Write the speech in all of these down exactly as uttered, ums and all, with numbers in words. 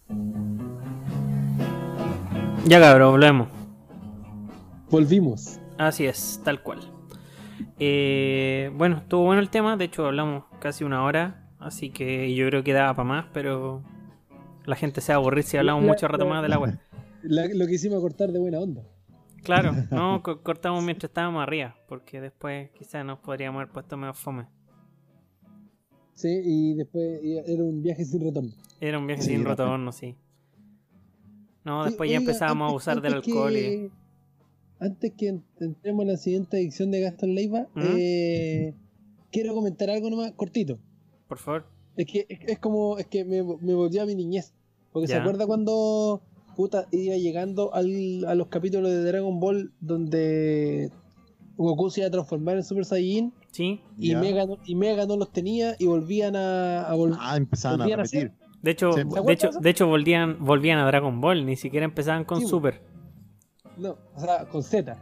Ya cabrón, volvemos. Volvimos. Así es, tal cual. Eh, bueno, estuvo bueno el tema, de hecho hablamos casi una hora, así que yo creo que daba para más, pero la gente se va a aburrir si hablamos La- mucho rato la- más de la web. La- lo que hicimos cortar de buena onda. Claro, no, co- cortamos mientras estábamos arriba, porque después quizás nos podríamos haber puesto medio fome. Sí, y después y era un viaje sin retorno. Era un viaje Sí, sin también. retorno, sí. No, Sí, después ya oiga, empezábamos a antes- abusar del antes alcohol y... que- Antes que en- entremos en la siguiente edición de Gastón Leiva, ¿Mm? eh, quiero comentar algo nomás cortito. Por favor. Es que es, es como, es que me, me volvió a mi niñez. Porque se Ya. acuerda cuando puta iba llegando al, a los capítulos de Dragon Ball donde Goku se iba a transformar en Super Saiyajin Sí, y Ya. Mega, no, y Mega no los tenía y volvían a, a vol- Ah, empezaban a volvían a repetir. de hecho, Sí. de hecho, de hecho volvían, volvían a Dragon Ball, ni siquiera empezaban con Sí, Super. No, o sea, con Z.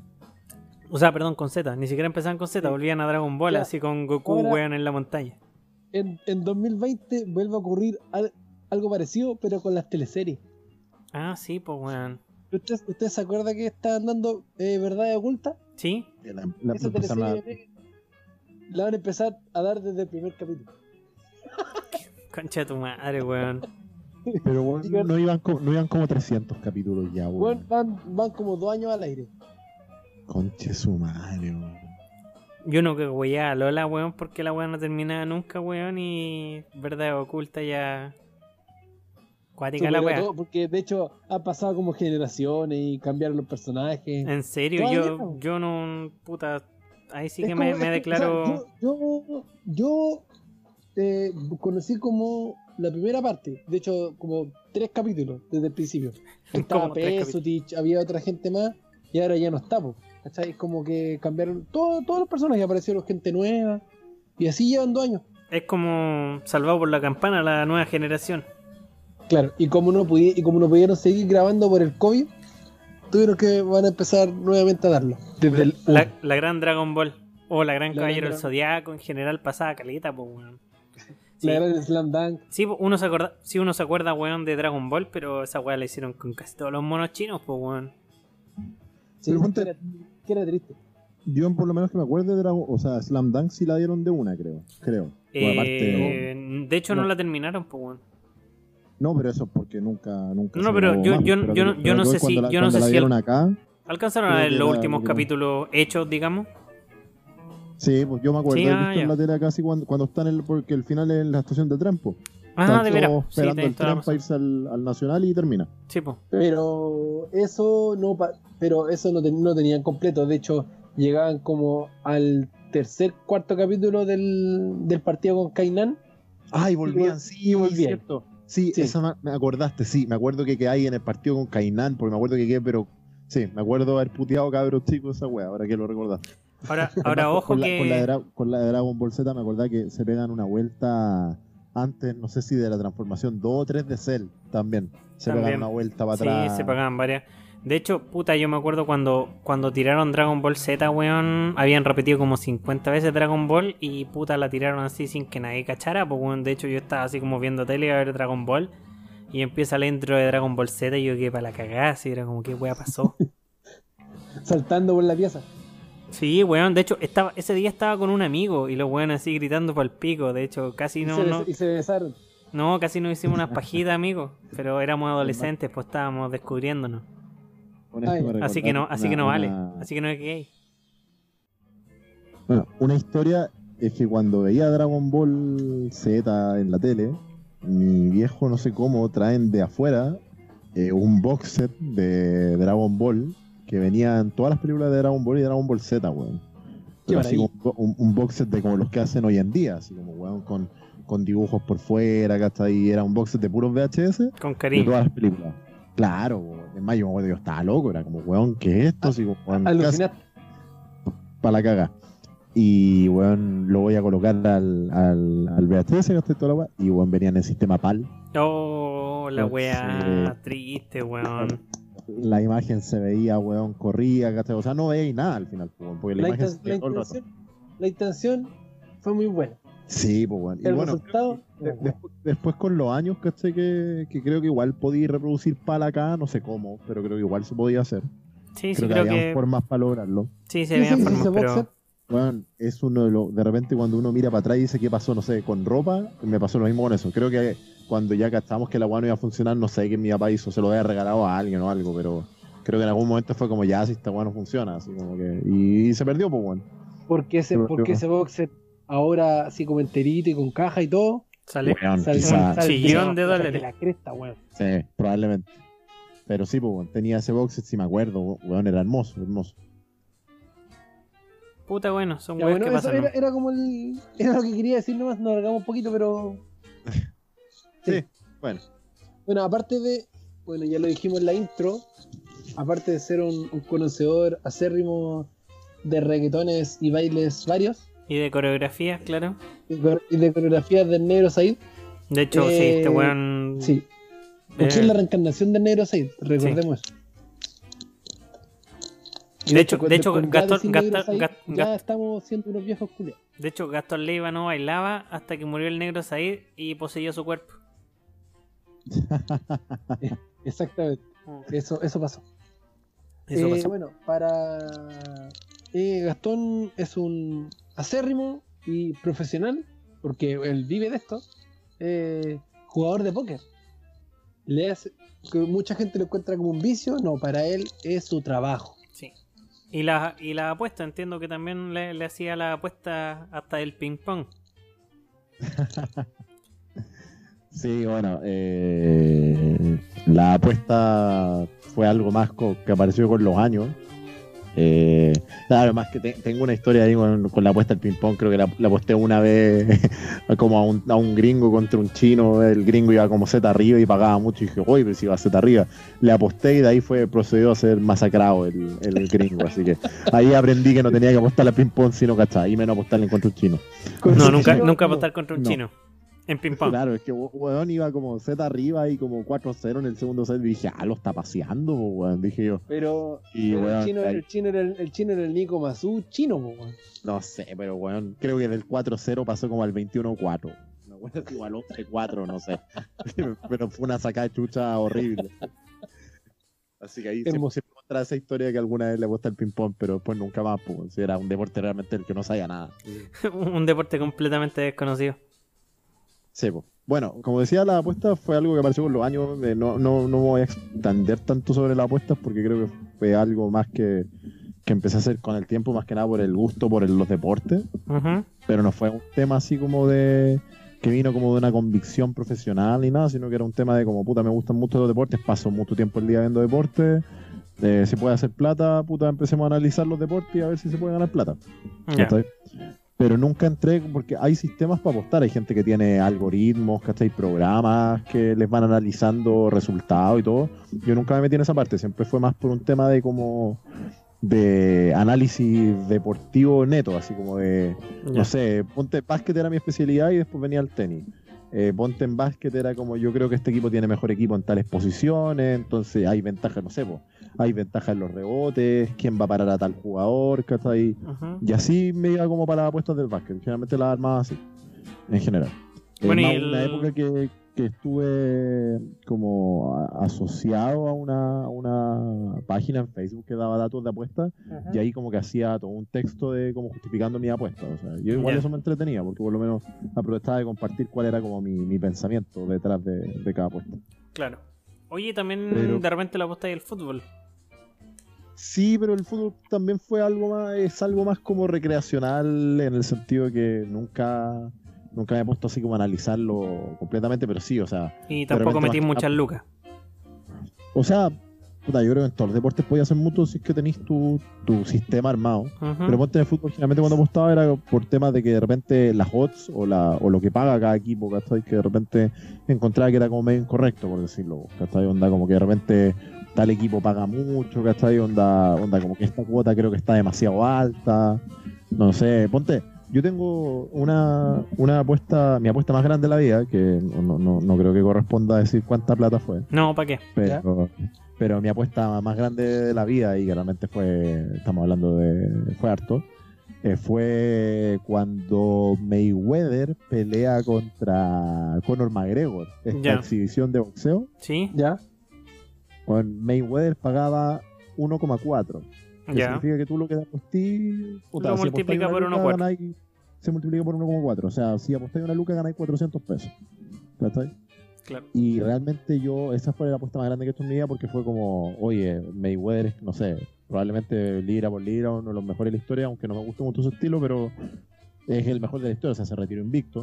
O sea, perdón, con Z, ni siquiera empezaban con Z, Sí. volvían a Dragon Ball, Ya. así con Goku, Ahora- weón, en la montaña. En, en dos mil veinte vuelve a ocurrir al- algo parecido, pero con las teleseries. Ah, sí, pues weón. ¿Usted, usted se acuerda que estaban dando eh, Verdades Ocultas? ¿Sí? Y la- la- Esa empezaron a- teleserie la van a empezar a dar desde el primer capítulo. Concha de tu madre, weón. Pero bueno, no iban, co- no iban como trescientos capítulos ya, Bueno, weón. van, van como dos años al aire. Conche su madre, weón. Yo no que weá a Lola, weón, porque la weá no terminaba nunca, weón, y verdad oculta ya. Cuática la Superó weá. todo, porque de hecho ha pasado como generaciones y cambiaron los personajes. En serio, Todavía yo, no. yo no. Puta. Ahí sí Es que como- me, es me que, declaro. o sea, yo yo, yo eh, conocí como la primera parte, de hecho como tres capítulos desde el principio. Estaba Como tres Pesutich, había otra gente más y ahora ya no está, po, ¿cachai? Es como que cambiaron todo, todos los personajes, aparecieron gente nueva y así llevan dos años. Es como Salvado por la Campana, la nueva generación. Claro, y como no pudi- y como no pudieron seguir grabando por el COVID, tuvieron que van a empezar nuevamente a darlo. Desde el La, la gran Dragon Ball. O la gran La Caballero gran del Dra- Zodiaco, en general pasaba caleta, pues weón. Sí. la gran Slam Dunk. Sí, po, uno se acuerda, sí, uno se acuerda, weón, de Dragon Ball, pero esa weá la hicieron con casi todos los monos chinos, pues weón. Sí, Pero ponte- que, era, que era triste. Yo por lo menos que me acuerde de Dragon, o sea, Slam Dunk sí la dieron de una, creo. Creo. O aparte, Eh, de hecho, no. no. la terminaron, pues weón. no, pero eso es porque nunca, nunca No, se pero grabó yo- más, yo- pero yo que- no- pero yo no que sé cuando si- la- yo no cuando sé la si dieron el- acá, ¿Alcanzaron Creo a ver que los era últimos lo que- capítulos hechos, digamos? sí, pues yo me acuerdo Sí, de ah, visto ya. en la tele casi cuando, cuando están en el, porque el final es en la estación de tren, po. Ah, Están de veras. todos Sí, esperando tenés el toda la tren para razón. irse al, al Nacional y termina. Sí, pues. Pero eso no pa- pero eso no, ten- no tenían completo. De hecho, llegaban como al tercer, cuarto capítulo del, del partido con Kainan. Ay, volvían, sí, y volvían. cierto. Sí, Sí. eso me, me acordaste, sí, me acuerdo que, que hay en el partido con Kainan, porque me acuerdo que quedé, pero sí, me acuerdo haber puteado cabros chicos esa wea, ahora que lo recordaste. Ahora, ahora Con- ojo con la, que... con, la de Dra- con la de Dragon Ball Z me acordaba que se pegan una vuelta antes, no sé si de la transformación dos o tres de Cell también. Se También. pegan una vuelta para Sí, atrás. se pagaban varias. De hecho, puta, yo me acuerdo cuando, cuando tiraron Dragon Ball Z, weón, habían repetido como cincuenta veces Dragon Ball y puta la tiraron así sin que nadie cachara, pues weón, de hecho yo estaba así como viendo tele a ver Dragon Ball y empieza el intro de Dragon Ball Z y yo quedé para la cagada, así era como, ¿qué weá pasó? Saltando por la pieza. Sí, weón, de hecho, estaba ese día estaba con un amigo y los weón así gritando para el pico, de hecho, casi Y, no, se, no, bes- y se besaron. no, casi no hicimos unas pajitas, amigos, pero éramos adolescentes, pues estábamos descubriéndonos. Con esto Ay, me Así que no, recordaste así que una- no vale, una- así que no es gay. Bueno, una historia es que cuando veía Dragon Ball Z en la tele, mi viejo no sé cómo traen de afuera eh, un box set de Dragon Ball que venían todas las películas de Dragon Ball y Dragon Ball Z, weón. Qué Pero así maravilla. como un, un box set de como los que hacen hoy en día, así como weón con, con dibujos por fuera, ¿cachai? Era un box set de puros V H S Con de cariño. todas las películas. Claro, weón. Es más, yo me acuerdo que yo estaba loco, era como, weón, ¿qué es esto? Así como, weón, casi- Alucinaste. para la caga. Y weón, lo voy a colocar al, al, al V H S, gasté toda la weá. Y weón, venía en el sistema PAL. Oh, la Entonces, wea triste, weón. La imagen se veía, weón, corría, ¿cachai? O sea, no veía nada al final, pues, weón, porque la, La, imagen inten- se la veía todo el rato. intención, la intención fue muy buena. Sí, pues weón. Y El bueno, resultado, de- después, después con los años, ¿cachai? Que, que creo que igual podía reproducir pala acá, no sé cómo, pero creo que igual se podía hacer. Sí, sí, Creo que creo había que. formas para lograrlo. Sí, se Sí, habían sí, sí, formas, ese boxer. pero. Bueno, es uno de los. De repente, cuando uno mira para atrás y dice qué pasó, no sé, con ropa, me pasó lo mismo con eso. Creo que cuando ya cachamos que la weá no iba a funcionar, no sé qué mi papá hizo, se lo había regalado a alguien o algo, pero creo que en algún momento fue como ya, si esta weá no funciona, así como que. Y, y se perdió, pues, bueno. Porque ese, Se porque perdió. ese boxer ahora así como enterito y con caja y todo, Sale. Weón, sale, quizá- sale chillón de la- dólares. la cresta, weón. Sí, probablemente. Pero sí, pues, bueno, tenía ese box, si me acuerdo, weón, era hermoso, hermoso. Puta, bueno, son Ya, weas bueno, que eso pasan. era, ¿no? era como el. Era lo que quería decir nomás, nos alargamos un poquito, pero. Sí, bueno. Bueno, aparte de. Bueno, ya lo dijimos en la intro. Aparte de ser un, un conocedor acérrimo de reggaetones y bailes varios, Y de coreografías, claro. y cor- y de coreografías del Negro Said. De hecho, sí, Eh, este weón. Sí. Porque eh, es la reencarnación del Negro Said, recordemos eso. Y De hecho, con- de hecho, con ya Gastón- decir Negro Gastón- Said, Gast- ya Gast- estamos siendo unos viejos culiados. De hecho, Gastón Leiva no bailaba hasta que murió el negro Said y poseyó su cuerpo. Exactamente. Eso, eso pasó. Eso Eh, pasó. Bueno, para eh, Gastón es un acérrimo y profesional, porque él vive de esto, eh, jugador de póker. Le hace, que mucha gente lo encuentra como un vicio, no, para él es su trabajo. Sí. Y la, y la apuesta, entiendo que también le, le hacía la apuesta hasta el ping pong. Sí, bueno, eh, la apuesta fue algo más co- que apareció con los años. Eh, claro, más que te- tengo una historia ahí con, con la apuesta del ping-pong. Creo que la, la aposté una vez como a un, a un gringo contra un chino. El gringo iba como Z arriba y pagaba mucho. Y dije, uy, pero si iba Z arriba. Le aposté y de ahí fue procedió a ser masacrado el, el gringo. Así que ahí aprendí que no tenía que apostar al ping-pong sino cachá. Y menos apostarle contra un chino. Con No, ese nunca, chino, nunca no. apostar contra un no. chino. En ping pong. Claro, es que we- weón iba como Z arriba y como cuatro cero en el segundo set. Y dije, ah, lo está paseando, po, weón. Dije yo, Pero, Y, pero weón, el, chino, ahí- el, chino era el, el chino era el Nico Mazú chino, po, weón. no sé, pero weón, creo que del cuatro cero pasó como al veintiuno cuatro. Una weón así, o al once cuatro, no sé. Pero fue una sacada de chucha horrible. Así que ahí siempre, Hermoso. siempre encontraba esa historia que alguna vez le gusta el ping-pong, pero después nunca más, pues. Si era un deporte realmente del que no sabía nada. Un deporte completamente desconocido. Sí, pues. Bueno, como decía, la apuesta fue algo que apareció con los años. eh, No, no, no me voy a extender tanto sobre las apuestas porque creo que fue algo más que, que empecé a hacer con el tiempo, más que nada por el gusto por el- los deportes. Ujú. Pero no fue un tema así como de que vino como de una convicción profesional ni nada, sino que era un tema de como, puta, me gustan mucho los deportes, paso mucho tiempo el día viendo deportes, eh, si puede hacer plata, puta, empecemos a analizar los deportes y a ver si se puede ganar plata. Ya. ¿Cachai? Pero nunca entré, porque hay sistemas para apostar, hay gente que tiene algoritmos, ¿cachai? Programas que les van analizando resultados y todo. Yo nunca me metí en esa parte, siempre fue más por un tema de como de análisis deportivo neto, así como de, Ya. no sé, ponte básquet era mi especialidad y después venía el tenis. Eh, ponte en básquet era como yo creo que este equipo tiene mejor equipo en tales posiciones, entonces hay ventajas, no sé, po, hay ventajas en los rebotes, quién va a parar a tal jugador, ¿cachai? Ujú. Y así me iba como para las apuestas del básquet, generalmente las armaba así, en general. Eh, Bueno, y más el- una época que, que estuve como a- asociado a una, a una página en Facebook que daba datos de apuestas. Y ahí como que hacía todo un texto de como justificando mi apuesta. O sea, yo igual Ya. eso me entretenía, porque por lo menos aprovechaba de compartir cuál era como mi, mi pensamiento detrás de, de cada apuesta. Claro. Oye, también Pero- de repente la apuesta y el fútbol. Sí, pero el fútbol también fue algo más, es algo más como recreacional en el sentido de que nunca, nunca me he puesto así como a analizarlo completamente, pero sí, o sea, Y de tampoco repente metí más- muchas lucas. o sea, puta, yo creo que en todos los deportes podías hacer mutuo si es que tenéis tu, tu sistema armado. Ujú. Pero ponte en el fútbol, generalmente cuando apostaba era por temas de que de repente las odds o, la, o lo que paga cada equipo, ¿cachai? Que de repente encontraba que era como medio incorrecto, por decirlo, ¿cachai? Onda como que de repente tal equipo paga mucho, ¿cachai? Onda, onda como que esta cuota creo que está demasiado alta, no sé, ponte, yo tengo una, una apuesta, mi apuesta más grande de la vida, que no, no, no creo que corresponda a decir cuánta plata fue, No, ¿para qué? pero, pero mi apuesta más grande de la vida y que realmente fue, estamos hablando de, fue harto, Eh, fue cuando Mayweather pelea contra Conor McGregor, esta Ya. exhibición de boxeo. ¿Sí? ¿Ya? Bueno, Mayweather pagaba uno coma cuatro. Que Ya. significa que tú lo que apostí, puta, Lo si apostáis multiplica una por luca, uno coma cuatro. ganáis- se multiplica por uno coma cuatro. O sea, si apostáis una luca ganáis cuatrocientos pesos. ¿Cachai? Claro. Y realmente yo, esa fue la apuesta más grande que he hecho en mi vida porque fue como, oye, Mayweather es, no sé, probablemente libra por libra uno de los mejores de la historia, aunque no me guste mucho su estilo, pero es el mejor de la historia, o sea, se retiró invicto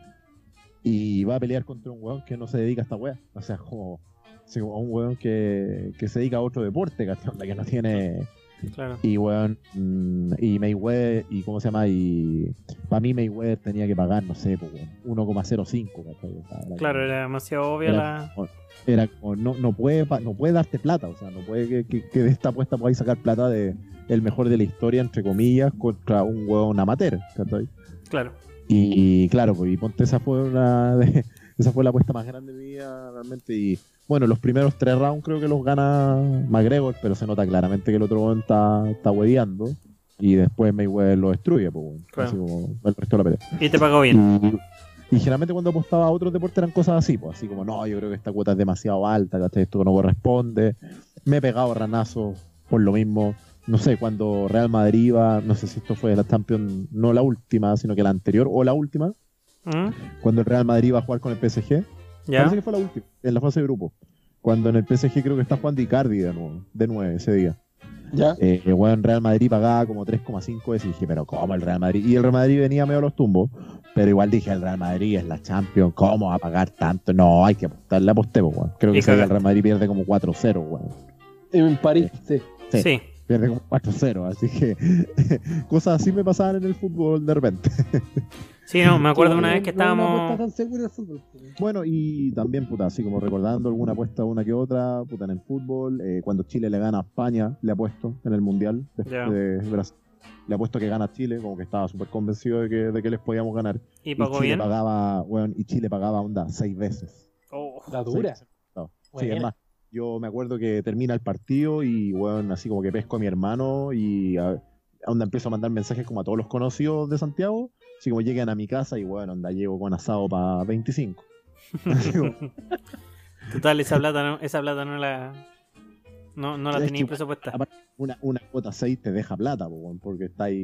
y va a pelear contra un weón que no se dedica a esta wea, o sea, como, así como un weón que, que se dedica a otro deporte, ¿cachai? Onda, que no tiene... Claro. Y weón, mm, y Mayweather, y cómo se llama, y para mí Mayweather tenía que pagar, no sé, pues, weón, uno coma cero cinco, ¿cachai? O sea, era Claro, como- era demasiado obvia era la. como- era como, no, no, puede, pa- no puede darte plata, o sea, no puede que, que- que de esta apuesta podáis sacar plata de el mejor de la historia, entre comillas, contra un huevón amateur, ¿cachai? Claro. Y claro, pues, y ponte, esa fue una de- esa fue la apuesta más grande de mi vida, realmente, y bueno, los primeros tres rounds creo que los gana McGregor, pero se nota claramente que el otro huevón está, está hueveando, y después Mayweather lo destruye, pues, weón, Claro. así como el resto de la pelea. Y te pagó bien. Y, y generalmente cuando apostaba a otros deportes eran cosas así, pues así como, no, yo creo que esta cuota es demasiado alta, ¿cachai? Esto no corresponde. Me he pegado ranazos por lo mismo. No sé, cuando Real Madrid iba, no sé si esto fue la Champions, no la última, sino que la anterior o la última, ¿Mm? cuando el Real Madrid iba a jugar con el P S G. ¿Ya? Parece que fue la última, en la fase de grupo. Cuando en el P S G creo que está jugando Icardi de nuevo, de nueve ese día. ¿Ya? Eh, el weón Real Madrid pagaba como tres coma cinco veces y dije, pero ¿cómo el Real Madrid? Y el Real Madrid venía medio a los tumbos, pero igual dije, el Real Madrid es la Champions, ¿cómo va a pagar tanto? No, hay que apostar, le aposté, pues, weón. Creo que Y ese día el cagaste. Real Madrid pierde como cuatro cero, weón. En París, sí. Sí. Sí. Pierde como cuatro cero, así que cosas así me pasaban en el fútbol de repente. Sí, no, me acuerdo No, una no- vez que no es una apuesta estábamos. tan segura del fútbol. Bueno, y también, puta, así como recordando alguna apuesta una que otra, puta, en el fútbol, eh, cuando Chile le gana a España, le apuesto en el Mundial de, Ya. de Brasil. Le apuesto que gana Chile, como que estaba súper convencido de que, de que les podíamos ganar. Y Y pagó Chile bien. pagaba, weón, y Chile pagaba onda seis veces. Oh, La dura. Seis veces. No, sí, Buena. es más. Yo me acuerdo que termina el partido y, weón, así como que pesco a mi hermano y a, onda empiezo a mandar mensajes como a todos los conocidos de Santiago, así como llegan a mi casa y, weón, onda llego con asado para veinticinco. Así como, Total, esa plata no, esa plata no la. No, no la Es tenía que- presupuestada. aparte, una, una cuota seis te deja plata, po, weón, porque estáis.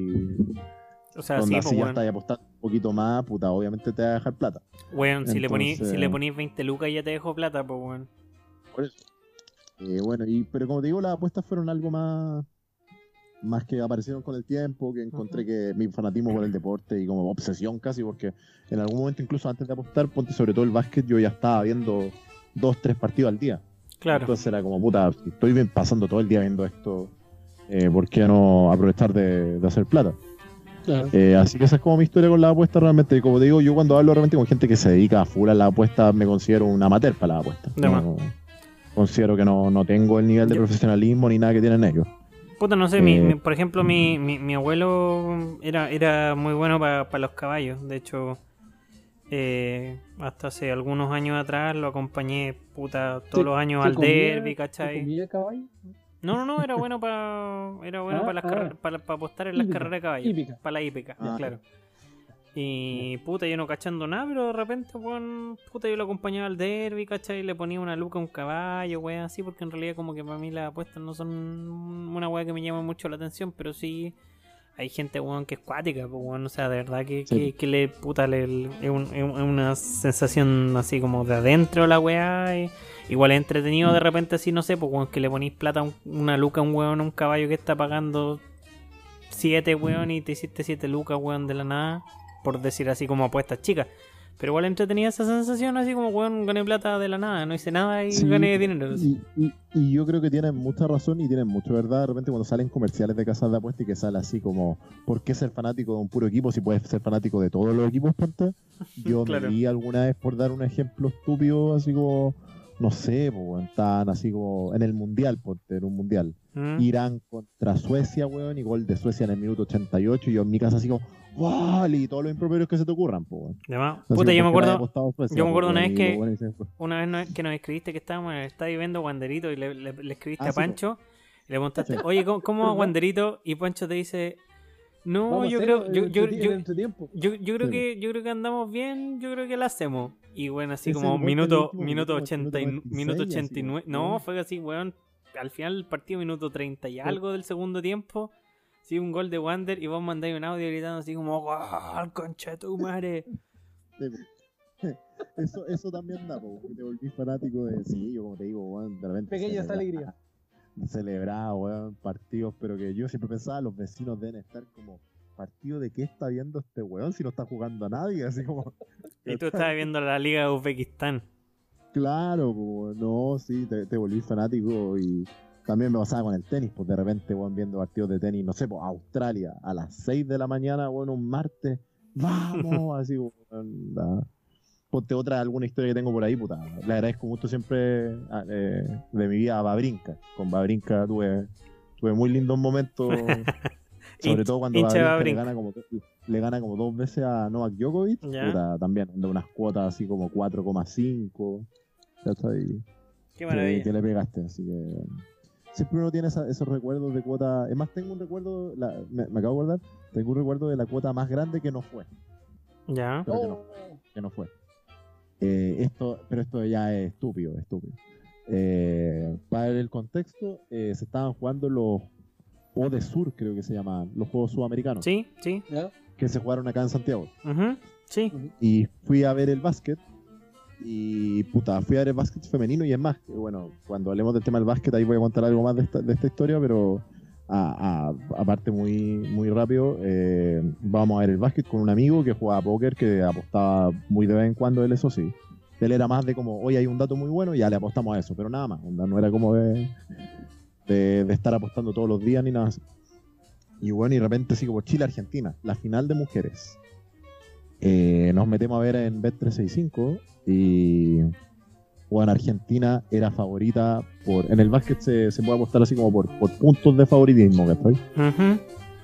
O sea, sí, Onda, pues si ya weón. estáis apostando un poquito más, puta, obviamente te va a dejar plata. Weón, si le ponís, Entonces- si le ponís veinte lucas ya te dejo plata, pues weón. Por eso. Eh, bueno, y, pero como te digo, las apuestas fueron algo más, más que aparecieron con el tiempo, que encontré Ujú. que mi fanatismo por el deporte y como obsesión casi, porque en algún momento incluso antes de apostar, ponte sobre todo el básquet, yo ya estaba viendo dos, tres partidos al día. Claro. Entonces era como, puta, si estoy bien pasando todo el día viendo esto, eh, ¿por qué no aprovechar de, de hacer plata? Claro. Eh, así que esa es como mi historia con la apuesta realmente. Como te digo, yo cuando hablo realmente con gente que se dedica a full a la apuesta, me considero un amateur para la apuesta. De más. No, considero que no, no tengo el nivel de Yo- profesionalismo ni nada que tienen ellos. Puta, no sé, mi, Eh. mi- por ejemplo, mi, mi, mi abuelo era, era muy bueno para los caballos. De hecho, eh, hasta hace algunos años atrás lo acompañé, puta, todos Se- los años se al comía- derby, ¿Se ¿cachai? comía caballo? No, no, no, era bueno para era bueno Ah, para las ah. carreras, para, para apostar en las Hípica, carreras de caballos. hípica. Para la hípica, Ah. claro. Y puta, yo no cachando nada, pero de repente, weón, puta, yo lo acompañaba al derby, ¿cachai? Le ponía una luca a un caballo, weón, así, porque en realidad como que para mí las apuestas no son una weá que me llama mucho la atención, pero sí hay gente, weón, que es cuática, pues, weón, o sea, de verdad que, Sí. que, que le, puta, le, le- es, un- es un- es una sensación así como de adentro la weá, y igual es entretenido de repente así, no sé, pues, weón, que le ponís plata, a un- una luca a un weón, a un caballo que está pagando siete, weón, y te hiciste siete lucas, weón, de la nada, por decir así como apuestas chicas. Pero igual entretenía esa sensación así como, weón, gané plata de la nada, no hice nada y Sí, gané dinero. Y, y- y yo creo que tienen mucha razón y tienen mucha verdad de repente cuando salen comerciales de casas de apuestas y que sale así como, ¿por qué ser fanático de un puro equipo si puedes ser fanático de todos los equipos, ponte? Yo Claro. me vi alguna vez, por dar un ejemplo estúpido, así como, no sé, pues, weón, tan así como en el mundial, ponte, en un mundial. Mm. Irán contra Suecia, weón, y gol de Suecia en el minuto ochenta y ocho, y yo en mi casa así como, ¡wow! Y todos los improperios que se te ocurran, pues, weón. Además, Así puta, como, yo me ¿por qué no hay acuerdo, apostado a Suecia, yo me acuerdo pues, una weón? vez Y que- los weones dicen, pues, una vez no- que nos escribiste que estábamos en el estadio viendo Wanderito y le, le- le escribiste Ah, a sí, po. Pancho y le preguntaste, Sí. oye, ¿cómo, cómo va Wanderito? Y Pancho te dice, No, Vamos a yo hacerlo creo, yo, en yo, entreti- yo, en entretiempo. yo, yo creo Sí, que, yo creo que andamos bien, yo creo que la hacemos. Y bueno, así Ese como gol del minuto, último minuto minuto, ochenta y, minuto minuto noventa y seis, ochenta y nueve. así, No, weón. fue así, weón. Al final del partido, minuto treinta y algo del segundo tiempo. Sí, un gol de Wander y vos mandáis un audio gritando así como ¡gol, concha de tu madre! Sí, po. Eso, eso también da, po, porque te volví fanático de. Sí, yo como te digo, weón, de repente. Pequeñas celebra- alegrías. Celebraba, weón, partidos, pero que yo siempre pensaba, los vecinos deben estar como, ¿partido de qué está viendo este weón si no está jugando a nadie? Así como. Y tú estabas viendo la Liga de Uzbekistán. Claro, como, no, sí, te, te volví fanático y también me pasaba con el tenis, pues de repente, weón, viendo partidos de tenis, no sé, pues Australia, a las seis de la mañana, weón, un martes, vamos, así, weón, da. Ponte otra, alguna historia que tengo por ahí, puta, le agradezco mucho siempre a- eh, de mi vida a Babrinka, con Babrinka tuve, tuve muy lindos momentos, sobre Hinch- todo cuando hincha de Babrinka le Babrinka. gana como le gana como dos veces a Novak Djokovic, Ya. puta, también de unas cuotas así como cuatro coma cinco, ya está ahí Qué que, maravilla. que le pegaste, así que siempre uno tiene esa- esos recuerdos de cuota. Es más, tengo un recuerdo, la- me, me acabo de acordar, tengo un recuerdo de la cuota más grande que no fue, Ya. pero que no, Oh, que no fue. Eh, esto, pero esto ya es estúpido, estúpido. Eh, para el contexto, eh, se estaban jugando los O de Sur, creo que se llamaban, los Juegos Sudamericanos, Sí, sí. ¿ya? que se jugaron acá en Santiago. Ujú, sí. Y fui a ver el básquet. Y puta, fui a ver el básquet femenino. Y es más, que, bueno, cuando hablemos del tema del básquet, ahí voy a contar algo más de esta, de esta historia. Pero a- a- aparte, muy, muy rápido, eh, vamos a ver el básquet con un amigo que jugaba póker, que apostaba muy de vez en cuando. Él, eso sí, él era más de como, hoy hay un dato muy bueno, y ya le apostamos a eso. Pero nada más, onda, no era como de, de, de estar apostando todos los días ni nada así. Y bueno, y de repente, así como Chile-Argentina, la final de mujeres. Eh, nos metemos a ver en Bet trescientos sesenta y cinco y bueno, Argentina era favorita por. En el básquet se, se puede apostar así como por, por puntos de favoritismo, ¿cachai? Ujú.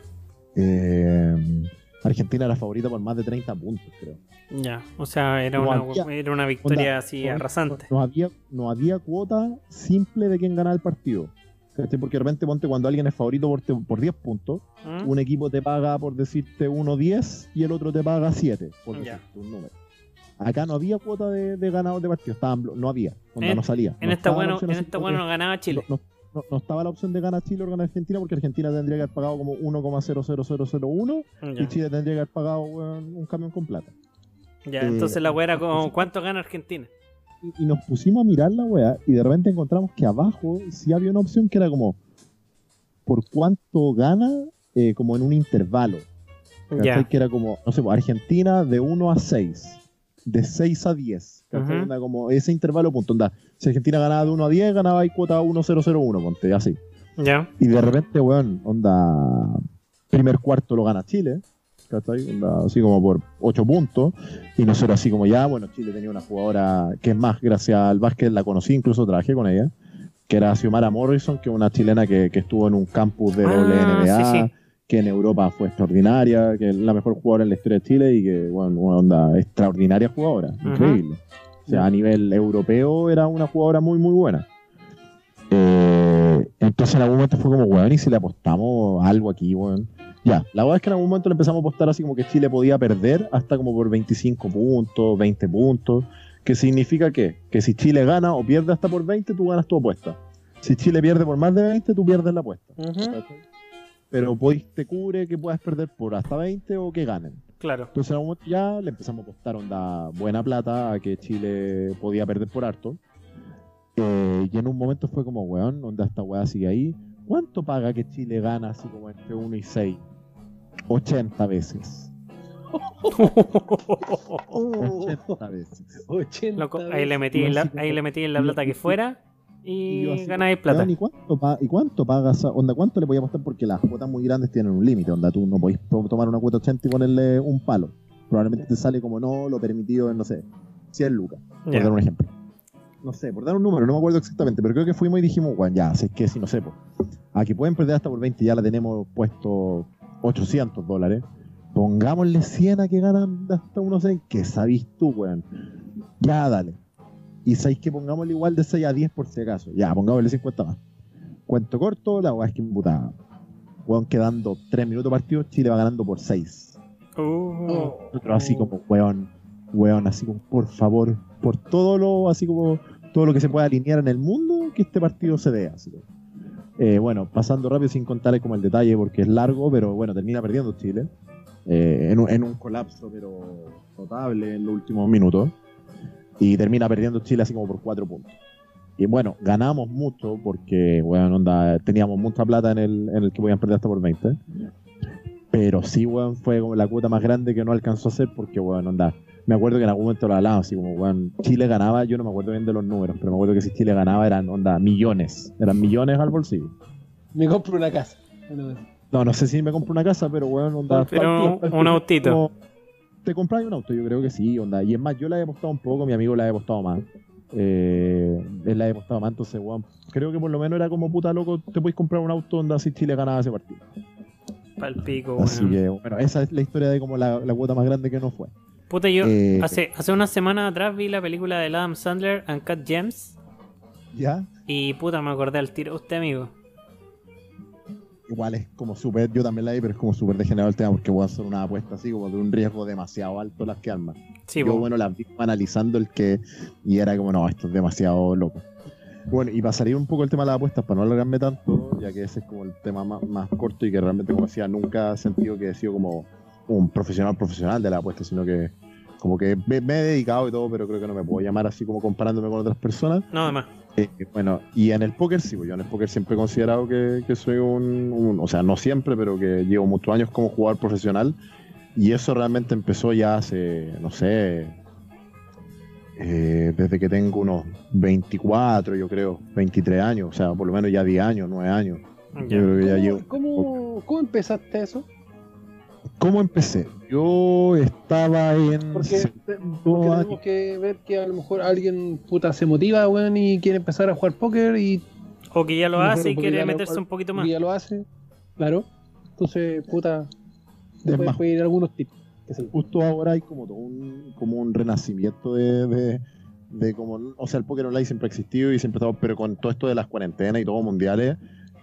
Eh, Argentina era favorita por más de treinta puntos, creo. Ya. O sea, era No una, había- era una victoria Onda, así no- arrasante. No, había, no había cuota simple de quién ganaba el partido. ¿Cachai? Porque de repente, ponte, cuando alguien es favorito por, te- por diez puntos, ¿Mm? un equipo te paga, por decirte, uno diez y el otro te paga siete, por Ya. decirte un número. Acá no había cuota de, de ganador de partido, estaban, blo- no había, onda, En- no salía. En No esta estaba la bueno, opción en así esta como bueno que- no ganaba Chile. no, no- no estaba la opción de ganar Chile o ganar Argentina, porque Argentina tendría que haber pagado como uno coma cero cero cero cero uno Ya. y Chile tendría que haber pagado, weón, un camión con plata. Ya, eh, entonces la weá era como ¿cuánto gana Argentina? Y, y nos pusimos a mirar la weá y de repente encontramos que abajo sí había una opción que era como por cuánto gana, eh, como en un intervalo. ¿Cachai? Ya. Que era como, no sé, pues, Argentina de uno a seis, de seis a diez. ¿Cachai? Ujú. Onda como ese intervalo, punto. Onda, si Argentina ganaba de uno a diez, ganaba ahí cuota uno cero cero uno, ponte, así. Ya. Y de repente, weón, onda, primer cuarto lo gana Chile, ¿cachai? Onda, así como por ocho puntos. Y nosotros así como ya, bueno, Chile tenía una jugadora que es más, gracias al básquet la conocí, incluso trabajé con ella, que era Xiomara Morrison, que es una chilena que, que estuvo en un campus de Ah, W N B A, sí, sí. que en Europa fue extraordinaria, que es la mejor jugadora en la historia de Chile y que, bueno, una onda extraordinaria jugadora, Ujú. increíble. O sea, a nivel europeo era una jugadora muy, muy buena. Eh, entonces en algún momento fue como, weón, ¿y si le apostamos algo aquí, weón? Ya, la verdad es que en algún momento le empezamos a apostar así como que Chile podía perder hasta como por veinticinco puntos, veinte puntos, que significa que, que si Chile gana o pierde hasta por veinte, tú ganas tu apuesta. Si Chile pierde por más de veinte, tú pierdes la apuesta. Ujú. ¿Cachai? Pero podéis, te cubre que puedas perder por hasta veinte o que ganen. Claro. Entonces en algún momento ya le empezamos a apostar onda buena plata a que Chile podía perder por harto. Eh, y en un momento fue como, weón, onda esta weá sigue ahí. ¿Cuánto paga que Chile gana así como entre uno y seis? ochenta veces. ochenta veces. ochenta Loco, ahí le metí Igual la, sí como- ahí le metí la plata que fuera Y yo y así, ganáis plata. weón, ¿y cuánto, pa- ¿y cuánto pagas? Onda, ¿cuánto le podía apostar? Porque las cuotas muy grandes tienen un límite. Onda, tú no podés to- tomar una cuota ochenta y ponerle un palo. Probablemente te sale como no, lo permitido en, no sé, cien lucas. Por Ya. dar un ejemplo. No sé, por dar un número, no me acuerdo exactamente, pero creo que fuimos y dijimos, bueno, ya, sé que si no sé, pues, aquí pueden perder hasta por veinte, ya la tenemos puesto ochocientos dólares. Pongámosle cien a que ganan hasta unos seis, que sabís tú, weón. Ya, dale. Y sabéis que pongámosle igual de seis a diez por si acaso. Ya, pongámosle cincuenta más. Cuento corto, la weá es que puta. weón, quedando tres minutos de partido, Chile va ganando por seis. Uh, Nosotros así como, weón, weón, así como, por favor, por todo lo, así como, todo lo que se pueda alinear en el mundo, que este partido se dé, así como. Eh, bueno, pasando rápido sin contar como el detalle porque es largo, pero bueno, termina perdiendo Chile eh, en, un, en un colapso pero notable en los últimos minutos y termina perdiendo Chile así como por cuatro puntos. Y bueno, ganamos mucho porque bueno, onda, teníamos mucha plata en el, en el que podían perder hasta por veinte, pero sí, bueno, fue como la cuota más grande que no alcanzó a hacer porque bueno, onda, me acuerdo que en algún momento lo hablaba así como, bueno, Chile ganaba, yo no me acuerdo bien de los números, pero me acuerdo que si Chile ganaba eran, onda, millones, eran millones al bolsillo. Me compro una casa. No, no sé si me compro una casa, pero bueno, onda. Pero falta, un autito. Como, ¿te compras un auto? Yo creo que sí, onda. Y es más, yo la he apostado un poco, mi amigo la he apostado más. Eh, él la he apostado más, entonces, bueno, creo que por lo menos era como puta loco, te puedes comprar un auto onda si Chile ganaba ese partido. Palpico, Así weón. que, bueno, esa es la historia de como la, la cuota más grande que no fue. Puta, yo Eh, hace, hace unas semanas atrás vi la película de Adam Sandler, Uncut Gems. ¿Ya? Y puta, me acordé al tiro. Usted, amigo. Igual es como súper, yo también la vi, pero es como súper degenerado el tema porque voy a hacer una apuesta así como de un riesgo demasiado alto las que arman. Sí, yo, po. bueno, la vi analizando el que, y era como, no, esto es demasiado loco. Bueno, y para salir un poco el tema de las apuestas, para no alargarme tanto, ya que ese es como el tema más, más corto y que realmente, como decía, nunca he sentido que he sido como un profesional profesional de la apuesta, sino que como que me, me he dedicado y todo, pero creo que no me puedo llamar así como comparándome con otras personas. No, además. Eh, bueno, y en el póker sí, pues yo en el póker siempre he considerado que, que soy un, un, o sea, no siempre, pero que llevo muchos años como jugador profesional, y eso realmente empezó ya hace, no sé, eh, desde que tengo unos veinticuatro, yo creo, veintitrés años, o sea, por lo menos ya diez años, nueve años. Ya. Yo creo que ya ¿Cómo, llevo. cómo, ¿Cómo empezaste eso? ¿Cómo empecé? Yo estaba en Porque, segundo porque año. tenemos que ver que a lo mejor alguien puta se motiva, weón, y quiere empezar a jugar póker y O que ya lo a mejor hace y porque quiere ya lo- meterse un poquito más. porque ya lo hace, claro. Entonces, puta, Es te pueden más, pedir algunos tips. qué sé yo. justo ahora hay como todo un, como un renacimiento de, de, de como, o sea, el póker online siempre ha existido y siempre ha estado, pero con todo esto de las cuarentenas y todo mundiales,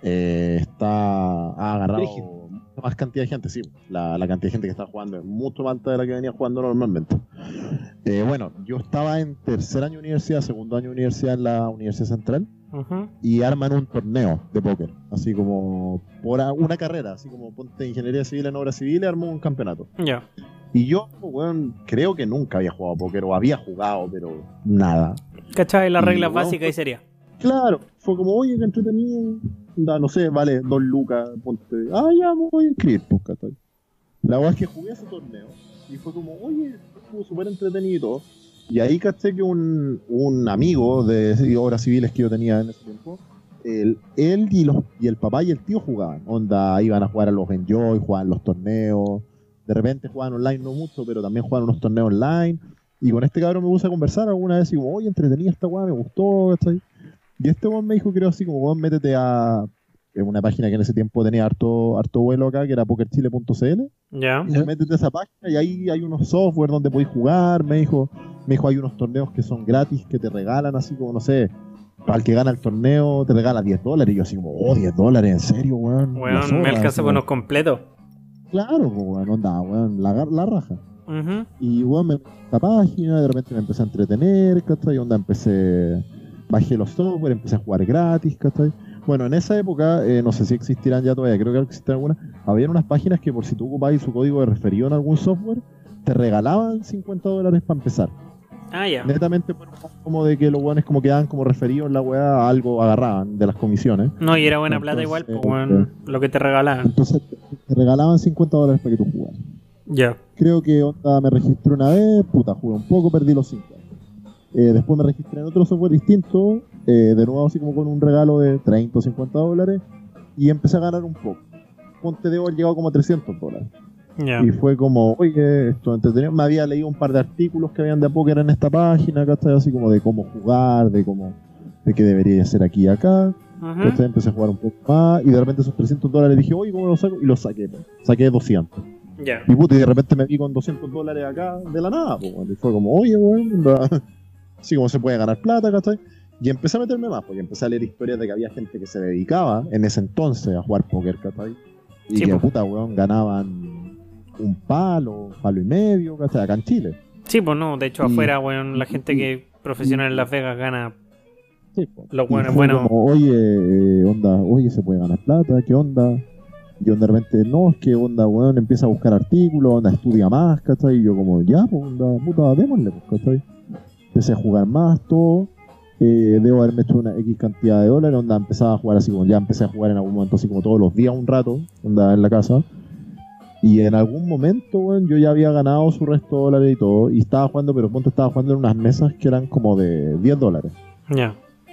eh, está, ha agarrado Brígido. mucha más cantidad de gente, sí, la, la cantidad de gente que está jugando es mucho más alta de la que venía jugando normalmente. Eh, bueno, yo estaba en tercer año de universidad, segundo año de universidad en la Universidad Central, Ujú. y arman un torneo de póker, así como por a- una carrera, así como ponte ingeniería civil en obras civiles, armó un campeonato. Ya. Y yo, weón, creo que nunca había jugado póker, o había jugado, pero nada. ¿Cachai? Las Y, reglas weón, básicas fue- y sería. Claro, fue como, oye, que entretenido, da, no sé, vale, dos lucas, ponte, ah, ya me voy a inscribir, pues, ¿cachai? La verdad es que jugué ese torneo, y fue como, oye, estuvo súper entretenido y todo. Y ahí caché que un, un amigo de obras civiles que yo tenía en ese tiempo, él, él y, los, y el papá y el tío jugaban. Onda, iban a jugar a los Enjoy, jugaban los torneos. De repente jugaban online, no mucho, pero también jugaban unos torneos online. Y con este cabrón me puse a conversar alguna vez y como, oye, entretenida esta weá, me gustó, ¿cachai? Y este weón me dijo, creo así como, weón, métete a en una página que en ese tiempo tenía harto, harto vuelo acá, que era poker chile punto c l. Ya. ¿Ya? Métete a esa página y ahí hay unos software donde podéis jugar, me dijo. Me dijo, hay unos torneos que son gratis, que te regalan así como, no sé, para el que gana el torneo te regala diez dólares. Y yo así como, oh, diez dólares, ¿en serio, weón? La Weón, zorra, me alcanza así con como, unos completos. Claro, pues, weón, onda, weón, la, la raja. Ujú. Y weón, me metí a esta página, de repente me empecé a entretener, ¿cachai? Onda, empecé, bajé los software, empecé a jugar gratis, ¿cachai? Bueno, en esa época, eh, no sé si existirán ya todavía, creo que existen algunas, había unas páginas que por si tú ocupabas su código de referido en algún software, te regalaban cincuenta dólares para empezar. Ah, ya. Netamente por como de que los weones como quedaban como referidos en la weá, algo agarraban de las comisiones. No, y era buena plata igual, Entonces, pues, weón, lo que te regalaban. Entonces te, te regalaban cincuenta dólares para que tú jugaras. Ya. Creo que onda, me registré una vez, puta, jugué un poco, perdí los cincuenta. Eh, después me registré en otro software distinto, eh, de nuevo así como con un regalo de treinta o cincuenta dólares, y empecé a ganar un poco. Ponte debo haber llegado como a trescientos dólares. Ya. Y fue como, oye, esto entretenido. Me había leído un par de artículos que habían de póker en esta página, ¿cachai? Así como de cómo jugar, de cómo, de qué debería hacer aquí y acá. Ujú. Entonces empecé a jugar un poco más, y de repente esos trescientos dólares dije, oye, ¿cómo lo saco? Y los saqué, pues. Saqué doscientos. Ya. Y puta, y de repente me vi con doscientos dólares acá de la nada, pues, bueno, y fue como, oye, weón, onda, así como se puede ganar plata, ¿cachai? Y empecé a meterme más, porque empecé a leer historias de que había gente que se dedicaba en ese entonces a jugar póker, ¿cachai? Y Sí, que po. puta, weón, ganaban un palo, palo y medio, ¿cachai? Acá en Chile. Sí, pues no, de hecho Y- afuera, weón, la gente y- que es profesional y- en Las Vegas gana Sí, po. los Y buenos, fue bueno. como, oye, eh, onda, oye, se puede ganar plata, ¿qué onda? Y onda de repente, no, es que onda, weón, empieza a buscar artículos, onda, estudia más, ¿cachai? Y yo como, ya, pues, onda, puta, démosle, pues, ¿cachai? Empecé a jugar más, todo. Eh, debo haberme hecho una X cantidad de dólares, onda, empezaba a jugar así como, ya empecé a jugar en algún momento así como todos los días un rato, onda, en la casa. Y en algún momento, weón, yo ya había ganado su resto de dólares y todo, y estaba jugando, pero punto estaba jugando en unas mesas que eran como de diez dólares, Ya.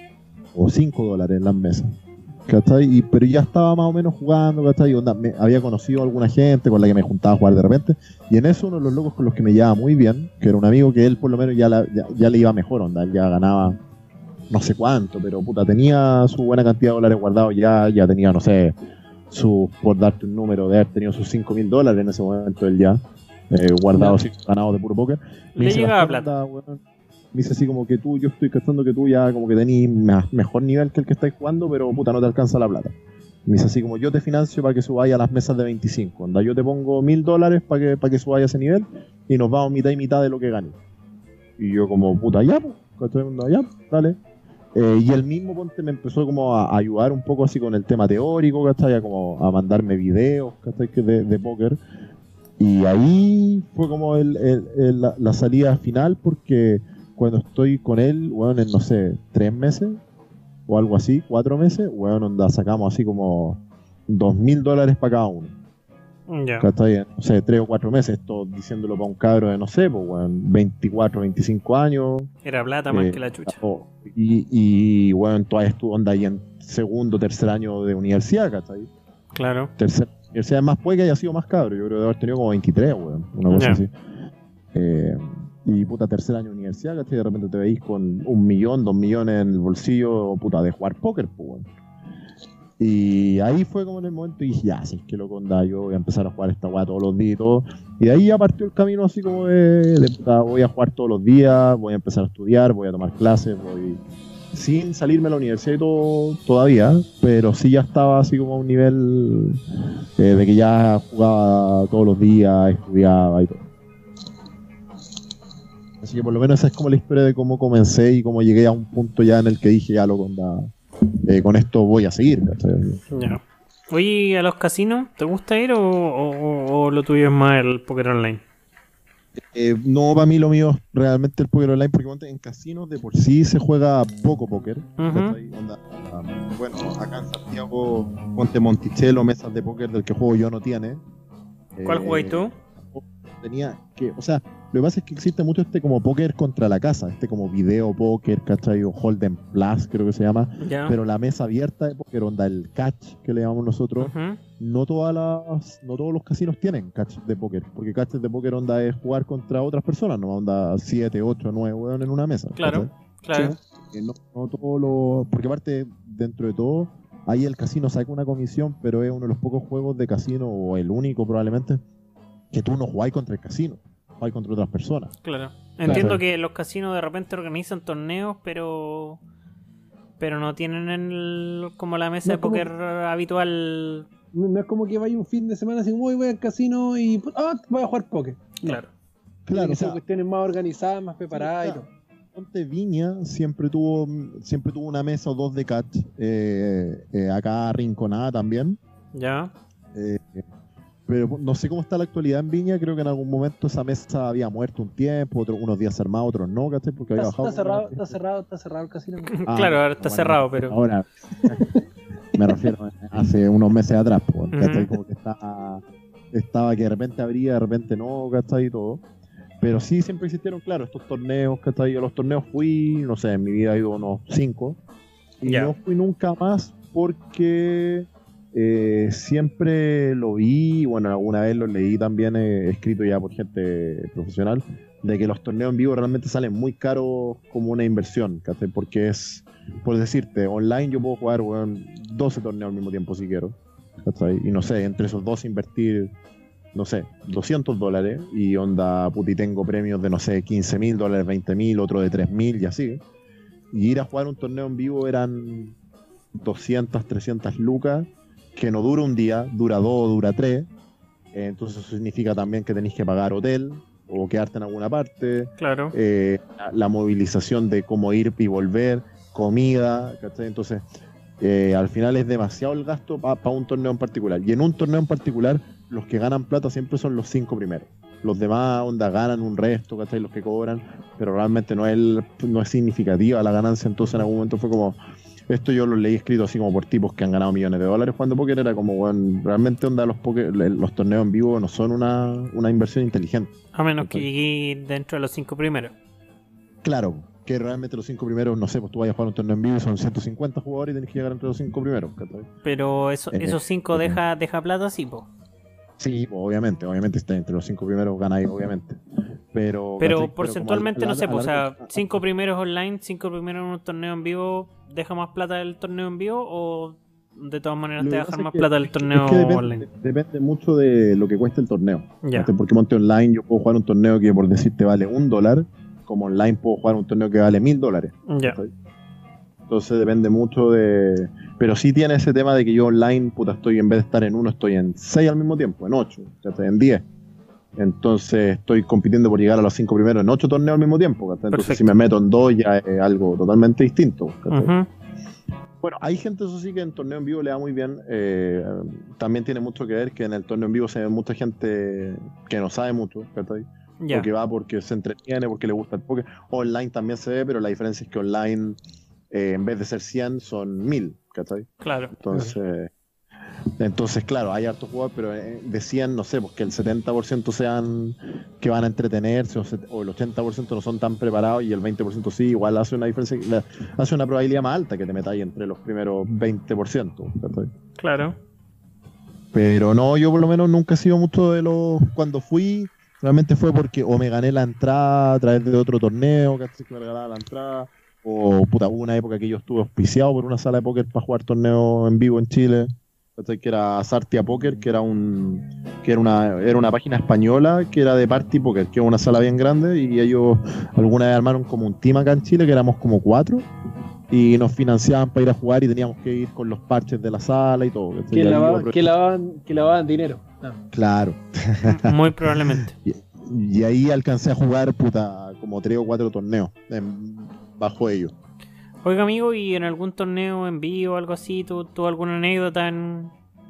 o cinco dólares en las mesas. ¿Cachai? Y, pero ya estaba más o menos jugando, ¿cachai? Y onda, me, había conocido a alguna gente con la que me juntaba a jugar de repente. Y en eso uno de los locos con los que me llevaba muy bien, que era un amigo que él por lo menos ya, la- ya, ya le iba mejor, onda, él ya ganaba no sé cuánto, pero puta, tenía su buena cantidad de dólares guardados ya, ya tenía, no sé, su, por darte un número, de haber tenido sus cinco mil dólares en ese momento él ya, eh, guardados, Ya. sí, ganados de puro póker. Me Le dice, llegaba "Gastón, plata". onda, weón". Me dice así como que tú, yo estoy cachando que tú ya como que tenés más- mejor nivel que el que estáis jugando, pero puta, no te alcanza la plata. Me dice así como yo te financio para que subáis a las mesas de veinticinco. Onda, yo te pongo mil dólares para que, para que subáis a ese nivel y nos vamos mitad y mitad de lo que gané. Y yo como, puta, ya, pues, ¿cachai? Onda, ya, dale. Eh, y él mismo, ponte, me empezó como a, a ayudar un poco así con el tema teórico, ¿cachai? A como a mandarme videos, ¿cachai? Que de, de póker. Y ahí fue como el, el- el- la, la salida final porque cuando estoy con él, bueno, en no sé, tres meses o algo así, cuatro meses, bueno, onda, sacamos así como dos mil dólares para cada uno. Ya. ¿Cachai? No sé, tres o cuatro meses, esto diciéndolo para un cabro de, no sé, pues, bueno, veinticuatro, veinticinco años. Era plata más eh, que la chucha. oh, y, y, bueno, todavía estuvo onda ahí en segundo, tercer año de universidad, ¿cachai? Claro. Tercer universidad más puede que haya sido más cabro, yo creo que debe haber tenido como veintitrés, weón, una cosa Ya. así. Eh, y puta, tercer año de universidad, ¿cachai? De repente te veís con un millón, dos millones en el bolsillo, puta, de jugar póker, pues, weón. Y ahí fue como en el momento y dije, ya, si es que loco, onda, yo voy a empezar a jugar esta weá todos los días y todo. Y de ahí ya partió el camino así como de, de, puta, voy a jugar todos los días, voy a empezar a estudiar, voy a tomar clases, voy sin salirme a la universidad y todo todavía, pero sí ya estaba así como a un nivel eh, de que ya jugaba todos los días, estudiaba y todo. Así que por lo menos esa es como la historia de cómo comencé y cómo llegué a un punto ya en el que dije, ya loco, onda, eh, con esto voy a seguir, ¿cachai? Ya. Oye, ¿a los casinos te gusta ir o, o- o- o lo tuyo es más el póker online? Eh, no, para mí lo mío es realmente el póker online, porque ponte, en casinos de por sí se juega poco póker. ¿Cachai? Onda, ah, bueno, acá en Santiago, ponte Monticello, mesas de póker del que juego yo no tiene. ¿Cuál Eh, jugáis tú? Tenía que, o sea, lo que pasa es que existe mucho este como póker contra la casa, este como video póker, ¿cachai? O Hold'em Plus, creo que se llama. Ya. Pero la mesa abierta de póker, onda el catch que le llamamos nosotros, Ujú. no todas las, no todos los casinos tienen catch de póker, porque catch de póker onda es jugar contra otras personas, no onda siete, ocho, nueve weón en una mesa. Claro, ¿cachai? claro. Eh, no, no todos los, porque aparte dentro de todo ahí el casino saca una comisión, pero es uno de los pocos juegos de casino o el único probablemente que tú no jugáis contra el casino, jugáis contra otras personas. Claro. Entiendo Claro. que los casinos de repente organizan torneos, pero pero no tienen el, como la mesa No de es como- póker habitual. No, no es como que vaya un fin de semana así, voy, voy al casino y ah, voy a jugar póker. No. Claro. Tiene Claro, que o ser sea, cuestiones más organizadas, más preparadas y claro. todo. Ponte Viña siempre tuvo siempre tuvo una mesa o dos de catch, eh, eh, acá arrinconada también. Ya. Eh, pero no sé cómo está la actualidad en Viña, creo que en algún momento esa mesa había muerto un tiempo, otro, unos días armado, otros no, ¿cachai? Porque había Está, bajado. está cerrado, como está cerrado, está cerrado el casino. Ah, Claro, ahora está bueno, cerrado, pero. Ahora, me refiero hace unos meses atrás, pues, ¿cachai? Ujú. Como que está, estaba que de repente abría, de repente no, ¿cachai? Y todo. Pero sí siempre existieron, claro, estos torneos, ¿cachai? Yo a los torneos fui, no sé, en mi vida he ido unos cinco. Y Ya. no fui nunca más porque eh, siempre lo vi, bueno, alguna vez lo leí también, eh, escrito ya por gente profesional, de que los torneos en vivo realmente salen muy caros como una inversión, ¿cachai? Porque es, por decirte, online yo puedo jugar, weón, doce torneos al mismo tiempo si quiero, ¿cachai? Y no sé, entre esos dos invertir, no sé, doscientos dólares y onda, puti, tengo premios de, no sé, quince mil dólares, veinte mil, otro de tres mil y así. Y ir a jugar un torneo en vivo eran doscientas, trescientas lucas que no dura un día, dura dos, dura tres. Eh, entonces eso significa también que tenéis que pagar hotel o quedarte en alguna parte. Claro. Eh, la, la movilización de cómo ir y volver, comida, ¿cachai? Entonces, eh, al final es demasiado el gasto para pa un torneo en particular. Y en un torneo en particular, los que ganan plata siempre son los cinco primeros. Los demás, onda, ganan un resto, ¿cachai? Los que cobran, pero realmente no es, el, no es significativa la ganancia. Entonces, en algún momento fue como... Esto yo lo leí escrito así como por tipos que han ganado millones de dólares jugando póker. Era como, bueno, realmente onda los póker, los torneos en vivo no son una, una inversión inteligente. A menos que llegue dentro de los cinco primeros. Claro, que realmente los cinco primeros, no sé, pues tú vayas a jugar un torneo en vivo y son ciento cincuenta jugadores y tenés que llegar entre los cinco primeros, ¿cachai? Pero eso, Eh, esos cinco eh, deja, deja plata, sí, po. Sí, pues, obviamente, obviamente está entre los cinco primeros ganáis, obviamente. Pero, Pero ¿cachai? porcentualmente Pero no sé, como a- pues, o a- a- sea, a- cinco primeros online, cinco primeros en un torneo en vivo, ¿deja más plata del torneo en vivo o de todas maneras Lo te que deja pasa es más que- plata del es que- torneo es que depende, online? depende mucho de lo que cueste el torneo. Ya. ¿Cachai? Porque monte online yo puedo jugar un torneo que por decirte vale un dólar, como online puedo jugar un torneo que vale mil dólares. Ya. ¿Cachai? Entonces depende mucho de... Pero sí tiene ese tema de que yo online, puta, estoy en vez de estar en uno, estoy en seis al mismo tiempo, en ocho, ¿cachai? En diez. Entonces estoy compitiendo por llegar a los cinco primeros en ocho torneos al mismo tiempo, ¿cachai? Entonces Perfecto. si me meto en dos ya es algo totalmente distinto, ¿cachai? Ujú. Bueno, hay gente, eso sí, que en torneo en vivo le da muy bien. Eh, también tiene mucho que ver que en el torneo en vivo se ve mucha gente que no sabe mucho, ¿cachai? Ya. Porque va porque se entretiene, porque le gusta el póker. Online también se ve, pero la diferencia es que online, eh, en vez de ser cien, son mil, ¿cachai? Claro. Entonces, entonces claro, hay hartos jugadores, pero eh, de cien, no sé, pues que el setenta por ciento sean que van a entretenerse, o, set- o el ochenta por ciento no son tan preparados y el veinte por ciento sí, igual hace una diferencia, la- hace una probabilidad más alta que te metáis entre los primeros veinte por ciento, ¿cachai? Claro. Pero no, yo por lo menos nunca he sido mucho de los... Cuando fui, realmente fue porque o me gané la entrada a través de otro torneo, ¿cachai? Que me regalaba la entrada, o puta, hubo una época que yo estuve auspiciado por una sala de póker para jugar torneos en vivo en Chile, ¿cachai? Que era Sartia Poker, que era un que era una era una página española que era de Party Poker, que era una sala bien grande, y ellos alguna vez armaron como un team acá en Chile, que éramos como cuatro, y nos financiaban para ir a jugar y teníamos que ir con los parches de la sala y todo, ¿cachai? Que, Y ahí yo lavaban, aproveché- que, lavaban, que lavaban dinero. Ah. Claro. Muy probablemente. Y ahí alcancé a jugar, puta, como tres o cuatro torneos en- bajo ellos. Oiga, amigo, ¿y en algún torneo en vivo o algo así, tú tuvo alguna anécdota en...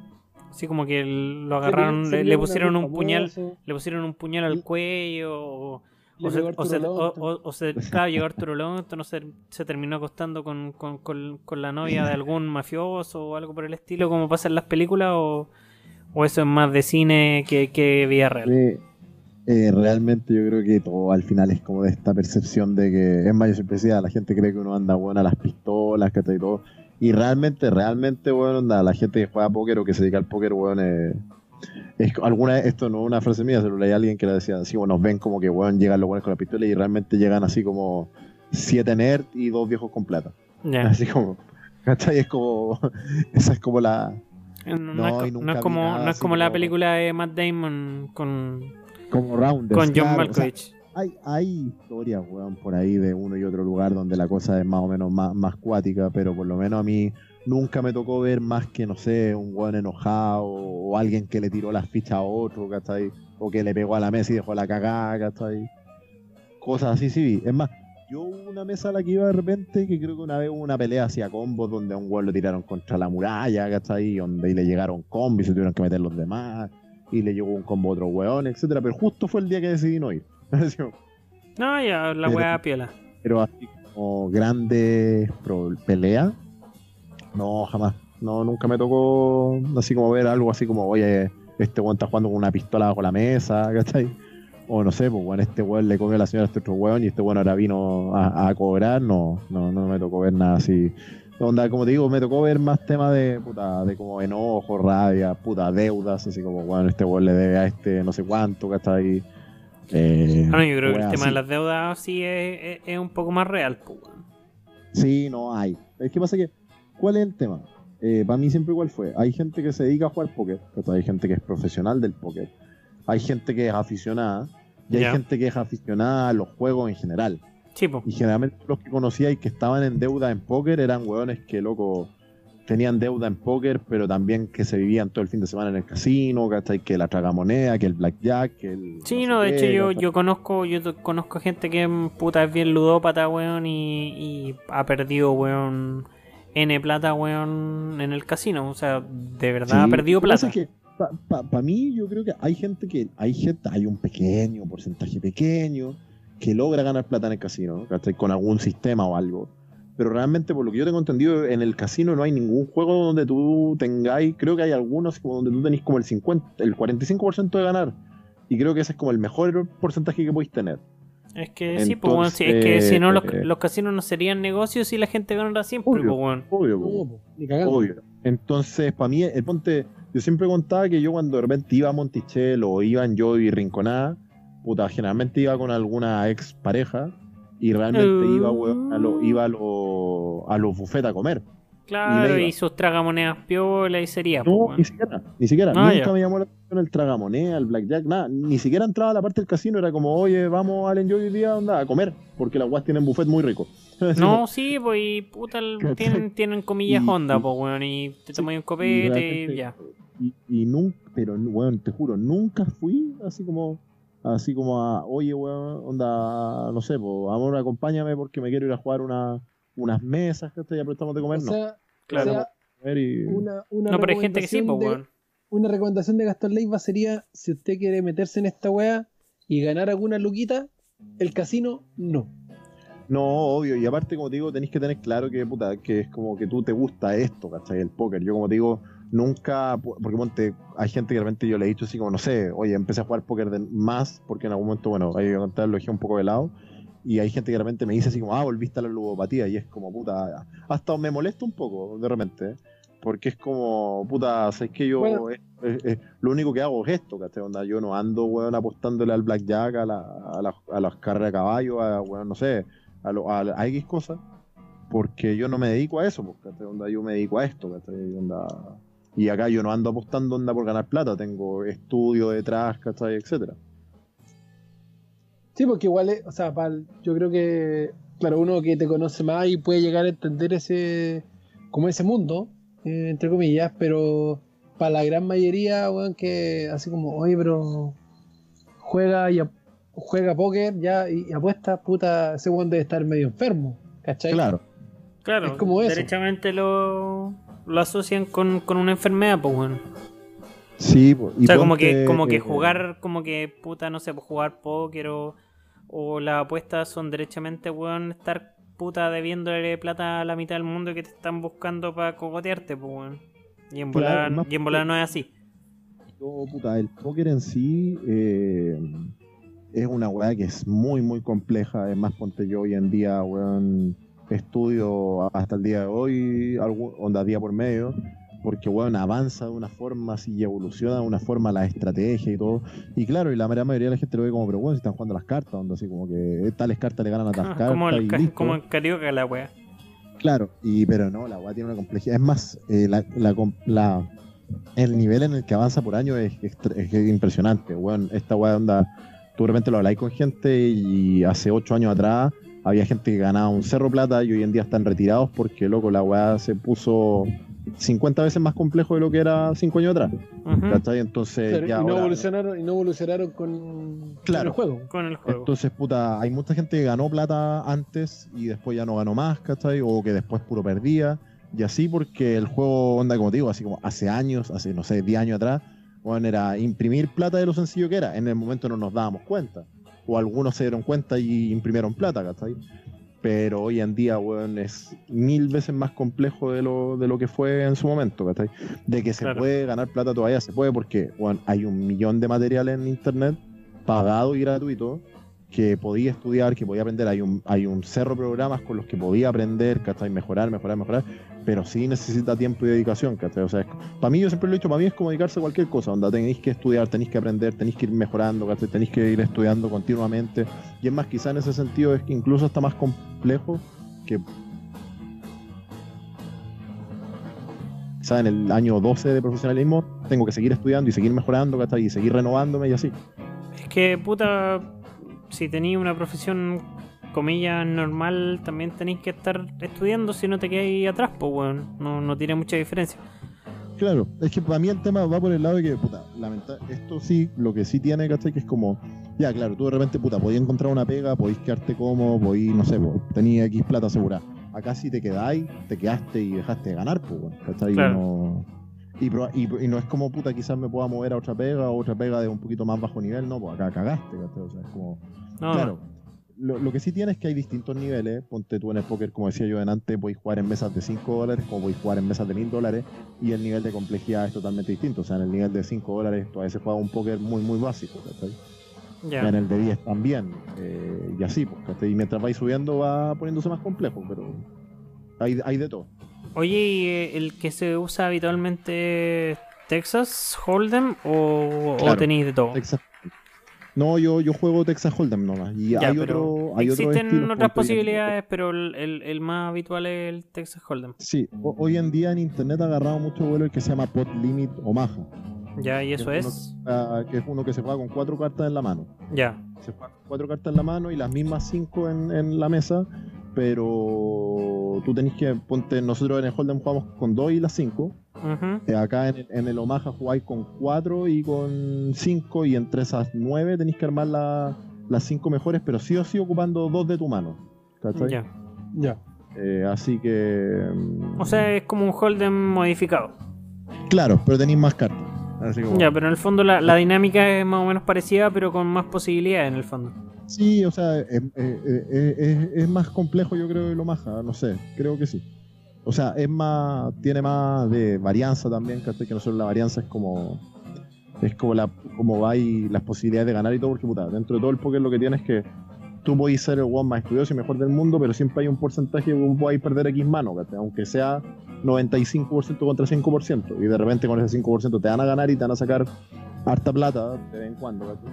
Así como que lo agarraron, le, le pusieron un puñal, le pusieron un puñal al cuello, o, o se, o, se, o, o- o se- claro, llegó Arturo Lonto, no se, se terminó acostando con, con, con, con la novia de algún mafioso o algo por el estilo, como pasa en las películas, o, o eso es más de cine que, que vida real. Eh, eh, realmente yo creo que todo al final es como de esta percepción de que, es más, yo siempre decía, la gente cree que uno anda bueno a las pistolas, que y todo. Y realmente, realmente, bueno, anda, la gente que juega póker o que se dedica al póker, bueno, eh, es, alguna esto no es una frase mía, se lo leí a alguien que le decía así, bueno, nos ven como que, bueno, llegan los buenos con la pistola y realmente llegan así como siete nerds y dos viejos con plata. Ya. Así como, ¿cachai? Es como, esa es como la... No, no No, es, y co- nunca no es vi como, nada no es así como la como- película de Matt Damon con, Como rounders, con John claro, o sea, Malkovich. Hay, hay historias, weón, por ahí de uno y otro lugar donde la cosa es más o menos más, más cuática, pero por lo menos a mí nunca me tocó ver más que, no sé, un weón enojado o alguien que le tiró las fichas a otro, ¿cachai? O que le pegó a la mesa y dejó la cagada, ¿cachai? Cosas así, sí vi. Es más, yo hubo una mesa a la que iba de repente que creo que una vez hubo una pelea hacia combos donde a un weón lo tiraron contra la muralla, ¿cachai? Y donde y le llegaron combos y se tuvieron que meter los demás y le llegó un combo a otro weón, etcétera. Pero justo fue el día que decidí no ir. Así como, No, ya, la Pero- weá piola. pero así como grandes pro- peleas, no, jamás. No, nunca me tocó así como ver algo así como, oye, este weón está jugando con una pistola bajo la mesa, ¿cachai? O no sé, pues bueno, este weón le comió a la señora a este otro weón y este weón ahora vino a, a cobrar, no, no, no me tocó ver nada así. Onda, como te digo, me tocó ver más temas de puta, de como enojo, rabia, puta, deudas, así como, bueno, este weón le debe a este no sé cuánto, ¿cachai? Eh, Ah, no, yo creo que el weas tema así. de las deudas sí es, es, es un poco más real, pues, weón. Sí, no hay. Es que pasa que, ¿cuál es el tema? Eh, para mí siempre igual fue. Hay gente que se dedica a jugar póker, pero hay gente que es profesional del póker. Hay gente que es aficionada y hay Ya. gente que es aficionada a los juegos en general. Sí, po. Y generalmente los que conocía y que estaban en deuda en póker eran hueones que, loco, tenían deuda en póker, pero también que se vivían todo el fin de semana en el casino, ¿cachai? Que la tragamoneda, que el blackjack, que el... Sí, no no, sé de qué, hecho yo, ¿cachai? yo conozco yo to- conozco gente que puta es bien ludópata, weón, y, y ha perdido, weón, N plata, weón, en el casino. O sea, de verdad ha Sí, perdido lo que pasa plata. es que para pa, pa mí yo creo que hay gente que, hay gente, hay un pequeño porcentaje pequeño que logra ganar plata en el casino, ¿cachai? Con algún sistema o algo. Pero realmente, por lo que yo tengo entendido, en el casino no hay ningún juego donde tú tengáis, creo que hay algunos como donde tú tenés como el cincuenta, el cuarenta y cinco por ciento de ganar. Y creo que ese es como el mejor porcentaje que podéis tener. Es que sí, pues, weón, sí, es que Entonces, si no los, eh, los casinos no serían negocios si la gente ganara siempre, Obvio. pues, weón. Obvio, No, po, po, ni cagando. obvio. Entonces, para mí, el ponte, yo siempre contaba que yo cuando de repente iba a Monticello o iba en yo y Rinconada, puta, generalmente iba con alguna ex pareja y realmente iba, weón, a lo, iba a, lo, a los buffets a comer. Claro, Y me y, iba. sus tragamonedas piola y sería, pues, No, weón. ni siquiera, ni siquiera. Ah, Nunca ya. me llamó la atención el tragamoneda, el blackjack, nada. Ni siquiera entraba a la parte del casino, era como, oye, vamos al Enjoy hoy día, onda, a comer, porque las guas tienen buffet muy rico. No, sí, pues, y puta, el- ¿Cachai? tienen, tienen comillas Y- Honda, y- pues, weón, y te Sí, tomas un y copete realmente- y ya. Y, y nunca, pero weón, te juro, nunca fui así como, así como a, oye, weón, onda, no sé, pues, amor, acompáñame porque me quiero ir a jugar una, unas mesas, que ya aprovechamos de O comer, no. sea, Claro. o sea, Comer y- una, una No, pero hay gente que sí, pues, recomendación de- weón. Una recomendación de Gastón Leiva sería, si usted quiere meterse en esta wea y ganar alguna luquita, el casino no. No, obvio, y aparte, como te digo, tenéis que tener claro que, puta, que es como que tú te gusta esto, ¿cachai? El póker. Yo, como te digo, nunca, porque ponte, hay gente que de repente yo le he dicho así como, no sé, oye, empecé a jugar póker de más, porque en algún momento, bueno, hay que contar, lo dejé un poco de lado, y hay gente que de repente me dice así como, ah, volviste a la ludopatía, y es como, puta, hasta me molesta un poco, de repente, ¿eh? Porque es como, puta, sabes que yo, Bueno. es- es- es- lo único que hago es esto, ¿cachai? Onda, yo no ando, weón, apostándole al blackjack, a, la, a, la- a las carreras de caballo, a, weón, no sé, a, lo, a, a X cosas, porque yo no me dedico a eso, pues, ¿cachai? Onda, yo me dedico a esto, ¿cachai? Onda, y acá yo no ando apostando onda por ganar plata, tengo estudio detrás, ¿cachai? Etcétera. Sí, porque igual, es- o sea, pal- yo creo que, claro, uno que te conoce más y puede llegar a entender ese, como ese mundo, eh, entre comillas, pero para la gran mayoría, weón, que así como, oye, pero juega y ap- juega póker ya y, y apuesta, puta, ese weón debe estar medio enfermo, ¿cachai? Claro. Claro, Es como eso. derechamente lo, lo asocian con, con una enfermedad, pues, weón. Sí, pues, y O sea, como ponte, que, como que eh, jugar, como que, puta, no sé, pues jugar póker o, o las apuestas son derechamente, weón, estar puta debiéndole plata a la mitad del mundo que te están buscando para cogotearte, pues, weón. Y en Claro, volar, más y en volar no es así. yo, puta, el póker en sí eh, es una weá que es muy, muy compleja. Además, ponte yo hoy en día, weón, estudio hasta el día de hoy, algún, onda día por medio, porque, weón, avanza de una forma así y evoluciona de una forma la estrategia y todo. Y claro, y la gran mayoría de la gente lo ve como, pero, weón, si están jugando las cartas, onda así como que tales cartas le ganan a tales cartas como, el, y ca- listo. como en Carioca la wea. Claro, y pero no, la weá tiene una complejidad. Es más, eh, la, la, com- la- el nivel en el que avanza por año es, extra- es impresionante. Weón, esta weá onda, tú de repente lo habláis con gente y hace ocho años atrás había gente que ganaba un cerro plata y hoy en día están retirados porque, loco, la weá se puso cincuenta veces más complejo de lo que era cinco años atrás. Ujú. ¿Cachai? Entonces, Claro, ya y, no ahora- evolucionaron, y no evolucionaron con, Claro. con el juego. Con el juego. Entonces, puta, hay mucha gente que ganó plata antes y después ya no ganó más, ¿cachai? O que después puro perdía. Y así porque el juego, onda, como te digo, así como hace años, hace, no sé, diez años atrás, bueno, era imprimir plata de lo sencillo que era. En el momento no nos dábamos cuenta. O algunos se dieron cuenta y imprimieron plata, ¿cachai? Pero hoy en día, weón, es mil veces más complejo de lo, de lo que fue en su momento, ¿cachai? De que se Claro. puede ganar plata todavía, se puede porque, weón, hay un millón de materiales en internet pagado y gratuito que podía estudiar, que podía aprender. Hay un, hay un cerro de programas con los que podía aprender, ¿cachai? Mejorar, mejorar, mejorar, pero sí necesita tiempo y dedicación, ¿cachai? O sea, para mí, yo siempre lo he dicho, para mí es como dedicarse a cualquier cosa, onda, tenéis que estudiar, tenéis que aprender, tenéis que ir mejorando, ¿cachai? Tenéis que ir estudiando continuamente, y es más, quizá en ese sentido es que incluso está más complejo que quizá en el año doce de profesionalismo tengo que seguir estudiando y seguir mejorando, ¿cachai? Y seguir renovándome y así. Es que, puta, si tenías una profesión comillas normal también tenéis que estar estudiando si no te quedáis atrás, pues weón. No, no tiene mucha diferencia. Claro, es que para mí el tema va por el lado de que, puta, lamenta- esto sí, lo que sí tiene, ¿cachai? Que es como, ya, claro, tú de repente, puta, podías encontrar una pega, podías quedarte cómodo, podías, no sé, po, tenías X plata asegurada. Acá si te quedáis, te quedaste y dejaste de ganar, pues, bueno, ¿cachai? Claro. No, y, proba- y, y no es como, puta, quizás me pueda mover a otra pega o otra pega de un poquito más bajo nivel, no, pues acá cagaste, ¿cachai? O sea, es como, No, claro. Lo, lo que sí tiene es que hay distintos niveles. Ponte tú en el póker, como decía yo antes, podéis jugar en mesas de cinco dólares, como podéis jugar en mesas de mil dólares, y el nivel de complejidad es totalmente distinto. O sea, en el nivel de cinco dólares todavía se juega un póker muy, muy básico, ¿cachai? no. Ya. En el de diez también, eh, y así, pues, ¿cachai? Y mientras vais subiendo va poniéndose más complejo, pero hay, hay de todo. Oye, ¿y eh, el que se usa habitualmente Texas Hold'em o, o Claro. tenéis de todo? Texas. No, yo, yo juego Texas Hold'em nomás. Y Ya, hay pero otro, hay otros existen estilos, otras ponte, hoy en día- posibilidades, pero el, el- el más habitual es el Texas Hold'em. Sí, ho- hoy en día en internet ha agarrado mucho vuelo el que se llama Pot Limit Omaha. Ya, y eso que es. uno- ah, que es uno que se juega con cuatro cartas en la mano. Ya. Se juega con cuatro cartas en la mano y las mismas cinco en, en la mesa, pero tú tenés que, ponte, nosotros en el Hold'em jugamos con dos y las cinco. Ujú. Eh, acá en el, en el Omaha jugáis con cuatro y con cinco, y entre esas nueve tenéis que armar la- las cinco mejores, pero sí o sí ocupando dos de tu mano. ¿Cachai? Ya. Ya. Eh, así que... mm, O sea, es como un Hold'em modificado. claro, pero tenéis más cartas. Así como- Ya, pero en el fondo la, la dinámica es más o menos parecida, pero con más posibilidades en el fondo. Sí, o sea, es, es- es- es- es más complejo, yo creo, el Omaha, no sé, creo que sí. O sea, es más, tiene más de varianza también, ¿cachai? Que nosotros la varianza es como, es como la, como va y las posibilidades de ganar y todo, porque puta, dentro de todo el póker lo que tienes es que tú podés ser el one más estudioso y mejor del mundo, pero siempre hay un porcentaje que vos podés perder X mano, ¿cachai? Aunque sea noventa y cinco por ciento contra cinco por ciento, y de repente con ese cinco por ciento te van a ganar y te van a sacar harta plata de vez en cuando, ¿cachai?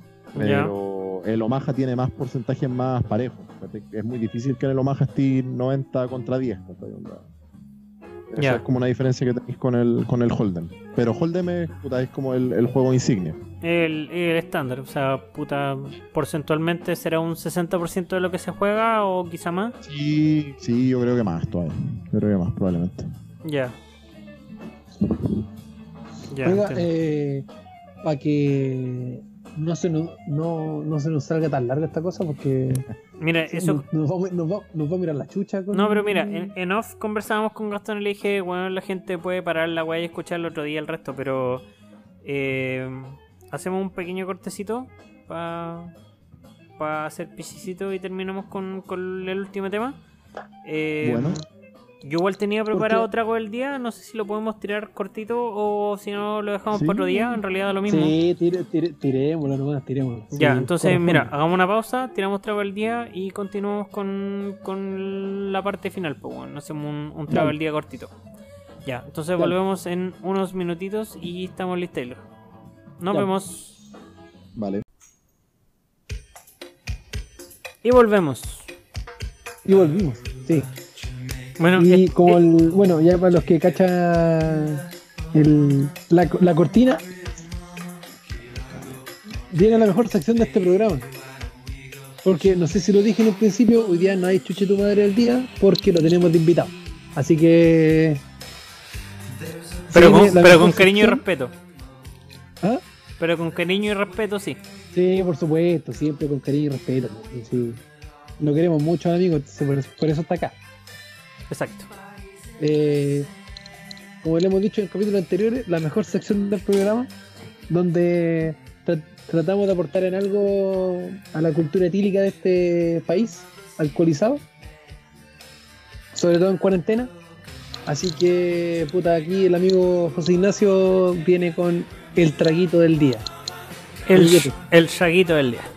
Pero el Omaha tiene más porcentajes más parejos. ¿cachai? Es muy difícil que en el Omaha esté noventa contra diez. ¿cachai? Onda. Esa Ya. es como una diferencia que tenéis con el, con el Hold'em. Pero Hold'em es, puta, es como el, el juego insignia. El, el estándar, o sea, puta, porcentualmente será un sesenta por ciento de lo que se juega o quizá más. Sí, sí, yo creo que más todavía. Yo creo que más, probablemente. Ya. Ya. Oiga, entiendo. eh, para que no se, nos, no, no se nos salga tan larga esta cosa, porque Mira, eso. nos, nos va, a- nos, va, nos va a mirar la chucha. Con... No, pero mira, en, en off conversábamos con Gastón y le dije, bueno, la gente puede parar la weá y escuchar el otro día el resto, pero eh, hacemos un pequeño cortecito para pa hacer pisicito y terminamos con, con el último tema. Eh, Bueno. Yo igual tenía preparado qué? trago del día, no sé si lo podemos tirar cortito o si no lo dejamos Sí. para otro día, en realidad da lo mismo. Sí, tire, tire, tirémoslo nomás, tirémoslo. Ya, Sí, entonces corresponde. mira, hagamos una pausa, tiramos trago del día y continuamos con, con la parte final, pues bueno, hacemos un, un trago Dale. del día cortito. Ya, entonces Dale. volvemos en unos minutitos y estamos listos. Nos Ya. vemos. Vale. Y volvemos. Y volvimos, sí. Bueno, Y eh, como eh, el, bueno, ya para los que cachan el, la, la cortina, viene la mejor sección de este programa. Porque no sé si lo dije en un principio, hoy día no hay chuche tu madre del día porque lo tenemos de invitado. Así que. pero se con, viene la pero mejor con cariño y sección. respeto. ¿Ah? Pero con cariño y respeto, sí. Sí, por supuesto, siempre con cariño y respeto. Sí. Lo queremos mucho, amigos, entonces por, por eso está acá. Exacto. Eh, como le hemos dicho en capítulos anteriores, la mejor sección del programa, donde tra- tratamos de aportar en algo a la cultura etílica de este país, alcoholizado, sobre todo en cuarentena. Así que, puta, aquí el amigo José Ignacio viene con el traguito del día. El, Amiguete. el shaguito del día.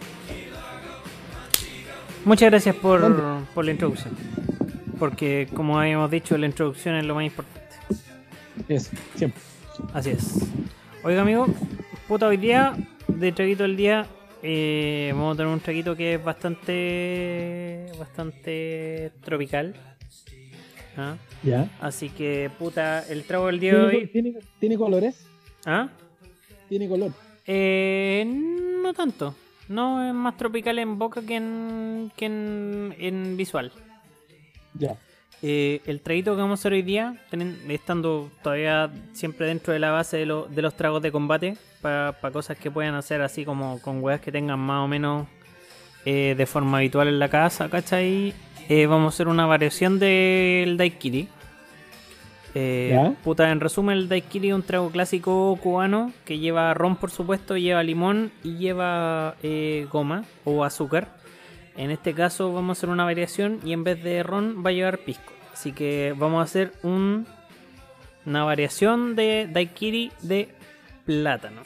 Muchas gracias por, ¿Dónde? por la introducción. Porque, como habíamos dicho, la introducción es lo más importante. Eso, siempre. Así es. Oiga, amigo, puta, hoy día, de traguito del día, eh, vamos a tener un traguito que es bastante. bastante tropical. ¿Ah? ¿Ya? Así que, puta, el trago del día de ¿Tiene, hoy. tiene- tiene colores? ¿Ah? Tiene color. Eh, no tanto. No, es más tropical en boca que en, que en, en visual. Ya. Eh, el traguito que vamos a hacer hoy día, tenen- estando todavía siempre dentro de la base de, lo- de los tragos de combate, para cosas que puedan hacer así como con weas que tengan más o menos eh, de forma habitual en la casa, ¿cachai? Eh, vamos a hacer una variación del daiquiri. Eh, ¿Ya? puta, en resumen, el daiquiri es un trago clásico cubano que lleva ron, por supuesto, lleva limón y lleva eh, goma o azúcar. En este caso vamos a hacer una variación y en vez de ron va a llevar pisco. Así que vamos a hacer un, una variación de daiquiri de plátano.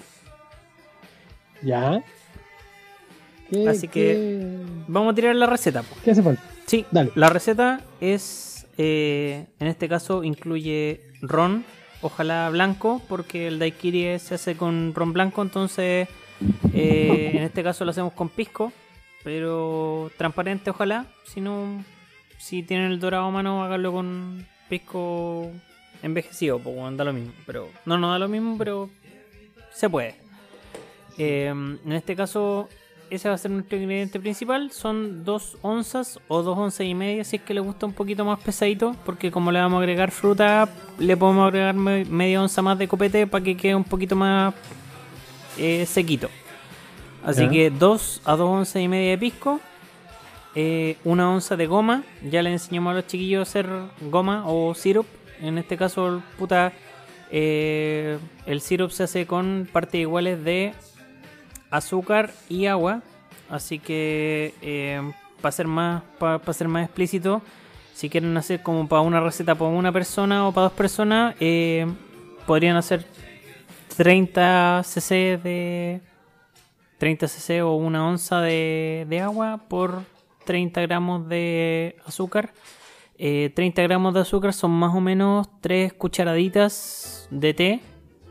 Ya. ¿Qué, Así que- qué- Vamos a tirar la receta, po. ¿Qué hace falta? Sí, Dale. la receta es, eh, en este caso incluye ron, ojalá blanco, porque el daiquiri se hace con ron blanco, entonces eh, en este caso lo hacemos con pisco, pero transparente ojalá, si no, si tienen el dorado a mano háganlo con pisco envejecido, pues bueno, da lo mismo, pero no, no da lo mismo, pero se puede. Eh, en este caso ese va a ser nuestro ingrediente principal. Son dos onzas o dos onzas y media si es que le gusta un poquito más pesadito, porque como le vamos a agregar fruta, le podemos agregar me- media onza más de copete para que quede un poquito más eh, sequito. Así Ya. que dos a dos onzas y media de pisco, eh, una onza de goma. Ya le enseñamos a los chiquillos a hacer goma o syrup. En este caso, puta, eh, el syrup se hace con partes iguales de azúcar y agua, así que eh, para ser más para ser más explícito, si quieren hacer como para una receta para una persona o para dos personas, eh, podrían hacer treinta centilitros de treinta centilitros o una onza de, de agua por treinta gramos de azúcar. Eh, treinta gramos de azúcar son más o menos tres cucharaditas de té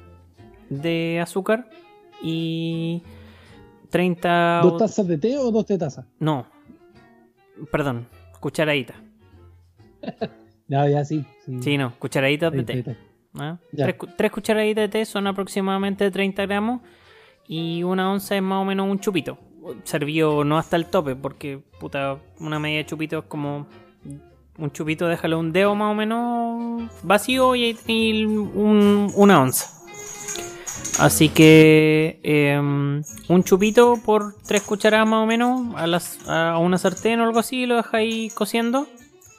de azúcar y treinta... ¿Dos tazas de té o dos de tazas? No, perdón, cucharadita. Ya, ya, sí. Sí, Sí, no, cucharaditas de Sí, té. sí, sí. ¿Ah? Ya. Tres, cu- tres cucharaditas de té son aproximadamente treinta gramos y una onza es más o menos un chupito. Servido no hasta el tope, porque puta, una media chupito es como un chupito, déjalo un dedo más o menos vacío y ahí tenéis un- una onza. Así que eh, un chupito por tres cucharadas más o menos a, las, a una sartén o algo así, lo dejáis cociendo.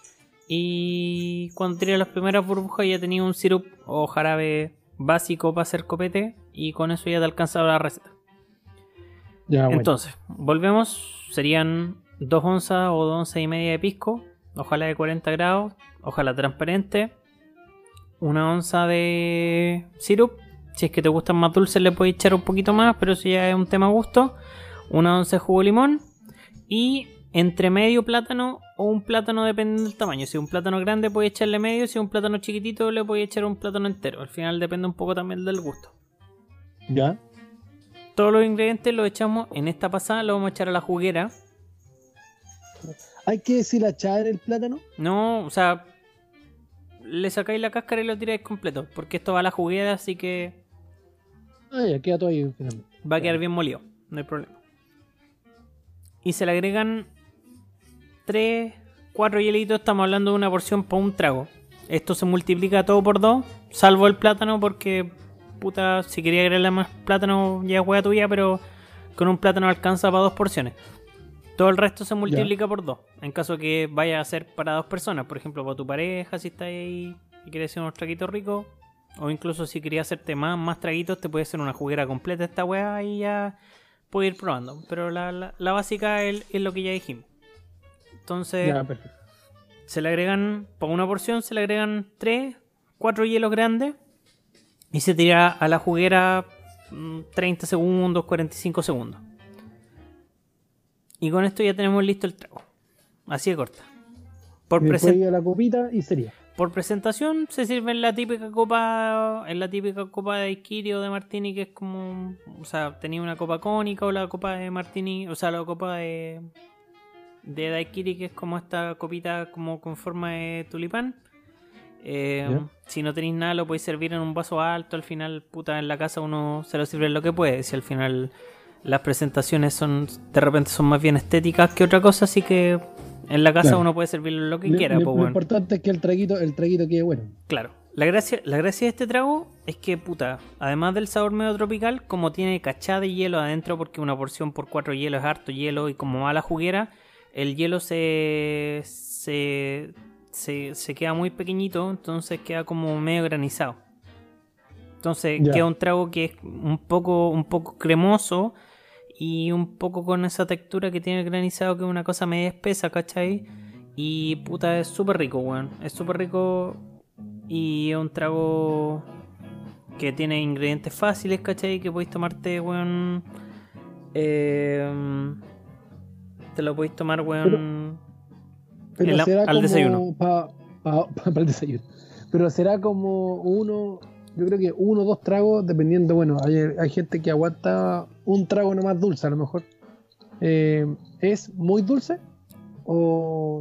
Y cuando tire las primeras burbujas ya tenía un sirup o jarabe básico para hacer copete. Y con eso ya te alcanzaba la receta. Ya, bueno. Entonces, volvemos. Serían dos onzas o dos onzas y media de pisco. Ojalá de cuarenta grados. Ojalá transparente. Una onza de sirup. Si es que te gustan más dulces le puedes echar un poquito más, pero eso ya es un tema a gusto. Una onza de jugo de limón. Y entre medio plátano o un plátano dependiendo del tamaño. Si es un plátano grande puedes echarle medio. Si es un plátano chiquitito le puedes echar un plátano entero. Al final depende un poco también del gusto. Ya. Todos los ingredientes los echamos en esta pasada. Lo vamos a echar a la juguera. ¿Hay que deshilachar el plátano? No, o sea, le sacáis la cáscara y lo tiráis completo. Porque esto va a la juguera, así que Ah, ya, queda todo ahí finalmente. va a quedar bien molido. No hay problema. Y se le agregan tres, cuatro hielitos. Estamos hablando de una porción para un trago. Esto se multiplica todo por dos, salvo el plátano, porque puta, si quería agregarle más plátano ya es hueá tuya, pero con un plátano alcanza para dos porciones. Todo el resto se multiplica por dos. En caso que vaya a ser para dos personas, por ejemplo, para tu pareja, si está ahí y quieres hacer unos traguitos ricos, o incluso si querías hacerte más, más traguitos, te puede hacer una juguera completa esta hueá y ya puedes ir probando. Pero la, la, la básica es, es lo que ya dijimos. Entonces, Ya, perfecto. se le agregan, para una porción, se le agregan tres, cuatro hielos grandes y se tira a la juguera mm, treinta segundos, cuarenta y cinco segundos. Y con esto ya tenemos listo el trago. Así de corta. Por, Después presen- iba la copita y sería. por presentación se sirve en la típica copa, en la típica copa de daiquiri o de martini, que es como, o sea, tenía una copa cónica, o la copa de martini, o sea, la copa de de daiquiri, que es como esta copita como con forma de tulipán. Eh, Ya. si no tenéis nada lo podéis servir en un vaso alto. Al final, puta, en la casa uno se lo sirve en lo que puede. Si al final las presentaciones son de repente son más bien estéticas que otra cosa, así que en la casa Claro. uno puede servir lo que Lo, quiera, lo- pues lo bueno. importante es que el traguito, el traguito quede bueno. Claro. La gracia, la gracia de este trago es que, puta, además del sabor medio tropical, como tiene cachá de hielo adentro, porque una porción por cuatro hielos es harto hielo, y como va la juguera, el hielo se, se, se, se queda muy pequeñito, entonces queda como medio granizado. Entonces Ya. queda un trago que es un poco, un poco cremoso y un poco con esa textura que tiene el granizado, que es una cosa media espesa, ¿cachai? Y puta, es súper rico, weón. Es súper rico y es un trago que tiene ingredientes fáciles, ¿cachai? Que podéis tomarte, weón. eh, te lo podéis tomar, weón. Pero en la- será al como desayuno. para el desayuno. Pero será como uno, yo creo que uno o dos tragos, dependiendo, bueno, hay, hay gente que aguanta un trago nomás dulce, a lo mejor. Eh, ¿Es muy dulce? ¿O,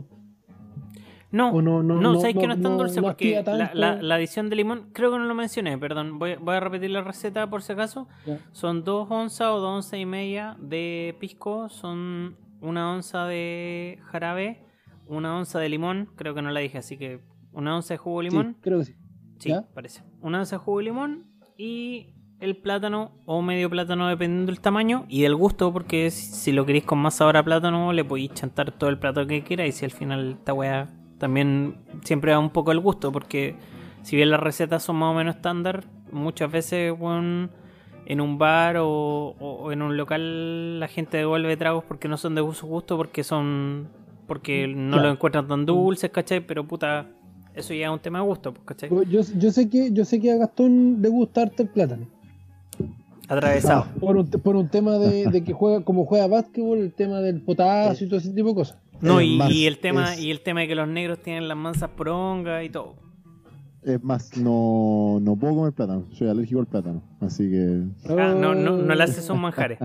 No, o no, no, no, no, sabéis no, que no es tan no- dulce no porque activa la, tanto? la- la adición de limón, creo que no lo mencioné, perdón. Voy, voy a repetir la receta por si acaso. Ya. Son dos onzas o dos onzas y media de pisco, son una onza de jarabe, una onza de limón, creo que no la dije, así que una onza de jugo de limón. Sí, creo que sí. Sí, ¿Ya? parece. Una onza de jugo de limón y el plátano o medio plátano dependiendo del tamaño y del gusto, porque si, si lo queréis con más sabor a plátano le podéis chantar todo el plato que queráis, y si al final esta weá también siempre da un poco el gusto, porque si bien las recetas son más o menos estándar, muchas veces weón, en un bar o, o- o en un local la gente devuelve tragos porque no son de su gusto, porque son porque no Claro. los encuentran tan dulces, ¿cachai? Pero puta, eso ya es un tema de gusto, pues, ¿cachai? Yo, yo sé que yo sé que a Gastón le gusta harto el plátano. Atravesado. Por un, por un tema de, de que juega, como juega básquetbol, el tema del potasio y todo ese tipo de cosas. No, Es y, más, y el tema es- y el tema de que los negros tienen las mansas porongas y todo. Es más, no, no puedo comer plátano. Soy alérgico al plátano. Así que Ah, no, no, no le haces esos manjares.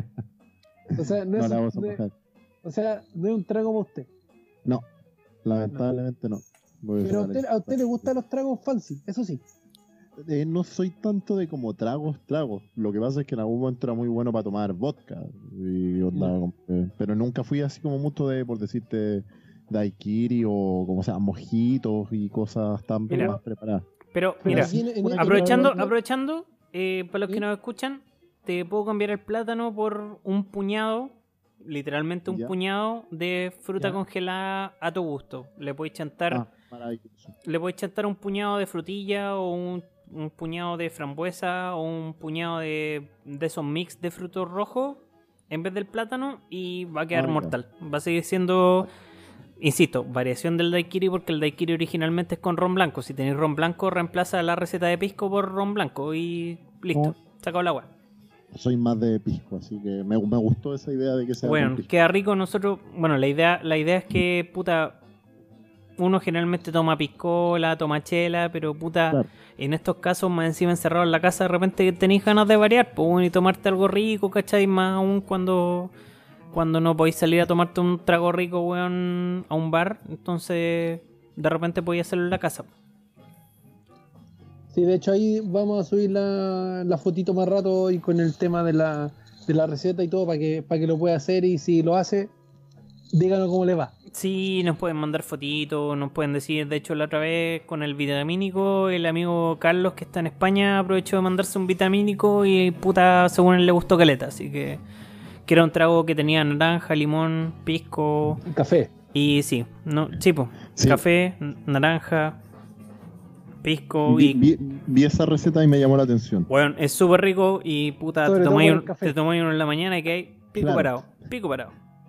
O sea, no no es, la hago no es- zapajar. o sea, no es un trago para usted. No, lamentablemente no. Porque Pero a soy usted, a usted le gustan los tragos fancy, eso sí. Eh, no soy tanto de como tragos, tragos. Lo que pasa es que en algún momento era muy bueno para tomar vodka. Y onda, Ya. como que- pero nunca fui así como mucho de, por decirte, daiquiri o como sea, mojitos y cosas tan Mira. más preparadas. Pero, Pero mira, aquí en- en- en- aprovechando, en- aprovechando, eh, para los que ¿Sí? nos escuchan, te puedo cambiar el plátano por un puñado, literalmente un Ya. puñado de fruta Ya. congelada a tu gusto. Le podéis chantar, Ah, maravilloso. le podéis chantar un puñado de frutilla o un, un puñado de frambuesa o un puñado de, de esos mix de frutos rojos en vez del plátano y va a quedar Ah, ya. mortal. Va a seguir siendo, insisto, variación del daiquiri, porque el daiquiri originalmente es con ron blanco. Si tenéis ron blanco, reemplaza la receta de pisco por ron blanco y listo, sacado el agua. Soy más de pisco, así que me, me gustó esa idea de que sea Bueno, con pisco. queda rico. Nosotros, bueno, la idea, la idea es que, puta, uno generalmente toma piscola, toma chela, pero puta, Claro. en estos casos, más encima encerrado en la casa, de repente tenéis ganas de variar, pues, bueno, y tomarte algo rico, ¿cachai? Más aún cuando, cuando no podéis salir a tomarte un trago rico, weón, a un bar, entonces de repente podéis hacerlo en la casa. Sí, de hecho ahí vamos a subir la, la fotito más rato y con el tema de la, de la receta y todo para que, para que lo pueda hacer, y si lo hace, díganos cómo le va. Sí, nos pueden mandar fotitos, nos pueden decir, de hecho la otra vez con el vitamínico, el amigo Carlos que está en España aprovechó de mandarse un vitamínico y puta, según él le gustó caleta, así que que era un trago que tenía naranja, limón, pisco Café. y sí, no, sí, po, Sí. café, n- naranja, pisco Vi, y vi- vi esa receta y me llamó la atención. bueno, es súper rico y puta, Sobre te todo tomáis con el un- café. te tomáis uno en la mañana y que hay pico Claro. parado, pico parado.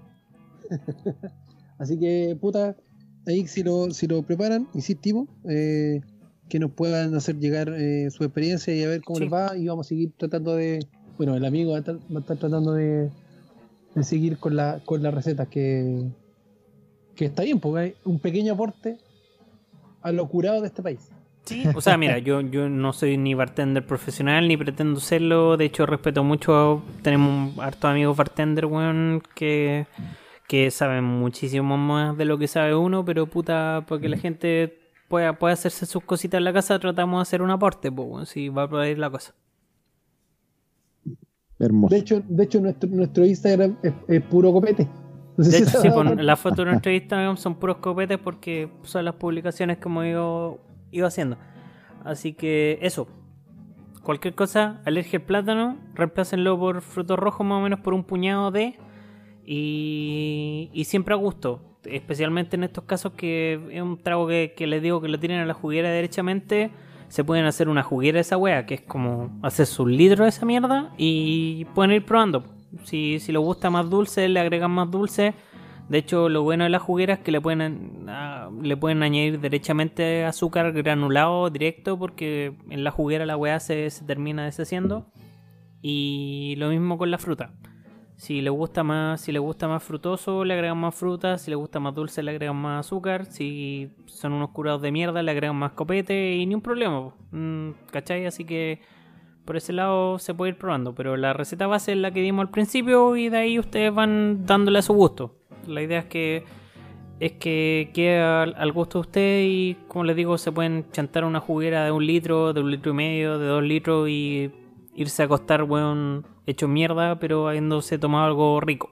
Así que, puta, ahí si lo, si lo preparan, insistimos, eh, que nos puedan hacer llegar eh, su experiencia y a ver cómo Sí. les va, y vamos a seguir tratando de, bueno, el amigo va a estar, va a estar tratando de, de seguir con la con las recetas que, que está bien, porque hay un pequeño aporte a lo curado de este país. Sí, o sea, mira, yo, yo no soy ni bartender profesional, ni pretendo serlo. De hecho, respeto mucho. Tenemos un hartos amigos bartender, weón, que, que saben muchísimo más de lo que sabe uno. Pero puta, para que la gente pueda, pueda hacerse sus cositas en la casa, tratamos de hacer un aporte, pues, weón, si va a poder ir la cosa. Hermoso. De hecho, de hecho nuestro, nuestro Instagram es, es puro copete. No sé De si hecho, se sí, ha dado pues, cuenta. las fotos de nuestro Instagram son puros copetes porque son las publicaciones que hemos ido, ido haciendo. Así que eso. Cualquier cosa, alergia al plátano, reemplácenlo por frutos rojos más o menos por un puñado de... Y, y siempre a gusto. Especialmente en estos casos que es un trago que, que les digo que lo tienen a la juguera derechamente. Se pueden hacer una juguera de esa wea, que es como hacer su litro de esa mierda y pueden ir probando. Si, si les gusta más dulce, le agregan más dulce. De hecho, lo bueno de las jugueras es que le pueden, a, le pueden añadir derechamente azúcar granulado directo, porque en la juguera la weá se, se termina deshaciendo. Y lo mismo con la fruta. Si le gusta más, si le gusta más frutoso, le agregan más fruta. Si le gusta más dulce, le agregan más azúcar. Si son unos curados de mierda, le agregan más copete y ni un problema. ¿Cachai? Así que por ese lado se puede ir probando. Pero la receta base es la que dimos al principio y de ahí ustedes van dándole a su gusto. La idea es que es que quede al, al gusto de ustedes y, como les digo, se pueden chantar una juguera de un litro, de un litro y medio, de dos litros y irse a acostar, weón, hecho mierda, pero habiéndose tomado algo rico.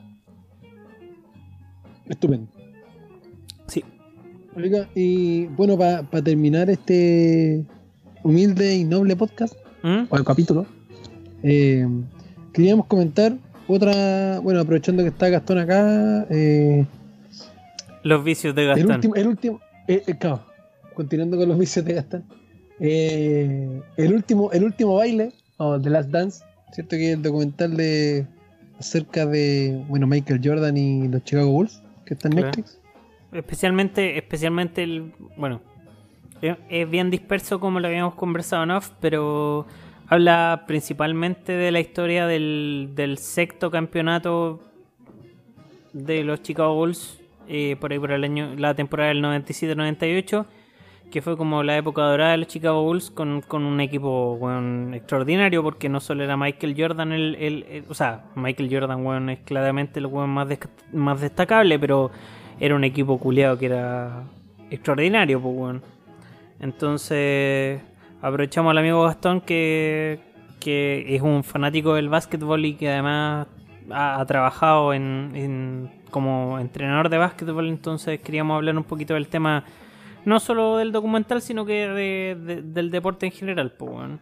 Estupendo. Sí. Oiga, y bueno, para pa terminar este humilde y noble podcast, ¿Mm? o el capítulo, eh, queríamos comentar otra, bueno, aprovechando que está Gastón acá, eh, Los vicios de el Gastón. último, el último, eh, eh, claro, continuando con los vicios de Gastón, eh, el último, el último baile, o The Last Dance, cierto que el documental de acerca de, bueno, Michael Jordan y los Chicago Bulls, que está en Claro. Netflix. Especialmente, especialmente el, bueno, es, es bien disperso como lo habíamos conversado en off, pero habla principalmente de la historia del, del sexto campeonato de los Chicago Bulls, eh, por ahí por el año, la temporada del noventa y siete noventa y ocho, que fue como la época dorada de los Chicago Bulls con, con un equipo, bueno, extraordinario, porque no solo era Michael Jordan el, el, el o sea, Michael Jordan, bueno, es claramente el bueno más, des, más destacable, pero era un equipo culiado que era extraordinario, pues, bueno. Entonces aprovechamos al amigo Gastón que, que es un fanático del básquetbol y que además ha, ha trabajado en, en como entrenador de básquetbol. Entonces queríamos hablar un poquito del tema, no solo del documental, sino que de, de, del deporte en general, pues, bueno.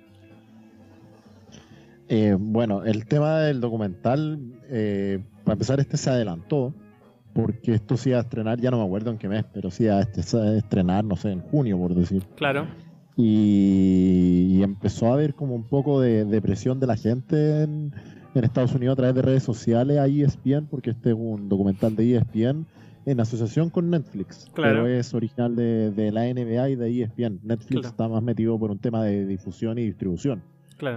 Eh, bueno, el tema del documental, eh, para empezar, este se adelantó, porque esto se iba a estrenar, ya no me acuerdo en qué mes, pero sí iba a estrenar, no sé, en junio, por decir. Claro. Y, y empezó a haber como un poco de, de presión de la gente en, en Estados Unidos a través de redes sociales a E S P N, porque este es un documental de E S P N en asociación con Netflix, Claro. pero es original de, de la N B A y de E S P N. Netflix Claro. está más metido por un tema de difusión y distribución, Claro.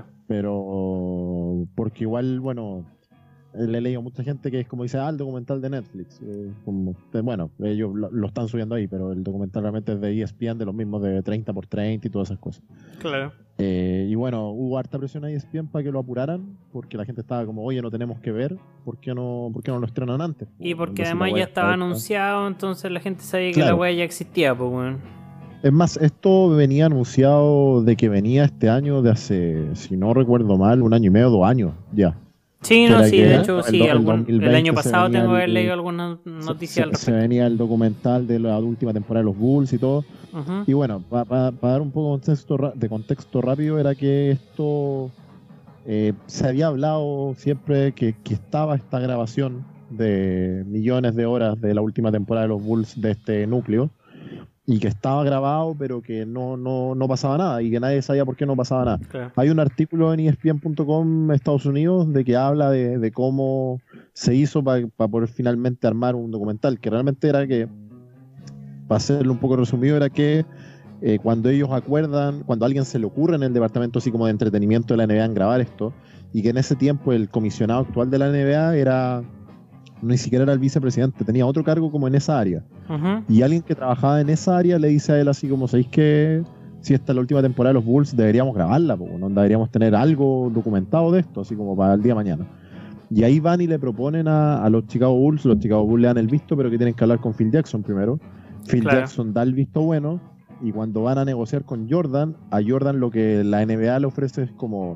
pero porque igual, bueno, le he leído a mucha gente que es como dice, ah, el documental de Netflix, eh, como, eh, bueno, ellos lo, lo están subiendo ahí, pero el documental realmente es de E S P N, de los mismos de treinta por treinta y todas esas cosas. Claro. Eh, y bueno, hubo harta presión a E S P N para que lo apuraran, porque la gente estaba como, oye, no tenemos que ver, ¿por qué no, por qué no lo estrenan antes? Y porque Entonces, además la ya wea estaba está- anunciado, entonces la gente sabía que Claro. la wea ya existía, pues, bueno. Es más, esto venía anunciado de que venía este año de hace, si no recuerdo mal, un año y medio, dos años ya. Sí, Que no, era sí, que de el hecho, do- sí, el algún, dos mil el veinte año se pasado venía tengo que haber el- leído alguna Se, noticia al se- se respecto. venía el documental de la última temporada de los Bulls y todo. Ujú. Y bueno, para pa, pa dar un poco de contexto, ra- de contexto rápido, era que esto eh, se había hablado siempre que, que estaba esta grabación de millones de horas de la última temporada de los Bulls de este núcleo, y que estaba grabado, pero que no, no, no pasaba nada, y que nadie sabía por qué no pasaba nada. Claro. Hay un artículo en E S P N punto com Estados Unidos de que habla de, de cómo se hizo para pa poder finalmente armar un documental, que realmente era que, para hacerlo un poco resumido, era que eh, cuando ellos acuerdan, cuando a alguien se le ocurre en el departamento así como de entretenimiento de la N B A en grabar esto, y que en ese tiempo el comisionado actual de la N B A era, ni siquiera era el vicepresidente, tenía otro cargo como en esa área. Ujú. Y alguien que trabajaba en esa área le dice a él así como, ¿sabéis que si esta es la última temporada de los Bulls deberíamos grabarla? Po, ¿no? Deberíamos tener algo documentado de esto, así como para el día de mañana. Y ahí van y le proponen a, a los Chicago Bulls, los Chicago Bulls le dan el visto, pero que tienen que hablar con Phil Jackson primero. Phil Claro. Jackson da el visto bueno, y cuando van a negociar con Jordan, a Jordan lo que la N B A le ofrece es como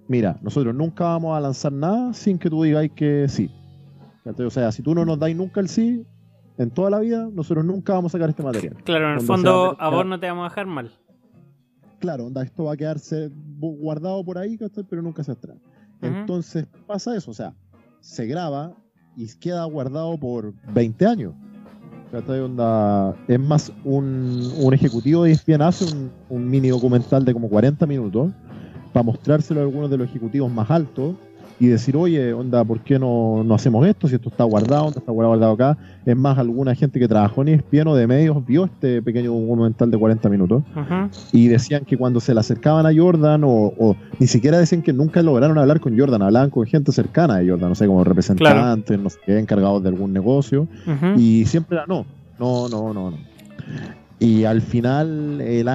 mira, nosotros nunca vamos a lanzar nada sin que tú digáis que sí. ¿Cachai? O sea, si tú no nos dais nunca el sí, en toda la vida, nosotros nunca vamos a sacar este material. Claro, en el Onda, fondo se va a vos no te vamos a dejar mal. Claro, onda, esto va a quedarse bu- guardado por ahí, ¿cachai? Pero nunca se estrena. Ujú. Entonces pasa eso, o sea, se graba y queda guardado por veinte años. ¿Cachai? Onda, es más, un, un ejecutivo de E S P N hace un, un mini documental de como cuarenta minutos para mostrárselo a algunos de los ejecutivos más altos y decir, oye, onda, ¿por qué no, no hacemos esto? Si esto está guardado, está guardado acá. Es más, alguna gente que trabajó en E S P N o de medios vio este pequeño documental de cuarenta minutos Ujú. y decían que cuando se le acercaban a Jordan o, o ni siquiera decían que nunca lograron hablar con Jordan, hablaban con gente cercana de Jordan, no sé, como representantes, no sé qué, encargados de algún negocio, Ujú. y siempre era no, no, no, no, no. Y al final, el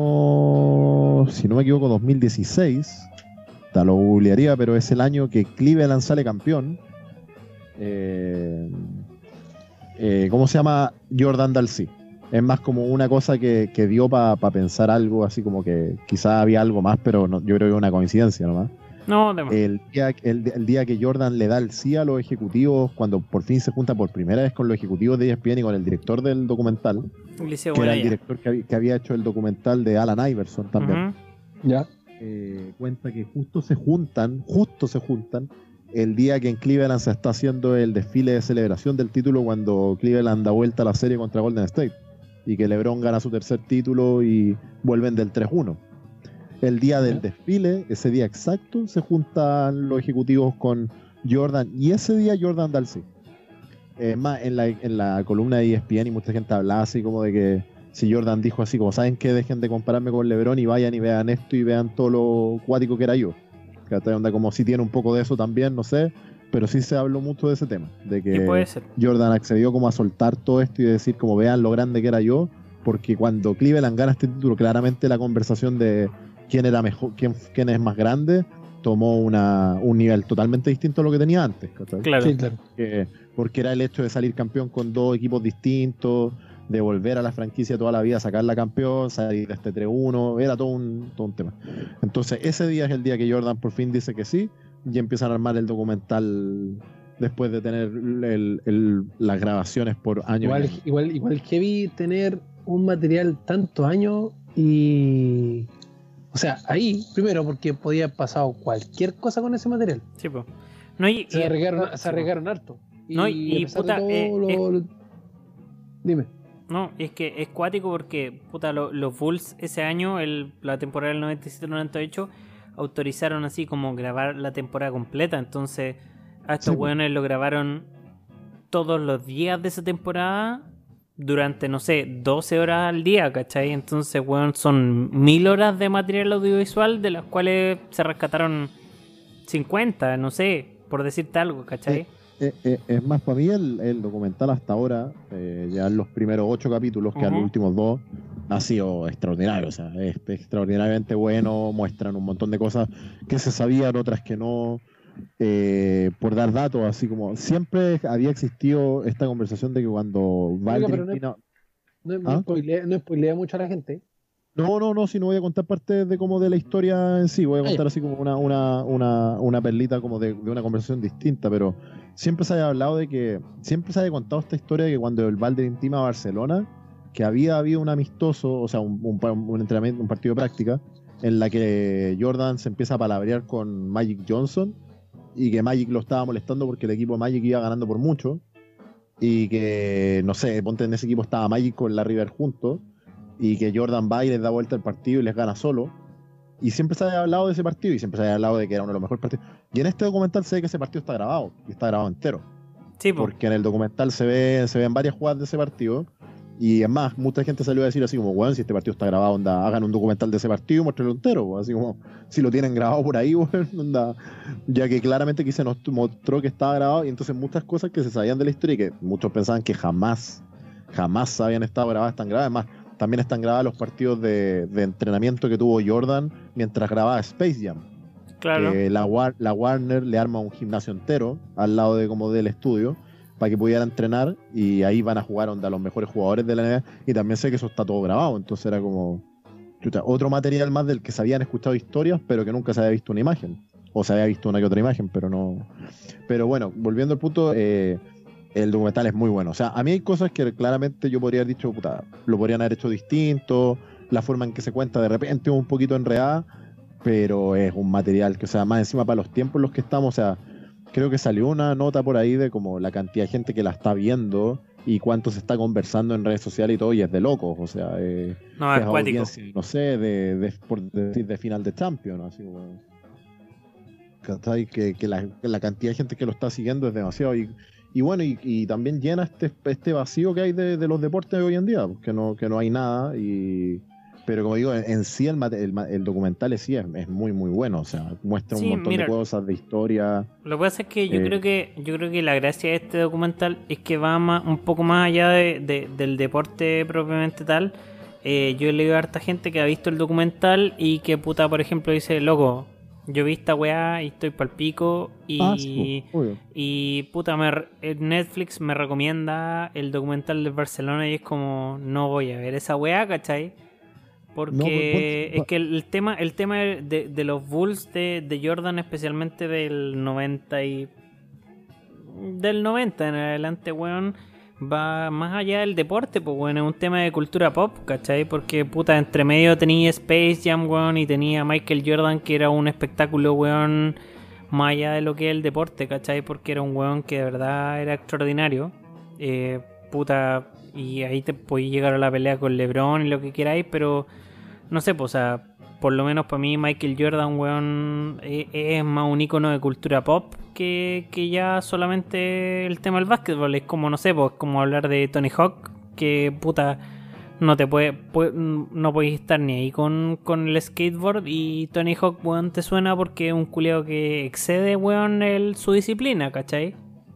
año, si no me equivoco, dos mil dieciséis, te lo googlearía, pero es el año que Cleveland sale campeón. Eh, eh, ¿Cómo se llama? Jordan Dalsey. Es más como una cosa que, que dio para pa pensar algo, así como que quizás había algo más, pero no, yo creo que es una coincidencia nomás. No, de más. El día, el, el día que Jordan le da el sí a los ejecutivos, cuando por fin se junta por primera vez con los ejecutivos de E S P N y con el director del documental, Le hice que buena era el idea. director que había, que había hecho el documental de Alan Iverson también, Ujú. Ya. eh, cuenta que justo se juntan, justo se juntan, el día que en Cleveland se está haciendo el desfile de celebración del título cuando Cleveland da vuelta a la serie contra Golden State y que LeBron gana su tercer título y vuelven del tres uno. El día del desfile, ese día exacto, se juntan los ejecutivos con Jordan y ese día Jordan da el sí. Eh, más en la, en la columna de E S P N y mucha gente hablaba así como de que si Jordan dijo así como, ¿saben qué? Dejen de compararme con LeBron y vayan y vean esto y vean todo lo cuático que era yo. Que onda como si tiene un poco de eso también, no sé, pero sí se habló mucho de ese tema, de Sí, puede que ser. Jordan accedió como a soltar todo esto y decir como vean lo grande que era yo, porque cuando Cleveland gana este título, claramente la conversación de quién era mejor, quién, quién es más grande, tomó una, un nivel totalmente distinto a lo que tenía antes, ¿cachai? Claro. Sí, claro. Que- porque era el hecho de salir campeón con dos equipos distintos, de volver a la franquicia toda la vida, sacarla campeón, salir de este tres uno, era todo un, todo un tema. Entonces ese día es el día que Jordan por fin dice que sí, y empiezan a armar el documental después de tener el- el- las grabaciones por años. Igual, y años. igual, igual heavy tener un material tantos años y... O sea, ahí, primero, porque podía haber pasado cualquier cosa con ese material. Sí, po. No, y, Se y- arriesgaron, sí, se po. arriesgaron harto. Y, No, y- a pesar puta, de todo, eh, lo- lo- Dime. No, es que es cuático porque puta, lo- los Bulls ese año, el, la temporada del noventa y siete noventa y ocho, autorizaron así como grabar la temporada completa. Entonces, a estos Sí, po. weones lo grabaron todos los días de esa temporada durante, no sé, doce horas al día, ¿cachai? Entonces, weón, son mil horas de material audiovisual de las cuales se rescataron cincuenta, no sé, por decirte algo, ¿cachai? Eh, eh, es más, para mí el, el documental hasta ahora, eh, ya en los primeros ocho capítulos, que a los Ujú. últimos dos, ha sido extraordinario. O sea, es extraordinariamente bueno, muestran un montón de cosas que se sabían, otras que no. Eh, por dar datos, así como siempre había existido esta conversación de que cuando Valdrin pero no es- Pina- No, no ¿Ah? spoilea, no spoilea mucho a la gente. No, no, no, si no voy a contar parte de como de la historia en sí, voy a Ah, ya. contar así como una, una, una, una perlita como de, de una conversación distinta, pero siempre se haya hablado de que, siempre se haya contado esta historia de que cuando el Valder intima a Barcelona, que había habido un amistoso, o sea, un, un, pa- un entrenamiento, un partido de práctica, en la que Jordan se empieza a palabrear con Magic Johnson y que Magic lo estaba molestando porque el equipo de Magic iba ganando por mucho y que, no sé, ponte en ese equipo estaba Magic con la River juntos y que Jordan va y les da vuelta al partido y les gana solo. Y siempre se ha hablado de ese partido y siempre se ha hablado de que era uno de los mejores partidos. Y en este documental se ve que ese partido está grabado y está grabado entero. Sí, po. Porque en el documental se ve, se ven varias jugadas de ese partido. Y es más, mucha gente salió a decir así como, bueno, si este partido está grabado, onda, hagan un documental de ese partido y muéstrenlo entero. po. Así como, si lo tienen grabado por ahí, bueno, onda, ya que claramente aquí se nos mostró que estaba grabado. Y entonces muchas cosas que se sabían de la historia y que muchos pensaban que jamás, jamás habían estado grabadas tan grabadas. Además, también están grabados los partidos de, de entrenamiento que tuvo Jordan mientras grababa Space Jam. Claro. Que la, War- la Warner le arma un gimnasio entero al lado de como del estudio para que pudiera entrenar y ahí van a jugar onda los mejores jugadores de la N B A y también sé que eso está todo grabado, entonces era como chuta, otro material más del que se habían escuchado historias pero que nunca se había visto una imagen. o se había visto una que otra imagen, pero no. Pero bueno, volviendo al punto, eh, el documental es muy bueno. O sea, a mí hay cosas que claramente yo podría haber dicho, puta, lo podrían haber hecho distinto, la forma en que se cuenta de repente un poquito enredada, pero es un material que, o sea, más encima para los tiempos en los que estamos, o sea, creo que salió una nota por ahí de como la cantidad de gente que la está viendo y cuánto se está conversando en redes sociales y todo, y es de locos, o sea, eh, No, es cuático. no sé, de, de, por decir, de final de Champions, así como, que, que, la, que la cantidad de gente que lo está siguiendo es demasiado, y, y bueno, y, y también llena este, este vacío que hay de, de los deportes de hoy en día, que no, que no hay nada, y pero como digo, en, en sí el, el, el documental sí es, es muy muy bueno, o sea, muestra un Sí, montón mira, de cosas, de historia. Lo que pasa es que yo Eh, creo que yo creo que la gracia de este documental es que va más, un poco más allá de, de- del deporte propiamente tal. Eh, yo he leído a harta gente que ha visto el documental y que puta, por ejemplo, dice, loco, yo vi esta weá y estoy pa'l pico ah, y, sí, obvio. y puta, me, re- eh, Netflix me recomienda el documental de Barcelona y es como, no voy a ver esa weá, ¿cachai? Porque No, pues, ponte- es que el, el tema el tema de, de los Bulls de, de Jordan, especialmente del noventa y del noventa en adelante, weón, va más allá del deporte, pues weón, es un tema de cultura pop, ¿cachai? Porque puta, entre medio tenía Space Jam, weón, y tenía Michael Jordan, que era un espectáculo, weón, más allá de lo que es el deporte, ¿cachai? Porque era un weón que de verdad era extraordinario. Eh, puta, y ahí te podías llegar a la pelea con LeBron y lo que queráis, pero no sé, pues, o sea, por lo menos para mí Michael Jordan, weón, es, es más un icono de cultura pop que, que ya solamente el tema del básquetbol. Es como, no sé, pues, como hablar de Tony Hawk, que puta, no te puede, puede no podéis estar ni ahí con, con el skateboard, y Tony Hawk, weón, te suena porque es un culiao que excede, weón, el, su disciplina, ¿cachai?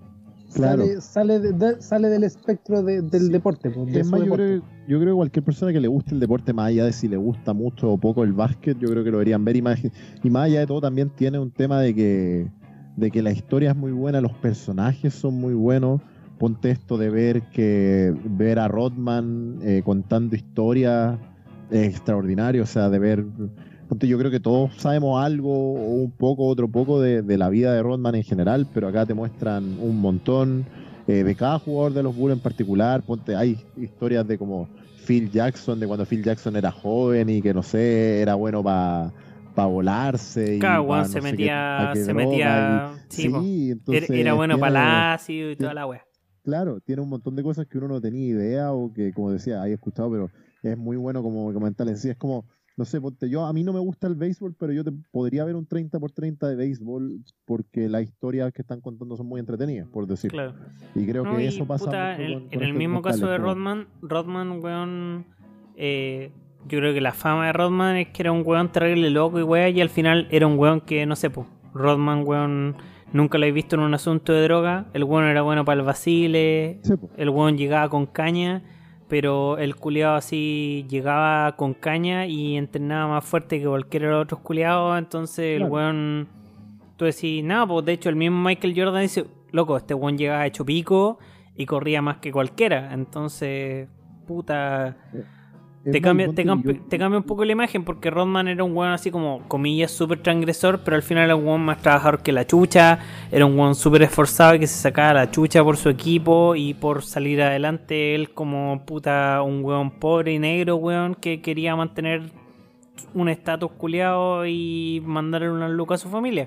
Claro. Sale, sale, de- de- sale del espectro de- del Sí. deporte. Pues, de Es su más, yo deporte. creo, yo creo que cualquier persona que le guste el deporte, más allá de si le gusta mucho o poco el básquet, yo creo que lo deberían ver. Y más, y más allá de todo, también tiene un tema de que, de que la historia es muy buena, los personajes son muy buenos. Ponte esto de ver que ver a Rodman eh, contando historias es extraordinario, o sea, de ver. Ponte, yo creo que todos sabemos algo, o un poco, otro poco de, de la vida de Rodman en general, pero acá te muestran un montón. Eh, de cada jugador de los Bulls en particular. Ponte, hay historias de como Phil Jackson, de cuando Phil Jackson era joven y que no sé, era bueno para pa volarse y Cada pa weón no se sé qué, metía, pa' qué se droga, metía, y- sí, po. sí, Era, entonces era bueno tiene, para el ácido y toda tiene- la wea. claro, tiene un montón de cosas que uno no tenía idea o que, como decía, hay escuchado, pero es muy bueno como comentar en sí. Es como, no sé, ponte, yo a mí no me gusta el béisbol, pero yo te podría ver un treinta por treinta de béisbol porque las historias que están contando son muy entretenidas, por decir. Claro. Y creo No, que y eso pasa puta, mucho en, con, en con el este mismo documental, caso es de como, Rodman, Rodman, weón, eh, yo creo que la fama de Rodman es que era un weón terrible loco y weá, y al final era un weón que, no sé, pues, Rodman, weón, nunca lo he visto en un asunto de droga, el weón era bueno para el vacile, sí, po. el weón llegaba con caña, pero el culiado así llegaba con caña y entrenaba más fuerte que cualquier otro culiado, entonces el Claro. weón, tú decís, nada, pues de hecho el mismo Michael Jordan dice, loco, este weón llegaba hecho pico y corría más que cualquiera, entonces, puta, Es te más, cambia, ponte te, camp- que yo- te cambia un poco la imagen, porque Rodman era un weón así como, comillas, súper transgresor, pero al final era un weón más trabajador que la chucha, era un weón súper esforzado y que se sacaba la chucha por su equipo y por salir adelante, él como puta, un weón pobre y negro, weón, que quería mantener un estatus culiado y mandarle una lucas a su familia.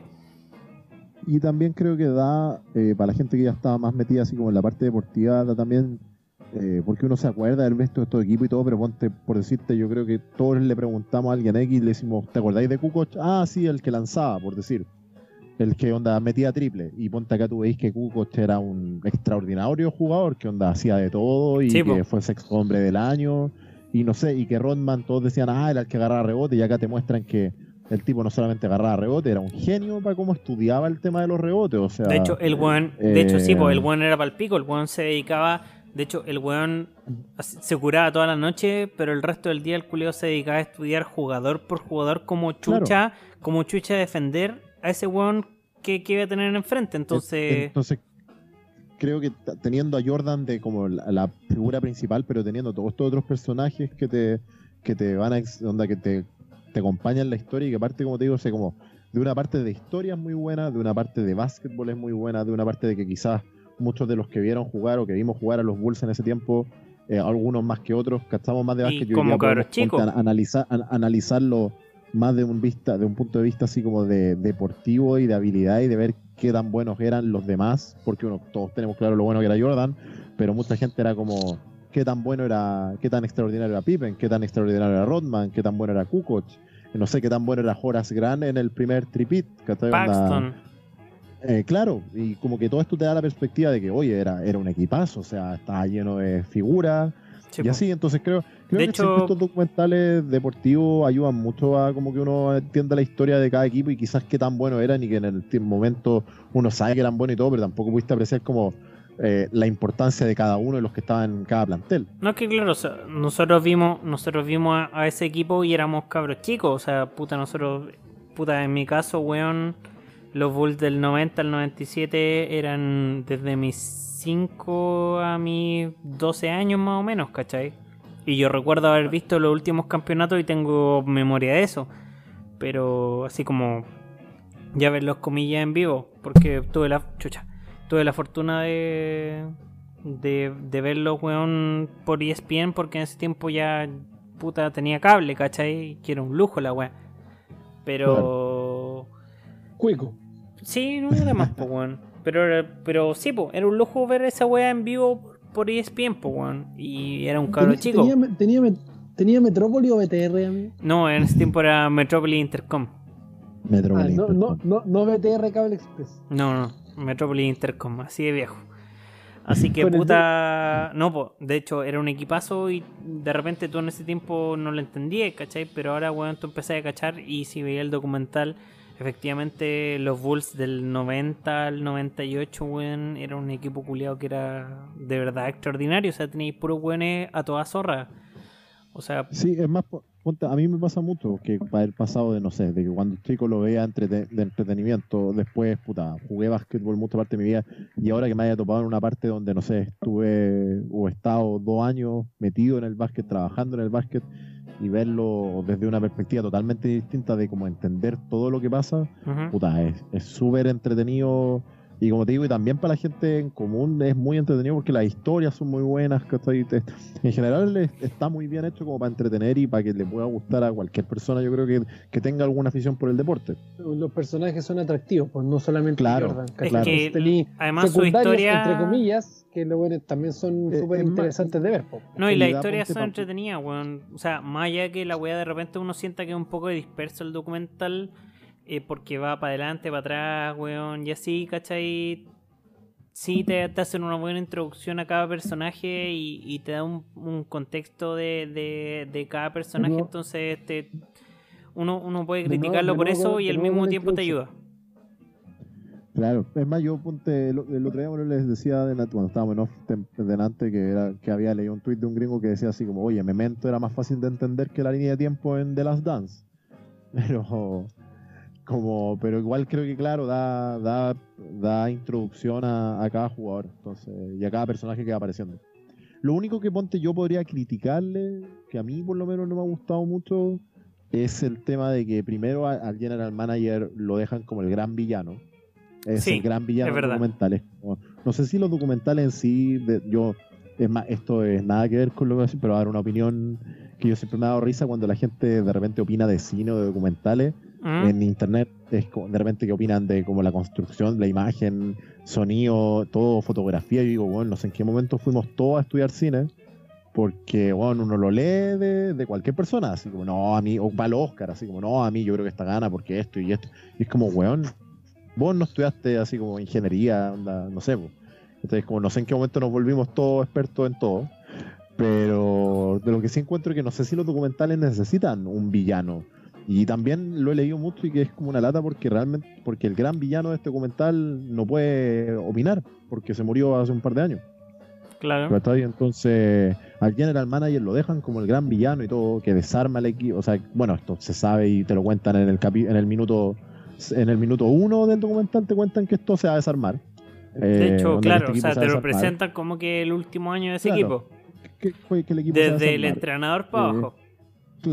Y también creo que da, eh, para la gente que ya estaba más metida así como en la parte deportiva, da también, eh, porque uno se acuerda del resto de estos equipos y todo, pero ponte, por decirte, yo creo que todos le preguntamos a alguien X y le decimos, ¿te acordáis de Kukoc? Ah, sí, el que lanzaba, por decir. El que onda metía triple. Y ponte acá tú veis que Kukoc era un extraordinario jugador, que onda hacía de todo y Sí, que po. fue sexto hombre del año. Y no sé, y que Rodman todos decían, ah, era el que agarraba rebote, y acá te muestran que el tipo no solamente agarraba rebote, era un genio para cómo estudiaba el tema de los rebotes. O sea, De hecho, el weón, de hecho sí, eh, pues el weón era pa'l pico, el weón se dedicaba, de hecho, el weón así- se curaba toda la noche, pero el resto del día el culeo se dedicaba a estudiar jugador por jugador como chucha, como chucha defender a ese weón que, que iba a tener enfrente. Entonces, Entonces, creo que t- teniendo a Jordan de como la, la figura principal, pero teniendo todos estos otros personajes que te, que te van a ex- onda, que te, te acompañan en la historia y que aparte, como te digo, se como de una parte de historia es muy buena, de una parte de básquetbol es muy buena, de una parte de que quizás muchos de los que vieron jugar o que vimos jugar a los Bulls en ese tiempo, eh, algunos más que otros, cachamos más de básquet. Y como cabros chicos. Analizar, an, analizarlo más de un vista, de un punto de vista así como de deportivo y de habilidad y de ver qué tan buenos eran los demás, porque uno, todos tenemos claro lo bueno que era Jordan, pero mucha gente era como qué tan bueno era, qué tan extraordinario era Pippen, qué tan extraordinario era Rodman, qué tan bueno era Kukoc, no sé qué tan bueno era Horace Grant en el primer tripit, Paxton. Eh, claro, y como que todo esto te da la perspectiva de que, oye, era, era un equipazo, o sea, estaba lleno de figuras, sí, y así, entonces creo, creo que hecho, estos documentales deportivos ayudan mucho a como que uno entienda la historia de cada equipo y quizás qué tan buenos eran y que en el momento uno sabe que eran buenos y todo, pero tampoco pudiste apreciar como eh, la importancia de cada uno de los que estaban en cada plantel. No, es que claro, o sea, nosotros vimos, nosotros vimos a, a ese equipo y éramos cabros chicos, o sea, puta, nosotros, puta, en mi caso, weón, los Bulls del noventa al noventa y siete eran desde mis cinco a mis doce años más o menos, ¿cachai? Y yo recuerdo haber visto los últimos campeonatos y tengo memoria de eso. Pero así como ya ver los comillas en vivo, porque tuve la chucha, tuve la fortuna de de, de verlos, weón, por E S P N, porque en ese tiempo ya puta tenía cable, ¿cachai? Que era un lujo la weá. Pero... Cuico. Sí, no era más, po, weón. Pero, pero sí, po, era un lujo ver esa weá en vivo por E S P N, po, weón. Y era un cabro chico. ¿Tenía, tenía, tenía Metrópoli o B T R, amigo? No, en ese tiempo era Metrópoli Intercom. Metrópoli ah, no, Intercom. No, no, no B T R Cable Express. No, no, Metrópoli Intercom, así de viejo. Así que puta... No, pues, de hecho era un equipazo y de repente tú en ese tiempo no lo entendías, ¿cachai? Pero ahora, weón, tú empecé a cachar y si veía el documental... Efectivamente, los Bulls del noventa al noventa y ocho, weón, era un equipo culiado que era de verdad extraordinario. O sea, tenéis puros weones a toda zorra. O sea... Sí, es más, ponte, a mí me pasa mucho que para el pasado de, no sé, de que cuando chico lo veía entrete de entretenimiento, después, puta, jugué básquetbol mucha parte de mi vida y ahora que me haya topado en una parte donde, no sé, estuve o he estado dos años metido en el básquet, trabajando en el básquet, y verlo desde una perspectiva totalmente distinta de como entender todo lo que pasa, uh-huh. puta, es súper entretenido y como te digo, y también para la gente en común es muy entretenido porque las historias son muy buenas, ¿cachai? En general está muy bien hecho como para entretener y para que le pueda gustar a cualquier persona, yo creo que, que tenga alguna afición por el deporte. Los personajes son atractivos, pues no solamente claro, Jordan, es claro. que tení además su historia entre comillas que lo bueno, también son eh, súper interesantes de ver, po. No, y las historias son entretenidas, weón. O sea, más allá que la weá de repente uno sienta que es un poco disperso el documental, eh, porque va para adelante, para atrás, weón, y así, ¿cachai? Sí, te, te hacen una buena introducción a cada personaje y, y te da un, un contexto de, de, de cada personaje, no. Entonces te, uno, uno puede criticarlo no, por eso con, y al mismo tiempo te ayuda. Claro, es más, yo ponte, el, el otro día bueno, les decía de, cuando estábamos en off delante que, era, que había leído un tuit de un gringo que decía así como, oye, Memento era más fácil de entender que la línea de tiempo en The Last Dance. Pero como pero igual creo que claro, da, da, da introducción a, a cada jugador, entonces, y a cada personaje que va apareciendo. Lo único que ponte yo podría criticarle, que a mí por lo menos no me ha gustado mucho, es el tema de que primero al general manager lo dejan como el gran villano. Es sí, el gran villano de los documentales. No, no sé si los documentales en sí, de, yo, es más, esto es nada que ver con lo que hacen, pero a dar una opinión que yo siempre me ha dado risa cuando la gente de repente opina de cine o de documentales ¿Mm? en internet, es como, de repente que opinan de como la construcción, la imagen, sonido, todo, fotografía, y digo, bueno, no sé en qué momento fuimos todos a estudiar cine, porque bueno, uno lo lee de, de cualquier persona, así como, no, a mí, o para el Oscar, así como, no, a mí yo creo que esta gana porque esto y esto, y es como, weón, vos no estudiaste así como ingeniería, onda, no sé, pues. Entonces como no sé en qué momento nos volvimos todos expertos en todo, pero de lo que sí encuentro es que no sé si los documentales necesitan un villano, y también lo he leído mucho y que es como una lata porque realmente, porque el gran villano de este documental no puede opinar, porque se murió hace un par de años. Claro. Entonces al general manager lo dejan como el gran villano y todo, que desarma el equipo, o sea, bueno, esto se sabe y te lo cuentan en el capi en el minuto en el minuto uno del documental, te cuentan que esto se va a desarmar. De eh, hecho, claro, o sea, te lo presentan como que el último año de ese claro, equipo. Que, que, que el equipo desde el entrenador para eh, abajo. Claro,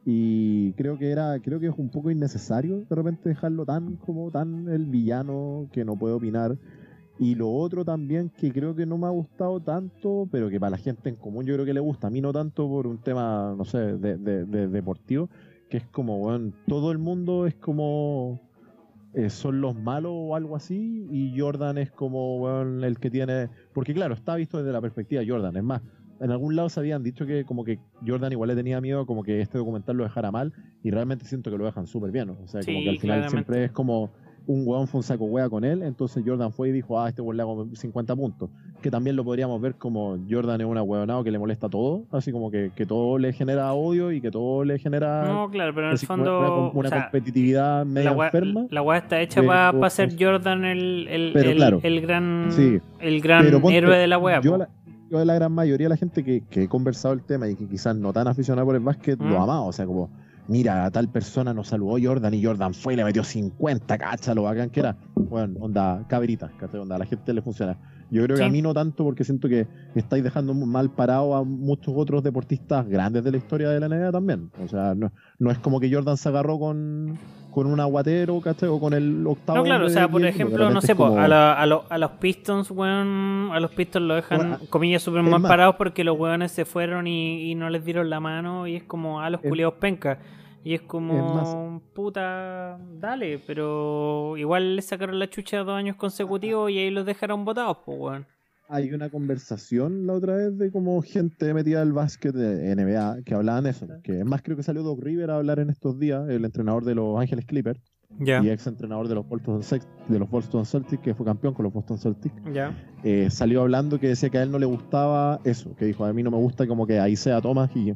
Y creo que era, creo que es un poco innecesario de repente dejarlo tan como tan el villano que no puede opinar. Y lo otro también que creo que no me ha gustado tanto, pero que para la gente en común yo creo que le gusta, a mí no tanto por un tema, no sé, de, de, de deportivo, que es como, bueno, todo el mundo es como eh, son los malos o algo así, y Jordan es como, bueno, el que tiene, porque claro, está visto desde la perspectiva de Jordan, es más, en algún lado se habían dicho que como que Jordan igual le tenía miedo como que este documental lo dejara mal, y realmente siento que lo dejan súper bien, ¿no? O sea, como Sí, que al final claramente. siempre es como un hueón fue un saco hueá con él, entonces Jordan fue y dijo, ah, este hueón le hago cincuenta puntos, que también lo podríamos ver como Jordan es una hueonado que le molesta todo, así como que, que todo le genera odio y que todo le genera No, claro, pero en el así como una, fondo, una o sea, competitividad media la weá, enferma, la weá está hecha pero, para ser Jordan el, el, pero el, claro, el gran, sí, el pero gran ponte, héroe de la weá, yo po. la, yo de la gran mayoría de la gente que, que he conversado el tema y que quizás no tan aficionada por el básquet, ¿Mm? lo amaba, o sea, como, mira, a tal persona nos saludó Jordan y Jordan fue y le metió cincuenta, cacha, lo bacán que era. Bueno, onda, cabritas, ¿cachai? Onda, a la gente le funciona. Yo creo que Sí. a mí no tanto porque siento que estáis dejando mal parado a muchos otros deportistas grandes de la historia de la N B A también. O sea, no, no es como que Jordan se agarró con, con un aguatero, ¿cachai? O con el octavo No, claro, o hombre sea, de por equipo, de ejemplo, no repente sé, es po, como... a, la- a, lo- a los Pistons, weón, a los Pistons lo dejan, Bueno, comillas, súper es mal más. parados porque los weones se fueron y, y no les dieron la mano y es como a los Es- culiados penca. Y es Es como, puta, dale, pero igual les sacaron la chucha dos años consecutivos y ahí los dejaron botados, pues, weón. Hay una conversación la otra vez de como gente metida del básquet de N B A que hablaban eso, que es más creo que salió Doc River a hablar en estos días, el entrenador de los Ángeles Clippers Ya, y ex entrenador de los Boston Celtics, de los Boston Celtics, que fue campeón con los Boston Celtics, ya. eh, salió hablando que decía que a él no le gustaba eso, que dijo, a mí no me gusta como que ahí sea Thomas y,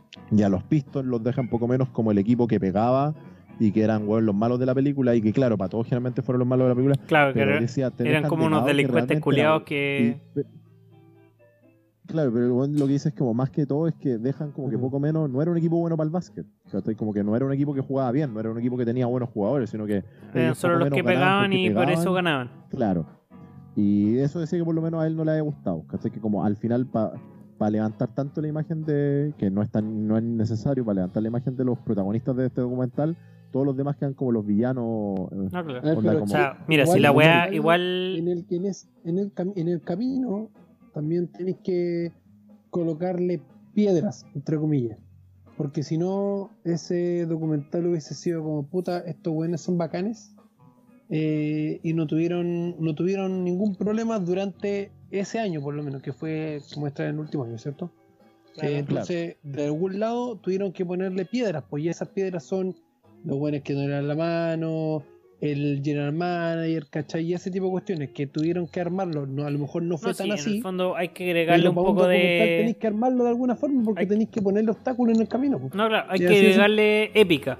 y a los Pistons los dejan poco menos como el equipo que pegaba y que eran weón, los malos de la película y que claro, para todos generalmente fueron los malos de la película, Claro, que pero él era- decía, te eran dejan como de unos lado que delincuentes realmente era culiados bueno. que... Y- Claro, pero el weón lo que dice es como más que todo es que dejan como que Ujú. poco menos, no era un equipo bueno para el básquet, ¿cachai? Como que no era un equipo que jugaba bien, no era un equipo que tenía buenos jugadores, sino que eran ellos solo poco los menos que ganaban pegaban porque y por eso pegaban, ganaban. claro. Y eso decía que por lo menos a él no le había gustado, ¿cachai? Que como al final para levantar tanto la imagen de, que no es tan, no es necesario, para levantar la imagen de los protagonistas de este documental, todos los demás quedan como los villanos. eh, No, claro. A ver, Onda pero como- O sea, sí, mira, si igual- la weá igual igual... En el, en, es- en, el, cam- en el camino también tenéis que colocarle piedras, entre comillas. Porque si no, ese documental hubiese sido como, puta, estos buenos son bacanes. eh, y no tuvieron no tuvieron ningún problema durante ese año, por lo menos, que fue como estar en el último año, ¿cierto? Claro. Eh, entonces, de algún lado tuvieron que ponerle piedras, pues y esas piedras son los buenos que no le dan la mano, el general manager, ¿cachai? Y ese tipo de cuestiones que tuvieron que armarlo. No, a lo mejor no fue No, sí, tan en así, el fondo hay que agregarle pero un para un poco documental de... tenéis que armarlo de alguna forma porque Hay- tenéis que ponerle obstáculos en el camino. pues. No, claro, hay Y que así, así. agregarle épica.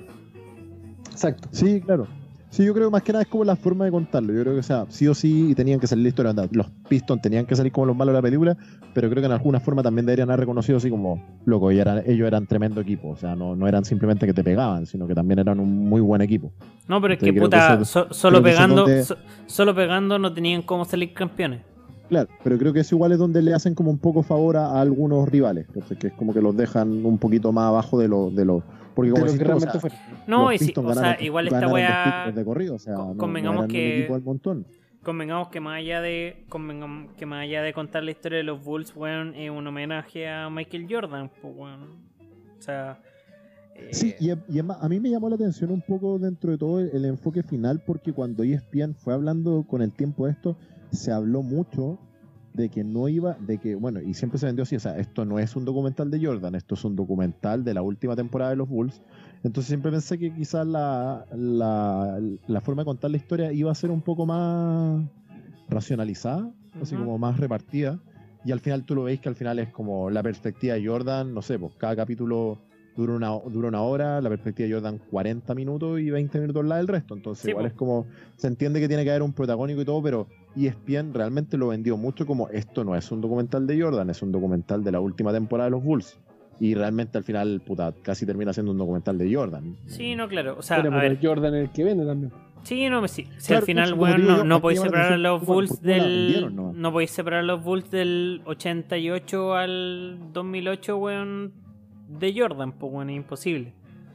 Exacto. Sí, claro. Sí, yo creo que más que nada es como la forma de contarlo. Yo creo que, o sea, sí o sí tenían que salir la historia. Onda, los Pistons tenían que salir como los malos de la película, pero creo que en alguna forma también deberían haber reconocido así como, loco, ellos eran, ellos eran tremendo equipo. O sea, no, no eran simplemente que te pegaban, sino que también eran un muy buen equipo. No, pero es que Entonces, creo puta, que eso- so- solo creo que eso es pegando, donde- so- solo pegando no tenían cómo salir campeones. Claro, pero creo que eso igual es donde le hacen como un poco favor a, a algunos rivales, ¿cachai? Que es como que los dejan un poquito más abajo de lo... De lo porque De como lo decís que tú, o realmente sea, fue. No, los y sí, Pistons o sea, ganaron- igual esta ganaron dos weá... títulos de corrido, o sea, con- no, no convengamos eran que- un equipo del montón. Convengamos que más allá de convengamos que más allá de contar la historia de los Bulls, weón, es un homenaje a Michael Jordan, pues, weón. O sea... eh, Sí, y, y es más, a mí me llamó la atención un poco dentro de todo el, el enfoque final, porque cuando E S P N fue hablando con el tiempo de esto, se habló mucho de que no iba, de que, bueno, y siempre se vendió así, o sea, esto no es un documental de Jordan, esto es un documental de la última temporada de los Bulls. Entonces siempre pensé que quizás la, la, la forma de contar la historia iba a ser un poco más racionalizada, así Ujú. como más repartida. Y al final tú lo veis que al final es como la perspectiva de Jordan, no sé, pues cada capítulo dura una, dura una hora, la perspectiva de Jordan cuarenta minutos y veinte minutos la del resto. Entonces Sí, igual po. es como, se entiende que tiene que haber un protagónico y todo, pero E S P N realmente lo vendió mucho como esto no es un documental de Jordan, es un documental de la última temporada de los Bulls. Y realmente al final, puta, casi termina siendo un documental de Jordan. Sí, no, claro. O sea, Pero, a pero ver, Jordan es el que vende también. sí, no, sí. Si Claro, al final, como weón, digo no, yo, no aquí podéis llama la separar a atención los cómo- Bulls por cómo la del... vendieron, ¿no? No podéis separar a los Bulls del ochenta y ocho al dos mil ocho, weón, de Jordan, pues, weón, es imposible.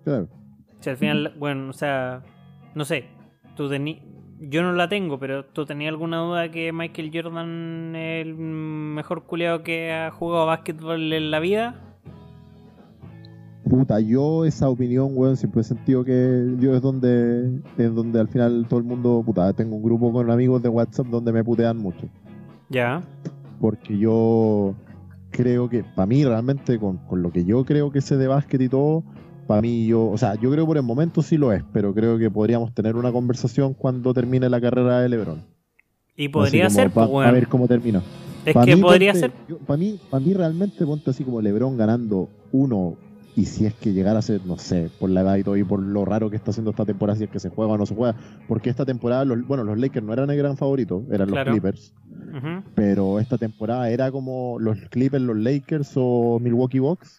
Claro. Si al final, bueno, o sea, no sé, tú tení, yo no la tengo, pero ¿tú tenías alguna duda que Michael Jordan es el mejor culiado que ha jugado básquetbol en la vida? Puta, yo esa opinión, weón, siempre he sentido que yo es donde es donde al final todo el mundo, puta, tengo un grupo con amigos de WhatsApp donde me putean mucho. Ya. Porque yo creo que, para mí realmente, con, con lo que yo creo que sé de básquet y todo, para mí yo, o sea, yo creo que por el momento sí lo es, pero creo que podríamos tener una conversación cuando termine la carrera de LeBron. Y podría ser, para pues, bueno. ver cómo termina. Es Pa que mí, podría ponte, ser. Para mí, para mí realmente ponte así como LeBron ganando uno, y si es que llegara a ser, no sé, por la edad y todo y por lo raro que está haciendo esta temporada, si es que se juega o no se juega, porque esta temporada, los, bueno, los Lakers no eran el gran favorito, eran Claro. los Clippers, Uh-huh. pero esta temporada era como los Clippers, los Lakers o Milwaukee Bucks.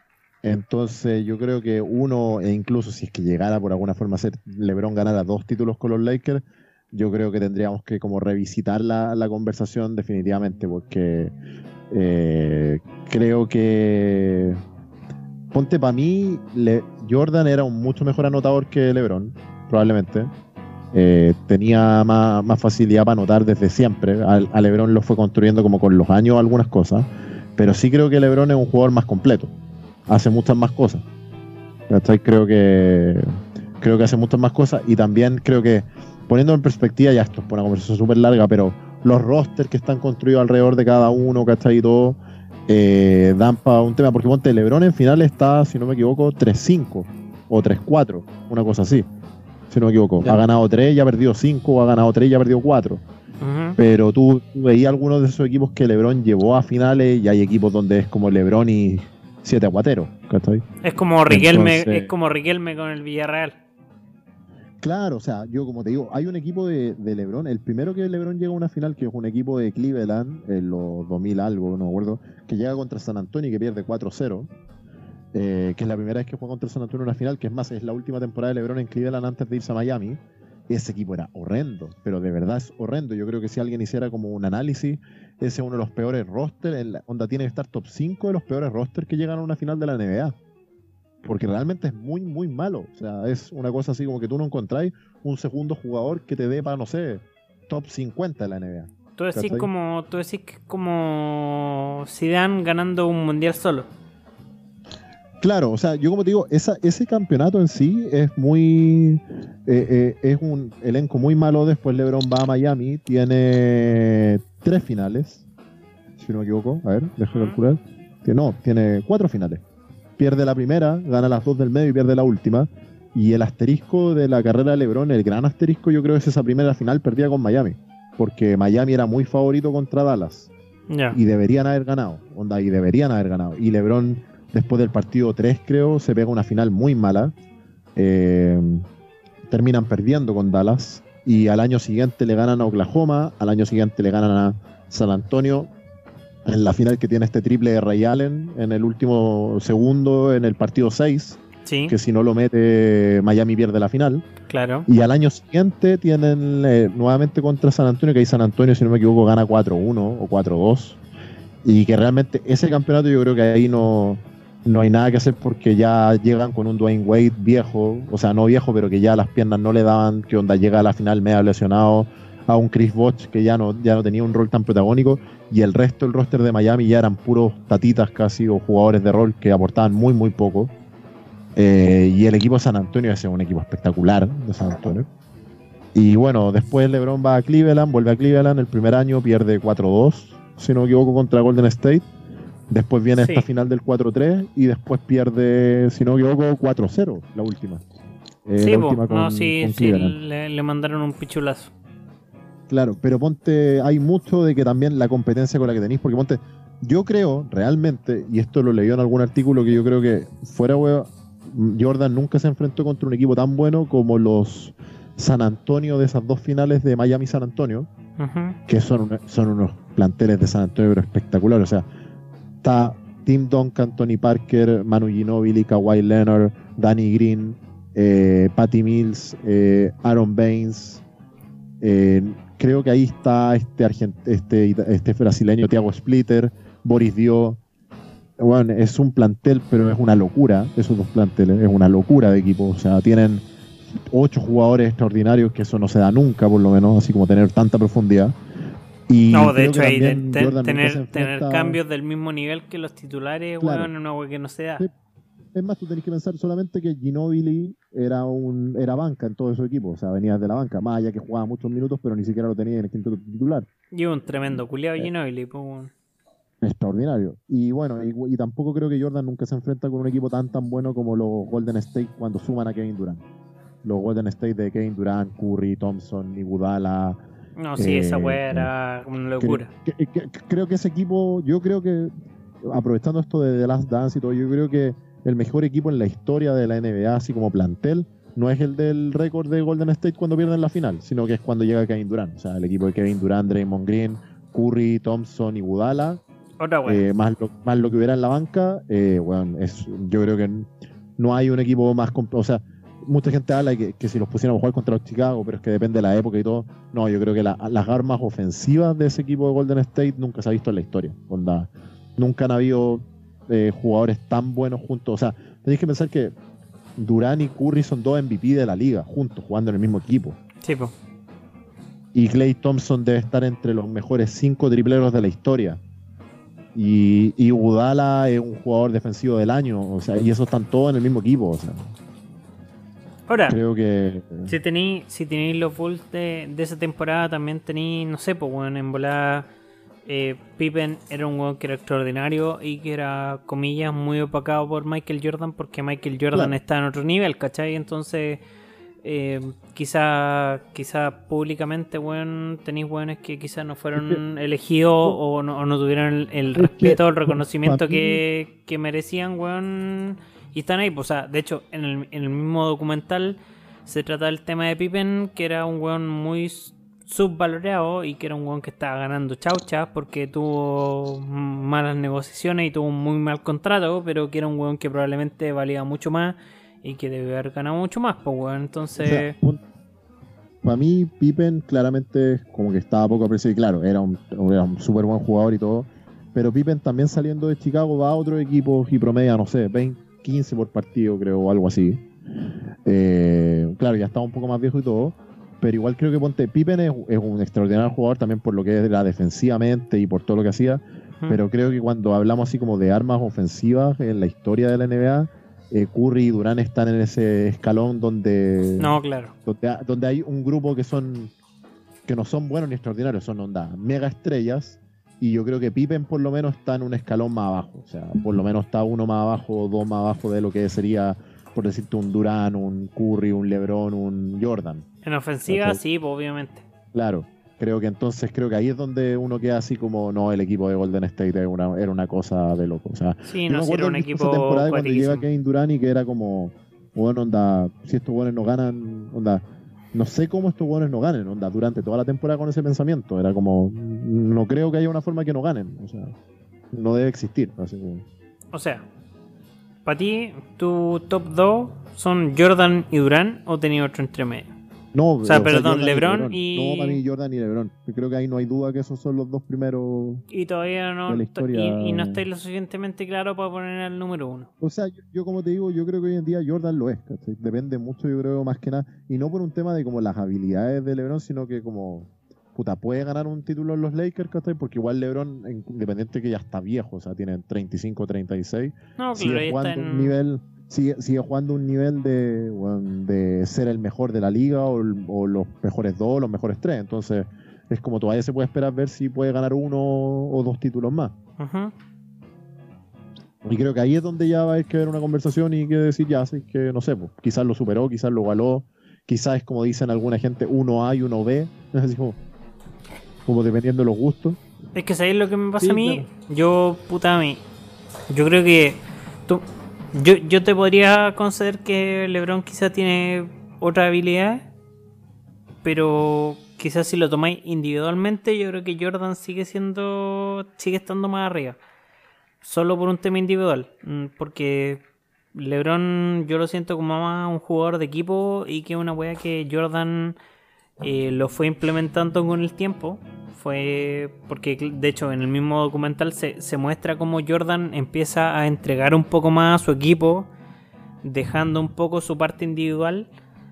Entonces yo creo que uno, e incluso si es que llegara por alguna forma a ser LeBron ganara dos títulos con los Lakers, yo creo que tendríamos que como revisitar la, la conversación definitivamente, porque eh, creo que ponte para mí Le, Jordan era un mucho mejor anotador que LeBron, probablemente. Eh, tenía más, más facilidad para anotar desde siempre. A, a LeBron lo fue construyendo como con los años algunas cosas, pero sí creo que LeBron es un jugador más completo, hace muchas más cosas. ¿Cachai? Creo que creo que hace muchas más cosas, y también creo que, poniendo en perspectiva, ya esto es una conversación súper larga, pero los rosters que están construidos alrededor de cada uno, ¿cachai? Y todo, eh, dan para un tema, porque ponte, LeBron en final está, si no me equivoco, tres cinco o tres cuatro, una cosa así, si no me equivoco. Ya. Ha ganado tres y ha perdido cinco, o ha ganado tres y ha perdido cuatro. Uh-huh. Pero tú, tú veías algunos de esos equipos que LeBron llevó a finales, y hay equipos donde es como LeBron y siete aguateros, ¿cachai? Es como Riquelme, Entonces- es como Riquelme con el Villarreal. Claro, o sea, yo como te digo, hay un equipo de, de LeBron, el primero que LeBron llega a una final, que es un equipo de Cleveland, en los dos mil algo, no me acuerdo, que llega contra San Antonio y que pierde cuatro cero, eh, que es la primera vez que juega contra San Antonio en una final, que es más, es la última temporada de LeBron en Cleveland antes de irse a Miami. Ese equipo era horrendo, pero de verdad es horrendo. Yo creo que si alguien hiciera como un análisis, ese es uno de los peores rosters, en la onda tiene que estar top cinco de los peores rosters que llegan a una final de la N B A. Porque realmente es muy, muy malo. O sea, es una cosa así como que tú no encontráis un segundo jugador que te dé para, no sé, top cincuenta de la N B A. Tú decís ¿Cachai? como, tú decís que es como Zidane ganando un mundial solo. Claro, o sea, yo como te digo, esa, ese campeonato en sí es muy... eh, eh, es un elenco muy malo. Después LeBron va a Miami, tiene tres finales, si no me equivoco. A ver, déjame Ujú. calcular. Que no, tiene cuatro finales. Pierde la primera, gana las dos del medio y pierde la última. Y el asterisco de la carrera de LeBron, el gran asterisco, yo creo es esa primera final perdida con Miami. Porque Miami era muy favorito contra Dallas. Ya. Y deberían haber ganado, onda, y deberían haber ganado. Y LeBron, después del partido tres, creo, se pega una final muy mala. Eh, terminan perdiendo con Dallas. Y al año siguiente le ganan a Oklahoma. Al año siguiente le ganan a San Antonio. En la final que tiene este triple de Ray Allen en el último segundo, en el partido seis. Sí, Que si no lo mete, Miami pierde la final. claro. Y al año siguiente tienen eh, nuevamente contra San Antonio, que ahí San Antonio, si no me equivoco, gana cuatro uno o cuatro dos. Y que realmente ese campeonato yo creo que ahí no, no hay nada que hacer, porque ya llegan con un Dwayne Wade viejo, o sea, no viejo, pero que ya las piernas no le daban, que onda llega a la final medio lesionado, a un Chris Bosh que ya no, ya no tenía un rol tan protagónico, y el resto del roster de Miami ya eran puros tatitas casi, o jugadores de rol que aportaban muy, muy poco. Eh, y el equipo de San Antonio es un equipo espectacular de San Antonio. Y bueno, después LeBron va a Cleveland, vuelve a Cleveland, el primer año pierde cuatro dos, si no me equivoco, contra Golden State. Después viene Sí. esta final del cuatro tres y después pierde, si no me equivoco, cuatro cero, la última. Eh, Sí, la po. última con, no, sí, con sí, Cleveland. le, le mandaron un pichulazo. Claro, pero ponte, hay mucho de que también la competencia con la que tenéis, porque ponte, yo creo realmente, y esto lo leí en algún artículo, que yo creo que fuera huevo, Jordan nunca se enfrentó contra un equipo tan bueno como los San Antonio de esas dos finales de Miami-San Antonio, Ujú. que son, una- son unos planteles de San Antonio pero espectaculares. O sea, está Tim Duncan, Tony Parker, Manu Ginobili, Kawhi Leonard, Danny Green, eh, Patty Mills, eh, Aaron Baines, eh, creo que ahí está este, argent este, este brasileño Thiago Splitter, Boris Dio. bueno, es un plantel, pero es una locura, esos dos planteles, es una locura de equipo. O sea, tienen ocho jugadores extraordinarios, que eso no se da nunca, por lo menos, así como tener tanta profundidad. Y No, de creo hecho, que ahí también ten- Jordan nunca se tener, tener enfrenta. cambios del mismo nivel que los titulares, Claro. weón, es una weá que no se da. Sí. Es más, tú tenés que pensar solamente que Ginobili era un era banca en todo su equipo, o sea, venía de la banca, más allá que jugaba muchos minutos, pero ni siquiera lo tenía en el quinto titular. Y un tremendo culiado Eh, Ginobili, pues, weón. Extraordinario. Y bueno, y, y tampoco creo que Jordan nunca se enfrenta con un equipo tan tan bueno como los Golden State cuando suman a Kevin Durant. Los Golden State de Kevin Durant, Curry, Thompson, Iguodala. No, sí, esa eh, weá era una locura. que- que- que- creo que ese equipo, yo creo que, aprovechando esto de The Last Dance y todo, yo creo que el mejor equipo en la historia de la N B A, así como plantel, no es el del récord de Golden State cuando pierden la final, sino que es cuando llega Kevin Durant. O sea, el equipo de Kevin Durant, Draymond Green, Curry, Thompson y Iguodala, Otra weá. eh, más, lo, más lo que hubiera en la banca, eh, bueno, es, yo creo que no hay un equipo más completo. O sea, mucha gente habla de que, que si los pusieran a jugar contra los Chicago, pero es que depende de la época y todo. No, yo creo que la- las armas ofensivas de ese equipo de Golden State nunca se ha visto en la historia. Onda, nunca han habido eh, jugadores tan buenos juntos. O sea, tenéis que pensar que Durant y Curry son dos M V P de la liga, juntos, jugando en el mismo equipo. Sí, pues. Y Klay Thompson debe estar entre los mejores cinco tripleros de la historia. Y, y Iguodala es un jugador defensivo del año, o sea, y esos están todos en el mismo equipo, o sea, Ahora, creo que si tenéis si tenéis los Bulls de, de esa temporada, también tenéis, no sé, pues, weón, en volada. Eh, Pippen era un weón que era extraordinario y que era, comillas, muy opacado por Michael Jordan, porque Michael Jordan Claro. está en otro nivel, ¿cachai? Entonces, eh, quizá, quizá públicamente, weón, tenéis weones que quizás no fueron elegidos o no, o no tuvieron el, el Es respeto o el que, reconocimiento para mí- que, que merecían, weón, y están ahí. Pues, o sea, de hecho, en el, en el mismo documental se trata del tema de Pippen, que era un weón muy subvalorado y que era un weón que estaba ganando chauchas porque tuvo malas negociaciones y tuvo un muy mal contrato, pero que era un weón que probablemente valía mucho más y que debe haber ganado mucho más, pues, weón. Entonces, para mí Pippen claramente como que estaba poco apreciado, y claro, era un, era un súper buen jugador y todo, pero Pippen también saliendo de Chicago va a otro equipo y promedia, no sé, veinte, quince por partido, creo, o algo así. Eh, claro, ya estaba un poco más viejo y todo, pero igual creo que ponte Pippen es, es un extraordinario jugador también por lo que era defensivamente y por todo lo que hacía, ujú. pero creo que cuando hablamos así como de armas ofensivas en la historia de la N B A, eh, Curry y Durant están en ese escalón donde, No, claro. donde, ha- donde hay un grupo que son que no son buenos ni extraordinarios, son onda mega estrellas, y yo creo que Pippen por lo menos está en un escalón más abajo, o sea, por lo menos está uno más abajo o dos más abajo de lo que sería, por decirte, un Durant, un Curry, un LeBron, un Jordan. En ofensiva, ¿Cachai? sí, pues, obviamente. Claro, creo que entonces creo que ahí es donde uno queda así como, no, el equipo de Golden State era una, era una cosa de loco. O sea, Sí, yo no, me si era acuerdo un haber visto equipo esa temporada cuando llega cuatiquísimo. Kevin Durant y que era como, bueno, onda, si estos buenos no ganan, onda, no sé cómo estos buenos no ganen, onda, durante toda la temporada con ese pensamiento. Era como, no creo que haya una forma que no ganen, o sea, no debe existir. Así como, O sea, para ti, tu top dos son Jordan y Durant, o tenía otro entre medio. no, O sea, perdón, Jordan LeBron y- No, para mí Jordan y LeBron. Yo creo que ahí no hay duda que esos son los dos primeros. Y todavía no. De la historia. Y, y no estáis lo suficientemente claro para poner al número uno. O sea, yo, yo como te digo, yo creo que hoy en día Jordan lo es, ¿cachai? Depende mucho, yo creo, más que nada, y no por un tema de como las habilidades de LeBron, sino que como, puta, puede ganar un título en los Lakers, ¿cachai? Porque igual LeBron, independiente que ya está viejo, o sea, tiene treinta y cinco, treinta y seis, No, claro, sigue ahí está jugando un en. nivel, sigue, sigue jugando un nivel de, bueno, de ser el mejor de la liga o, o los mejores dos, los mejores tres, entonces es como todavía se puede esperar ver si puede ganar uno o dos títulos más. Ujú. Y creo que ahí es donde ya va a haber que ver una conversación y que decir, ya, así que no sé, pues, quizás lo superó, quizás lo igualó, quizás es como dicen alguna gente, uno A y uno B, así como, como dependiendo de los gustos. Es que ¿sabéis lo que me pasa Sí, a mí? claro. Yo, puta, a mí. Yo creo que. Tú, yo, yo te podría conceder que LeBron quizá tiene otra habilidad. Pero quizás si lo tomáis individualmente, yo creo que Jordan sigue siendo. Sigue estando más arriba. Solo por un tema individual. Mm, Porque LeBron yo lo siento como más un jugador de equipo y que una wea que Jordan eh, lo fue implementando con el tiempo. Fue porque, de hecho, en el mismo documental se, se muestra cómo Jordan empieza a entregar un poco más a su equipo, dejando un poco su parte individual.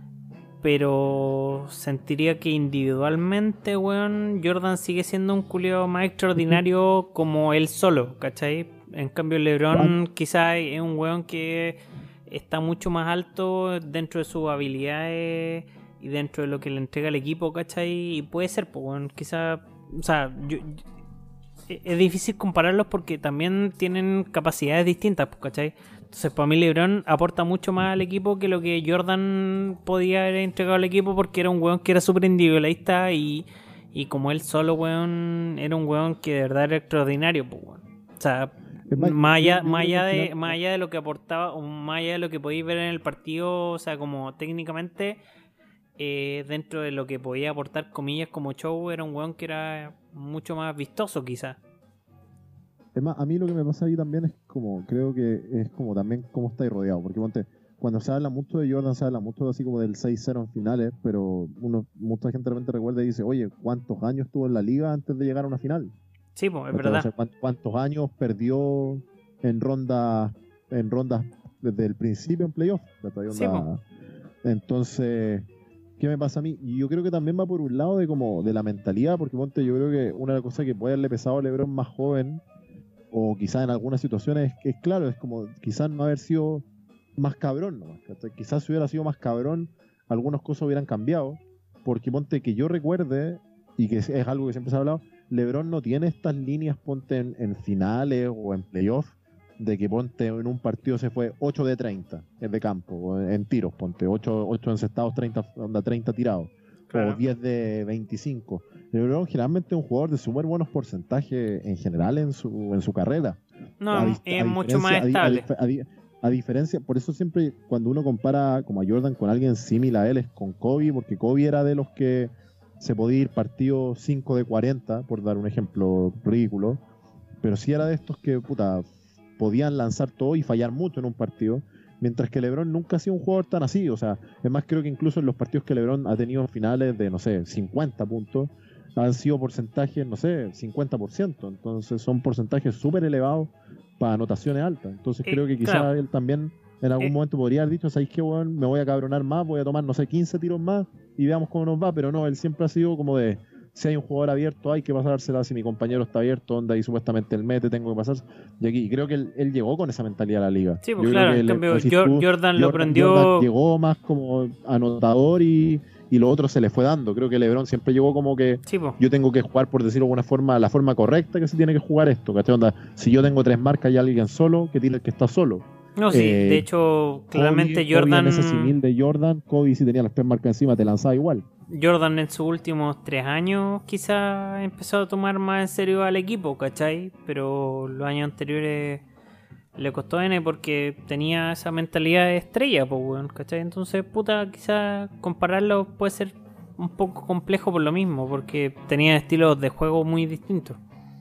Pero sentiría que individualmente, weón, Jordan sigue siendo un culiao más extraordinario como él solo, ¿cachai? En cambio, LeBron quizás es un weón que está mucho más alto dentro de sus habilidades y dentro de lo que le entrega el equipo, ¿cachai? Y puede ser, pues, weón, quizás, o sea, yo, yo, es difícil compararlos porque también tienen capacidades distintas, pues, ¿cachai? Entonces, para mí LeBron aporta mucho más al equipo que lo que Jordan podía haber entregado al equipo, porque era un weón que era súper individualista y, y como él solo, weón, era un weón que de verdad era extraordinario, pues, weón. O sea, más, más allá, yo, yo más allá de, final, más allá de lo que aportaba, o más allá de lo que podéis ver en el partido, o sea, como técnicamente, eh, dentro de lo que podía aportar, comillas, como show, era un weón que era mucho más vistoso, quizás. Es más, a mí lo que me pasa ahí también es como, creo que es como también cómo estáis rodeado, porque ponte, cuando se habla mucho de Jordan, se habla mucho así como del seis cero en finales, pero uno, mucha gente realmente recuerda y dice, oye, ¿cuántos años estuvo en la liga antes de llegar a una final? Sí, pues, es O verdad. sea, ¿cuántos años perdió en rondas en rondas desde el principio en playoff? Sí, pues. Entonces, ¿qué me pasa a mí? Y yo creo que también va por un lado de como de la mentalidad, porque ponte, yo creo que una de las cosas que puede haberle pesado a LeBron más joven, o quizás en algunas situaciones, es que es claro, es como quizás no haber sido más cabrón, ¿no? Quizás si hubiera sido más cabrón, algunas cosas hubieran cambiado, porque ponte que yo recuerde, y que es, es algo que siempre se ha hablado, LeBron no tiene estas líneas, ponte en, en finales o en playoffs, de que ponte en un partido se fue ocho de treinta en de campo, o en tiros, ponte ocho, ocho encestados, treinta, onda treinta tirados, claro, o diez de veinticinco. LeBron generalmente es un jugador de súper buenos porcentajes en general en su, en su carrera. No, a, es mucho más estable. A, a, a, a diferencia, por eso siempre cuando uno compara como a Jordan con alguien similar a él es con Kobe, porque Kobe era de los que se podía ir partido cinco de cuarenta, por dar un ejemplo ridículo, pero sí era de estos que, puta, podían lanzar todo y fallar mucho en un partido, mientras que LeBron nunca ha sido un jugador tan así. O sea, es más, creo que incluso en los partidos que LeBron ha tenido en finales de, no sé, cincuenta puntos, han sido porcentajes, no sé, cincuenta por ciento. Entonces son porcentajes súper elevados para anotaciones altas. Entonces eh, creo que quizás claro, él también en algún eh, momento podría haber dicho, ¿sabéis qué, bueno, me voy a cabronar más, voy a tomar, no sé, quince tiros más y veamos cómo nos va? Pero no, él siempre ha sido como de, si hay un jugador abierto, hay que pasársela, si mi compañero está abierto, onda, y supuestamente él mete, tengo que pasarse. Y aquí y creo que él, él llegó con esa mentalidad a la liga. Sí, pues claro, en cambio Jordan, tú, Jordan lo prendió... Jordan llegó más como anotador y, y lo otro se le fue dando. Creo que LeBron siempre llegó como que sí, pues, yo tengo que jugar, por decirlo de alguna forma, la forma correcta que se tiene que jugar esto, ¿cachai? Onda, si yo tengo tres marcas y alguien solo, que tiene el que está solo. No, sí, eh, de hecho, claramente Kobe, Jordan... Kobe en ese simil de Jordan, Kobe si tenía las tres marcas encima te lanzaba igual. Jordan en sus últimos tres años quizá empezó a tomar más en serio al equipo, ¿cachai? Pero los años anteriores le costó N porque tenía esa mentalidad de estrella, pues, weón, ¿cachai? Entonces, puta, quizá compararlo puede ser un poco complejo por lo mismo, porque tenía estilos de juego muy distintos.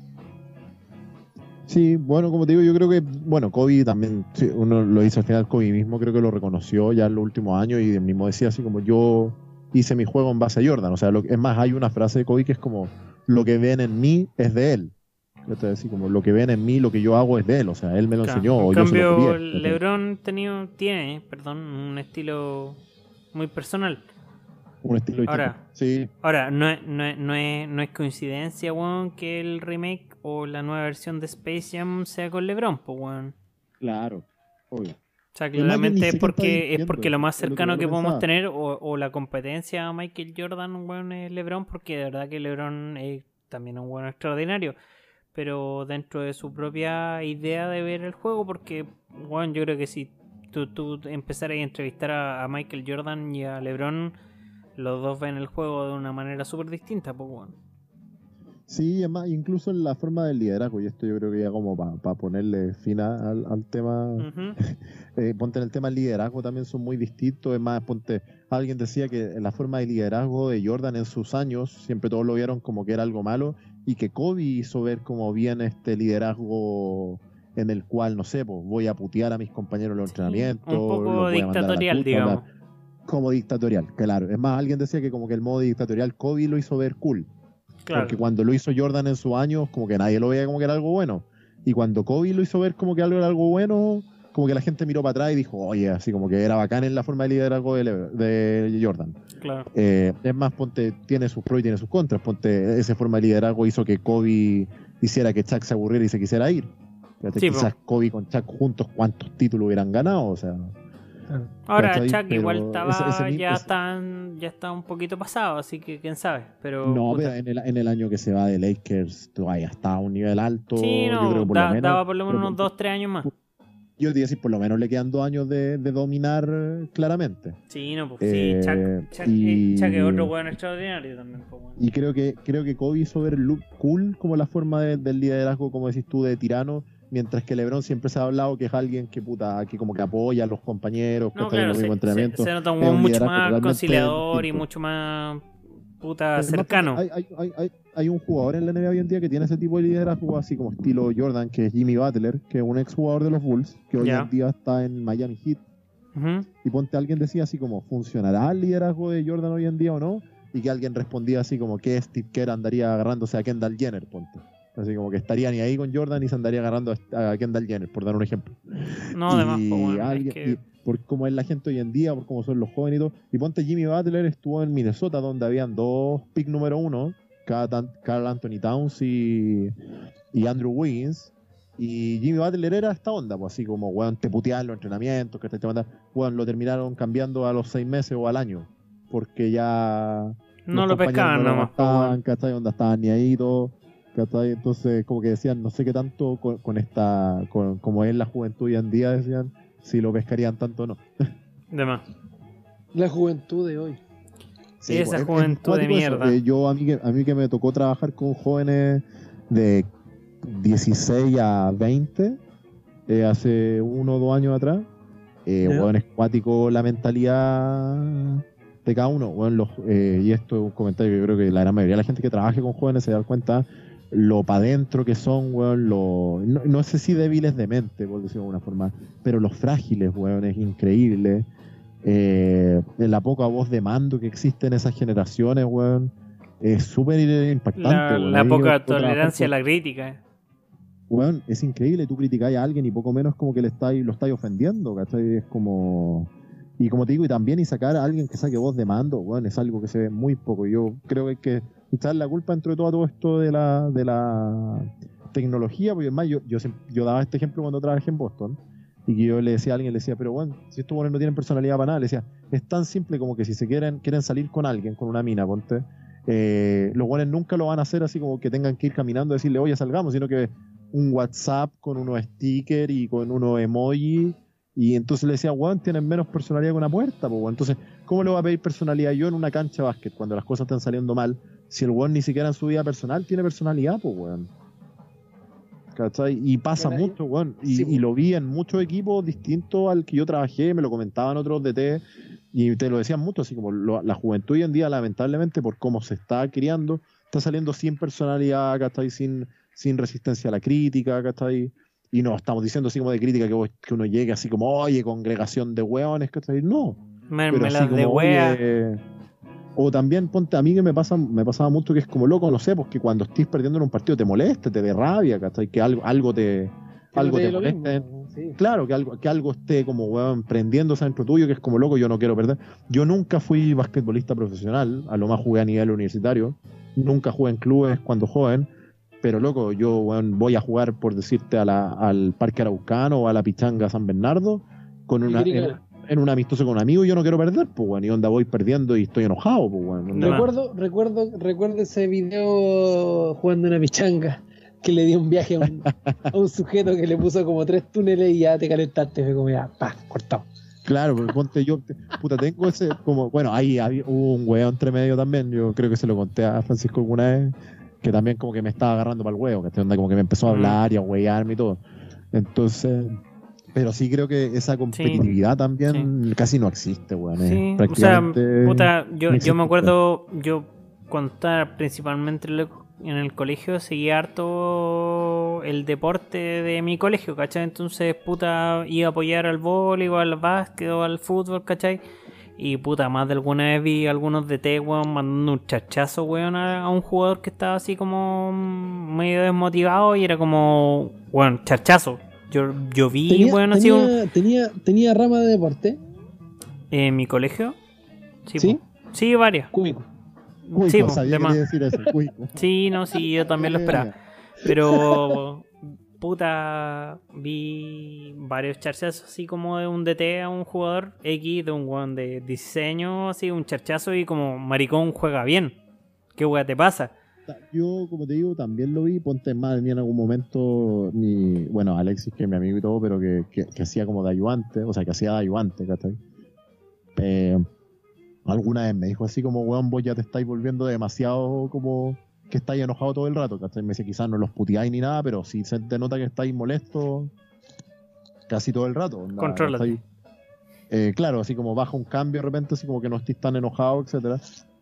Sí, bueno, como te digo, yo creo que, bueno, Kobe también, sí, uno lo hizo al final, Kobe mismo creo que lo reconoció ya en los últimos años y él mismo decía así como yo hice mi juego en base a Jordan. O sea, lo, es más, hay una frase de Kobe que es como, lo que ven en mí es de él. Yo te decía como, lo que ven en mí, lo que yo hago es de él. O sea, él me lo claro, enseñó. En o cambio, yo se lo copié, LeBron tenido, tiene, perdón, un estilo muy personal. Un estilo ahora, sí. Ahora, no es, no, es, no, es, no es coincidencia, weón, que el remake o la nueva versión de Space Jam sea con LeBron, pues, weón. Claro, obvio. O sea, claramente es porque es porque lo más cercano que podemos tener o, o la competencia a Michael Jordan, un weón, es LeBron, porque de verdad que LeBron es también un weón extraordinario, pero dentro de su propia idea de ver el juego, porque, weón, yo creo que si tú, tú empezaras a entrevistar a, a Michael Jordan y a LeBron, los dos ven el juego de una manera súper distinta, pues, weón. Sí, además, incluso en la forma del liderazgo, y esto yo creo que ya como para pa ponerle fin a, al, al tema, uh-huh. eh, ponte en el tema del liderazgo también son muy distintos. Es más, ponte, alguien decía que la forma de liderazgo de Jordan en sus años, siempre todos lo vieron como que era algo malo, y que Kobe hizo ver como bien este liderazgo en el cual, no sé, pues voy a putear a mis compañeros en los sí, entrenamientos, un poco los voy dictatorial, a digamos. como dictatorial, claro. Es más, alguien decía que como que el modo dictatorial Kobe lo hizo ver cool. Claro. Porque cuando lo hizo Jordan en sus años, como que nadie lo veía como que era algo bueno. Y cuando Kobe lo hizo ver como que algo era algo bueno, como que la gente miró para atrás y dijo, oye, así como que era bacán en la forma de liderazgo de, de Jordan. Claro. Eh, es más, ponte, tiene sus pros y tiene sus contras. Ponte, esa forma de liderazgo hizo que Kobe hiciera que Shaq se aburriera y se quisiera ir. Fíjate, Sí, quizás po. Kobe con Shaq juntos, ¿cuántos títulos hubieran ganado? O sea, Ahora, ¿cachai? Chuck Pero igual estaba, ese- ese mi- ya, ese- están, ya está un poquito pasado, así que quién sabe. Pero, no, puta. pero en el, en el año que se va de Lakers, todavía está a un nivel alto. Sí, yo no, creo que por da- lo menos. daba por lo menos pero unos por- dos tres años más. Yo te iba a decir, por lo menos le quedan dos años de, de dominar eh, claramente. Sí, no, pues Eh, sí, Chuck, Chuck, y- eh, Chuck es otro weón extraordinario también. Pues, weón. Y creo que creo que Kobe hizo ver lu- cool como la forma de- del liderazgo, como decís tú, de tirano, mientras que LeBron siempre se ha hablado que es alguien que puta que como que apoya a los compañeros, que No, está en claro, los se, mismos se, entrenamientos. se nota un Es weón un mucho liderazgo más totalmente conciliador y distinto. mucho más puta Es más, cercano. Hay, hay, hay, hay, hay un jugador en la N B A hoy en día que tiene ese tipo de liderazgo, así como estilo Jordan, que es Jimmy Butler, que es un ex jugador de los Bulls, que hoy Ya. en día está en Miami Heat. Ujú. Y ponte, alguien decía así como, ¿funcionará el liderazgo de Jordan hoy en día o no? Y que alguien respondía así como que Steve Kerr andaría agarrándose a Kendall Jenner, ponte. Así como que estaría ni ahí con Jordan y se andaría agarrando a a Kendall Jenner, por dar un ejemplo. No, además, y pues, weón, es alguien, que- y por cómo es la gente hoy en día, por cómo son los jóvenes y todo. Y ponte, Jimmy Butler estuvo en Minnesota, donde habían dos pick número uno, Carl Anthony Towns y, y Andrew Wiggins. Y Jimmy Butler era esta onda, pues así como, weón, te puteaban los entrenamientos, que te, te mandan, weón, lo terminaron cambiando a los seis meses o al año, porque ya no los lo compañeros pescaban no lo nomás, pues, aguantaban, weón. ¿cachai? Onda estaban ni ahí y todo, ¿cachai? Entonces, como que decían, no sé qué tanto con, con esta, con, como es la juventud hoy en día, decían, si lo pescarían tanto o no. De más. La juventud de hoy. Sí, esa pues, es- juventud es de cuático eso. mierda. Eh, yo, a mí, que, a mí que me tocó trabajar con jóvenes de dieciséis a veinte, eh, hace uno o dos años atrás, eh, Ya. weón, es cuático la mentalidad de cada uno. Weón, los, eh, y esto es un comentario que yo creo que la gran mayoría de la gente que trabaje con jóvenes se da cuenta lo para adentro que son, weón, lo, no, no sé si débiles de mente, por decirlo de alguna forma, pero los frágiles, weón, es increíble. Eh, la poca voz de mando que existe en esas generaciones, weón, es súper impactante. La, weón. la A mí que me poca tocó trabajar tolerancia a con- la crítica. Weón, es increíble, tú criticáis a alguien y poco menos como que le estáis, lo estáis ofendiendo, ¿cachai? Es como... Y como te digo, y también y sacar a alguien que saque voz de mando, weón, es algo que se ve muy poco. Yo creo que hay que echar la culpa dentro de todo, todo esto de la, de la tecnología, porque además yo, yo, siempre- yo daba este ejemplo cuando trabajé en Boston, y que yo le decía a alguien, le decía, pero bueno, si estos buenos no tienen personalidad para nada, le decía, es tan simple como que si se quieren, quieren salir con alguien, con una mina, ponte, eh, los buenos nunca lo van a hacer así como que tengan que ir caminando y decirle, oye, salgamos, sino que un WhatsApp con unos stickers y con unos emojis, y entonces le decía, weón, tienen menos personalidad que una puerta, pues, weón. Entonces, ¿cómo le voy a pedir personalidad yo en una cancha de básquet cuando las cosas están saliendo mal? Si el weón ni siquiera en su vida personal tiene personalidad, pues, weón. ¿Cachai? Y pasa Bueno, mucho, weón. Y, sí, y lo vi en muchos equipos distintos al que yo trabajé, me lo comentaban otros D T, y te lo decían mucho, así como lo- la juventud hoy en día, lamentablemente, por cómo se está criando, está saliendo sin personalidad, ¿cachai? Sin, sin resistencia a la crítica, ¿cachai? Y no estamos diciendo así como de crítica que, vos- que uno llegue así como, oye, congregación de hueones, ¿cachai? No. Pero así Mermelas de como, wea. oye, o también, ponte, a mí que me pasa me pasaba mucho que es como loco, no sé, porque cuando estés perdiendo en un partido te molesta, te dé rabia, ¿cachai? Que algo, algo te, Que algo no te dé lo moleste. mismo, sí. Claro, que algo, que algo esté como, weón, prendiéndose dentro tuyo, que es como loco, yo no quiero perder. Yo nunca fui basquetbolista profesional, a lo más jugué a nivel universitario, nunca jugué en clubes cuando joven, pero loco, yo, weón, voy a jugar, por decirte, a la, al Parque Araucano o a la Pichanga San Bernardo, con Y una, quería en, ganar. en un amistoso con un amigo, y yo no quiero perder, pues, weón, y onda voy perdiendo y estoy enojado, pues, weón. onda- No. Recuerdo, recuerdo, recuerdo ese video jugando una pichanga que le dio un viaje a un, a un sujeto que le puso como tres túneles y ya te calentaste, fue como ya, pa, cortado. Claro, porque ponte yo, te- puta, tengo ese, como, bueno, ahí había, hubo un huevo entre medio también, yo creo que se lo conté a Francisco alguna vez, que también como que me estaba agarrando para el huevo, que onda como que me empezó a Mm. hablar y a huearme y todo. Entonces, pero sí creo que esa competitividad también casi no existe, weón. es Sí, o sea, prácticamente puta, yo, no yo me existe. acuerdo, yo cuando estaba principalmente en el- en el colegio seguía harto el deporte de mi colegio, ¿cachai? Entonces, puta, iba a apoyar al voleibol, al básquet o al fútbol, ¿cachai? Y puta, más de alguna vez vi algunos D T, weón, mandando un chachazo, weón, a, a un jugador que estaba así como medio desmotivado y era como, weón, chachazo. Yo, yo vi, Tenía, weón, así tenía, un... tenía, tenía rama de deporte. ¿En mi colegio? Sí, ¿Sí? po. Sí, varias. Cúbico. Cuico, Sí, po, sabía de que más. quería decir eso, cuico. Sí, no, sí, yo también lo esperaba. Pero, puta, vi varios charchazos así como de un D T a un jugador X, de un weón de dieciséis años, así, un charchazo y como, maricón, juega bien. ¿Qué weá te pasa? Yo, como te digo, también lo vi. Ponte más de mí en algún momento, mi, bueno, Alexis, que es mi amigo y todo, pero que, que, que hacía como de ayudante, o sea, que hacía de ayudante, ¿cachai? Eh, alguna vez me dijo así como, weón, vos ya te estáis volviendo demasiado como que estáis enojado todo el rato, ¿cachai? Me dice, quizás no los puteáis ni nada, pero sí se te nota que estáis molesto casi todo el rato. Onda, Contrólate. ¿cachai? Eh, claro, así como baja un cambio de repente, así como que no estés tan enojado, etcétera.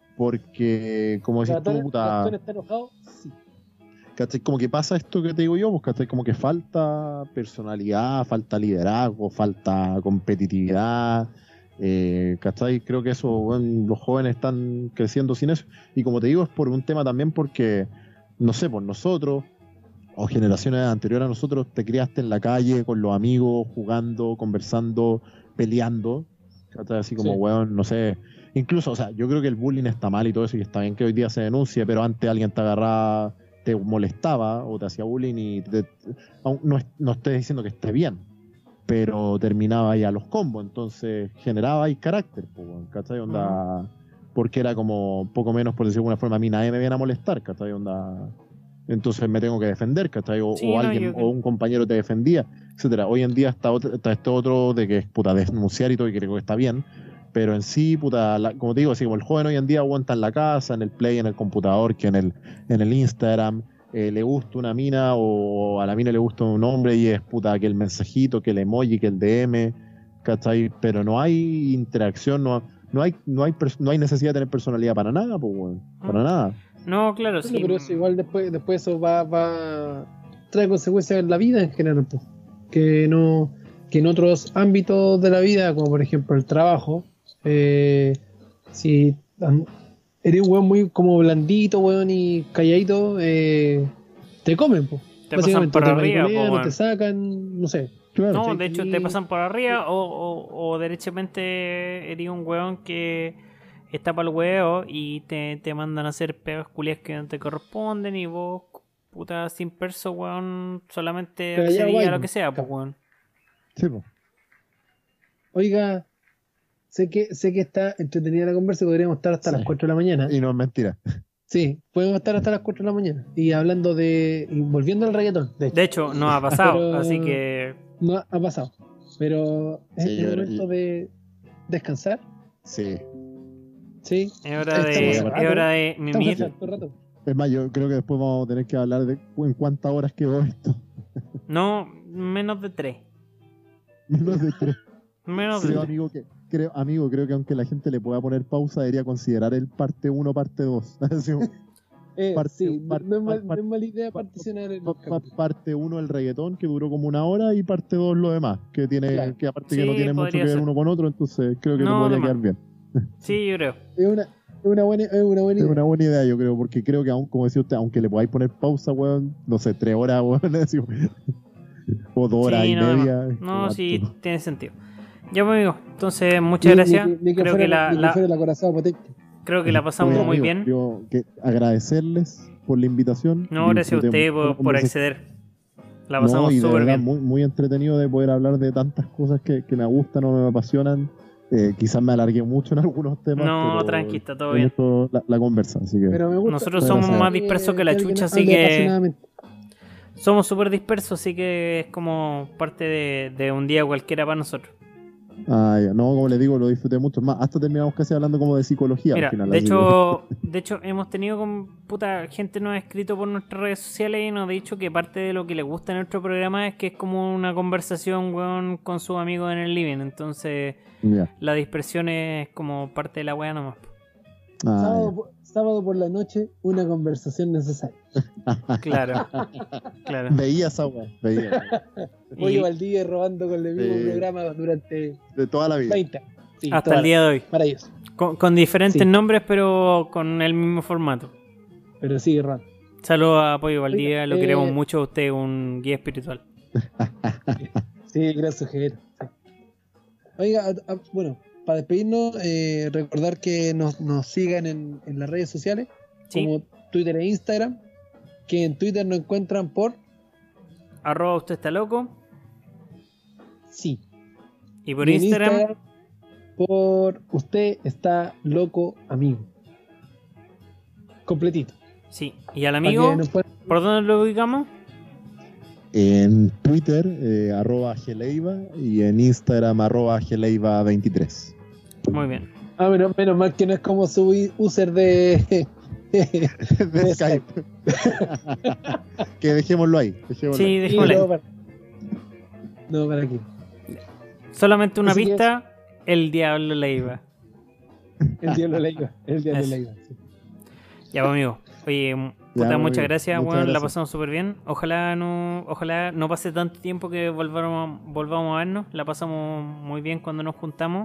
Porque, como decís tú, puta, ¿Gastón está enojado? Sí. ¿cachai? Como que pasa esto que te digo yo, pues, ¿cachai? Como que falta personalidad, falta liderazgo, falta competitividad, eh, ¿cachai? Creo que eso, bueno, los jóvenes están creciendo sin eso. Y como te digo, es por un tema también porque, no sé, por nosotros, o generaciones anteriores a nosotros, te criaste en la calle con los amigos, jugando, conversando, peleando, ¿cachai? Así como, Sí. weón, no sé. Incluso, o sea, yo creo que el bullying está mal y todo eso, y está bien que hoy día se denuncie, pero antes alguien te agarraba, te molestaba o te hacía bullying y te, aun no, no estoy diciendo que esté bien, pero terminaba ahí a los combos, entonces generaba ahí carácter, pues, ¿cachai? Onda, porque era como poco menos, por decirlo de alguna forma, a mí nadie me viene a molestar, ¿cachai? Onda, entonces me tengo que defender, ¿cachai? O, Sí, o no, alguien, yo- o un compañero te defendía, etcétera. Hoy en día está, otro, está este otro de que es puta denunciar y todo, y creo que está bien, pero en sí, puta, la, como te digo, así como el joven hoy en día aguanta en la casa, en el play, en el computador, que en el, en el Instagram, eh, le gusta una mina o a la mina le gusta un hombre y es puta que el mensajito, que el emoji, que el D M, ¿cachai? Pero no hay interacción, no, no hay, no hay, pers- no hay necesidad de tener personalidad para nada, pues, weón, para Mm. nada. No, claro, Bueno, sí. pero eso igual después, después eso va, va trae consecuencias en la vida en general, po. que no, que en otros ámbitos de la vida, como por ejemplo el trabajo, eh, si am, eres un weón muy como blandito, weón, y calladito, eh, te comen, po. Te pasan Básicamente, por o te arriba, mariconean, po, o weón. te sacan, no sé. Claro. No, ¿cachai? de hecho Y- te pasan por arriba o, o, o derechamente eres un weón que está para el huevo y te, te mandan a hacer pegas culias que no te corresponden y vos, puta, sin perso, weón, solamente Callao, accedí a bye, lo po. que sea, pues, Cabrón. weón. Sí, pues. Oiga, sé que, sé que está entretenida la conversa y podríamos estar hasta Sí. las cuatro de la mañana. Y no es mentira. Sí, podemos estar hasta las cuatro de la mañana. Y hablando de. Y volviendo al reggaetón, de hecho. De hecho, no ha pasado, Pero- así que No ha, ha pasado. Pero es Sí, el yo creo- momento de descansar. Sí. Sí. es hora de, Estamos hace es rato. hora de Estamos mimir. hace harto rato. Es más, yo creo que después vamos a tener que hablar de en cuántas horas quedó esto. No, menos de tres. Menos de tres. Menos de Creo, tres. amigo, que, creo, amigo, creo que aunque la gente le pueda poner pausa, debería considerar el parte uno, parte dos. Así como, Eh, Parte- sí, no- parte- no, es mal- parte- no es mala idea pa- particionar el pa- pa- capítulo. parte uno el reggaetón, que duró como una hora, y parte dos lo demás, que tiene Claro. que aparte Sí, que no tiene mucho que podría ver ser. uno con otro, entonces creo que No, no podría de quedar más. bien. Sí, yo creo. Es una, es una buena, es una buena Es idea. una buena idea, yo creo, porque creo que aún, como decía usted, aunque le podáis poner pausa, weón, no sé, tres horas, weón, así, o dos horas Sí, y no, de media. más. es No, como sí, harto. tiene sentido. Ya, pues, amigo, entonces muchas Ni- gracias. Ni, ni que Creo fuera, que la, ni que la- fuera el acorazado potente. creo que la pasamos Oye, muy amigo, bien. Yo que agradecerles por la invitación. No, gracias a Disfruté usted mucho la por, por conversación. acceder. La No, pasamos y de súper verdad bien. muy, muy entretenido de poder hablar de tantas cosas que, que me gustan o me apasionan. Eh, quizás me alargué mucho en algunos temas. No, pero tranqui, está todo me bien. gustó la, la conversa, así que Pero me gusta. Nosotros me somos gusta más dispersos que la alguien chucha, así hable que- apasionadamente. Somos súper dispersos, así que es como parte de, de un día cualquiera para nosotros. ah, ya. No, como les digo, lo disfruté mucho. Es más, hasta terminamos casi hablando como de psicología Mira, al final. de así hecho, de hecho hemos tenido con puta gente nos ha escrito por nuestras redes sociales y nos ha dicho que parte de lo que le gusta en nuestro programa es que es como una conversación, weón, con sus amigos en el living. Entonces, que- ya. la dispersión es como parte de la weá nomás. Ah, Sábado, por- sábado por la noche, una conversación necesaria. Claro, claro. ya. Veía esa weá, veía. Pollo Y, Valdivia robando con el mismo Sí. programa durante De toda la vida. veinte años. Sí, Hasta toda el día de hoy. Maravilloso. Con, con diferentes Sí. nombres, pero con el mismo formato. Pero sigue Ron. Saludos a Pollo Valdivia, Oiga, lo eh, queremos mucho. Usted es un guía espiritual. Sí, gran sujeto. Sí. Oiga, a- a- bueno, para despedirnos, eh, recordar que nos, nos sigan en, en las redes sociales, Sí. como Twitter e Instagram, que en Twitter nos encuentran por Arroba usted está loco. sí. Y por Y en Instagram, por usted está loco, amigo. Completito. sí. Y al Para amigo, que nos puedan- ¿por dónde lo ubicamos? En Twitter, eh, arroba Geleiva, y en Instagram, arroba Geleiva veintitrés. Muy bien. Ah, menos, menos mal que no es como su i- user de. De Skype. Que dejémoslo ahí. Dejémoslo Sí, ahí. dejémosle. no, para... no, para aquí. Solamente una Así que pista, el diablo le iba. El diablo le iba. El diablo Eso. le iba. Sí. Ya, pues, amigo. Oye, m- Ya, puta, pues, muchas amigo. gracias, Muchas weón. La gracias. pasamos súper bien. Ojalá no, ojalá no pase tanto tiempo que volvamos, volvamos a vernos. La pasamos muy bien cuando nos juntamos.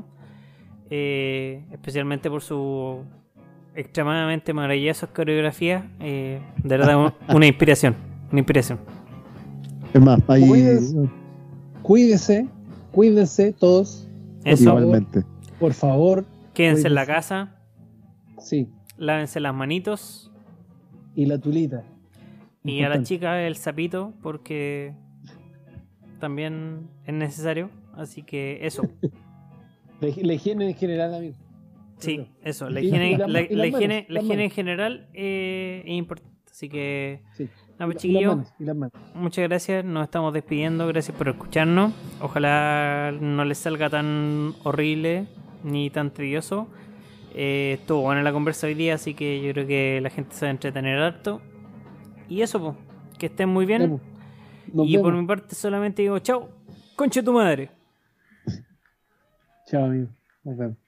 Eh, especialmente por su extremadamente maravillosas coreografías. Eh, de verdad, un- una inspiración. Una inspiración. Es más, ahí. Cuídense. Cuídese, cuídense todos. Eso. Igualmente. Por favor. Quédense en la cuídense. casa. Sí. Lávense las manitos. Y la tulita. Y a la Importante. chica el sapito, porque también es necesario. Así que eso. La, la higiene en general, amigo. Sí, eso. La Y- higiene, y la- la, y las la higiene, manos, la las higiene en manos. general eh, es importante. Así que, Sí. nada, pues, Y las chiquillos, manos, y las manos. muchas gracias. Nos estamos despidiendo. Gracias por escucharnos. Ojalá no les salga tan horrible ni tan tedioso. Eh, estuvo buena la conversa hoy día, así que yo creo que la gente se va a entretener harto. Y eso, pues. Que estén muy bien. Ya, pues. Nos Y por vemos. mi parte solamente digo chao, concha tu madre. Chao, amigo. Nos vemos.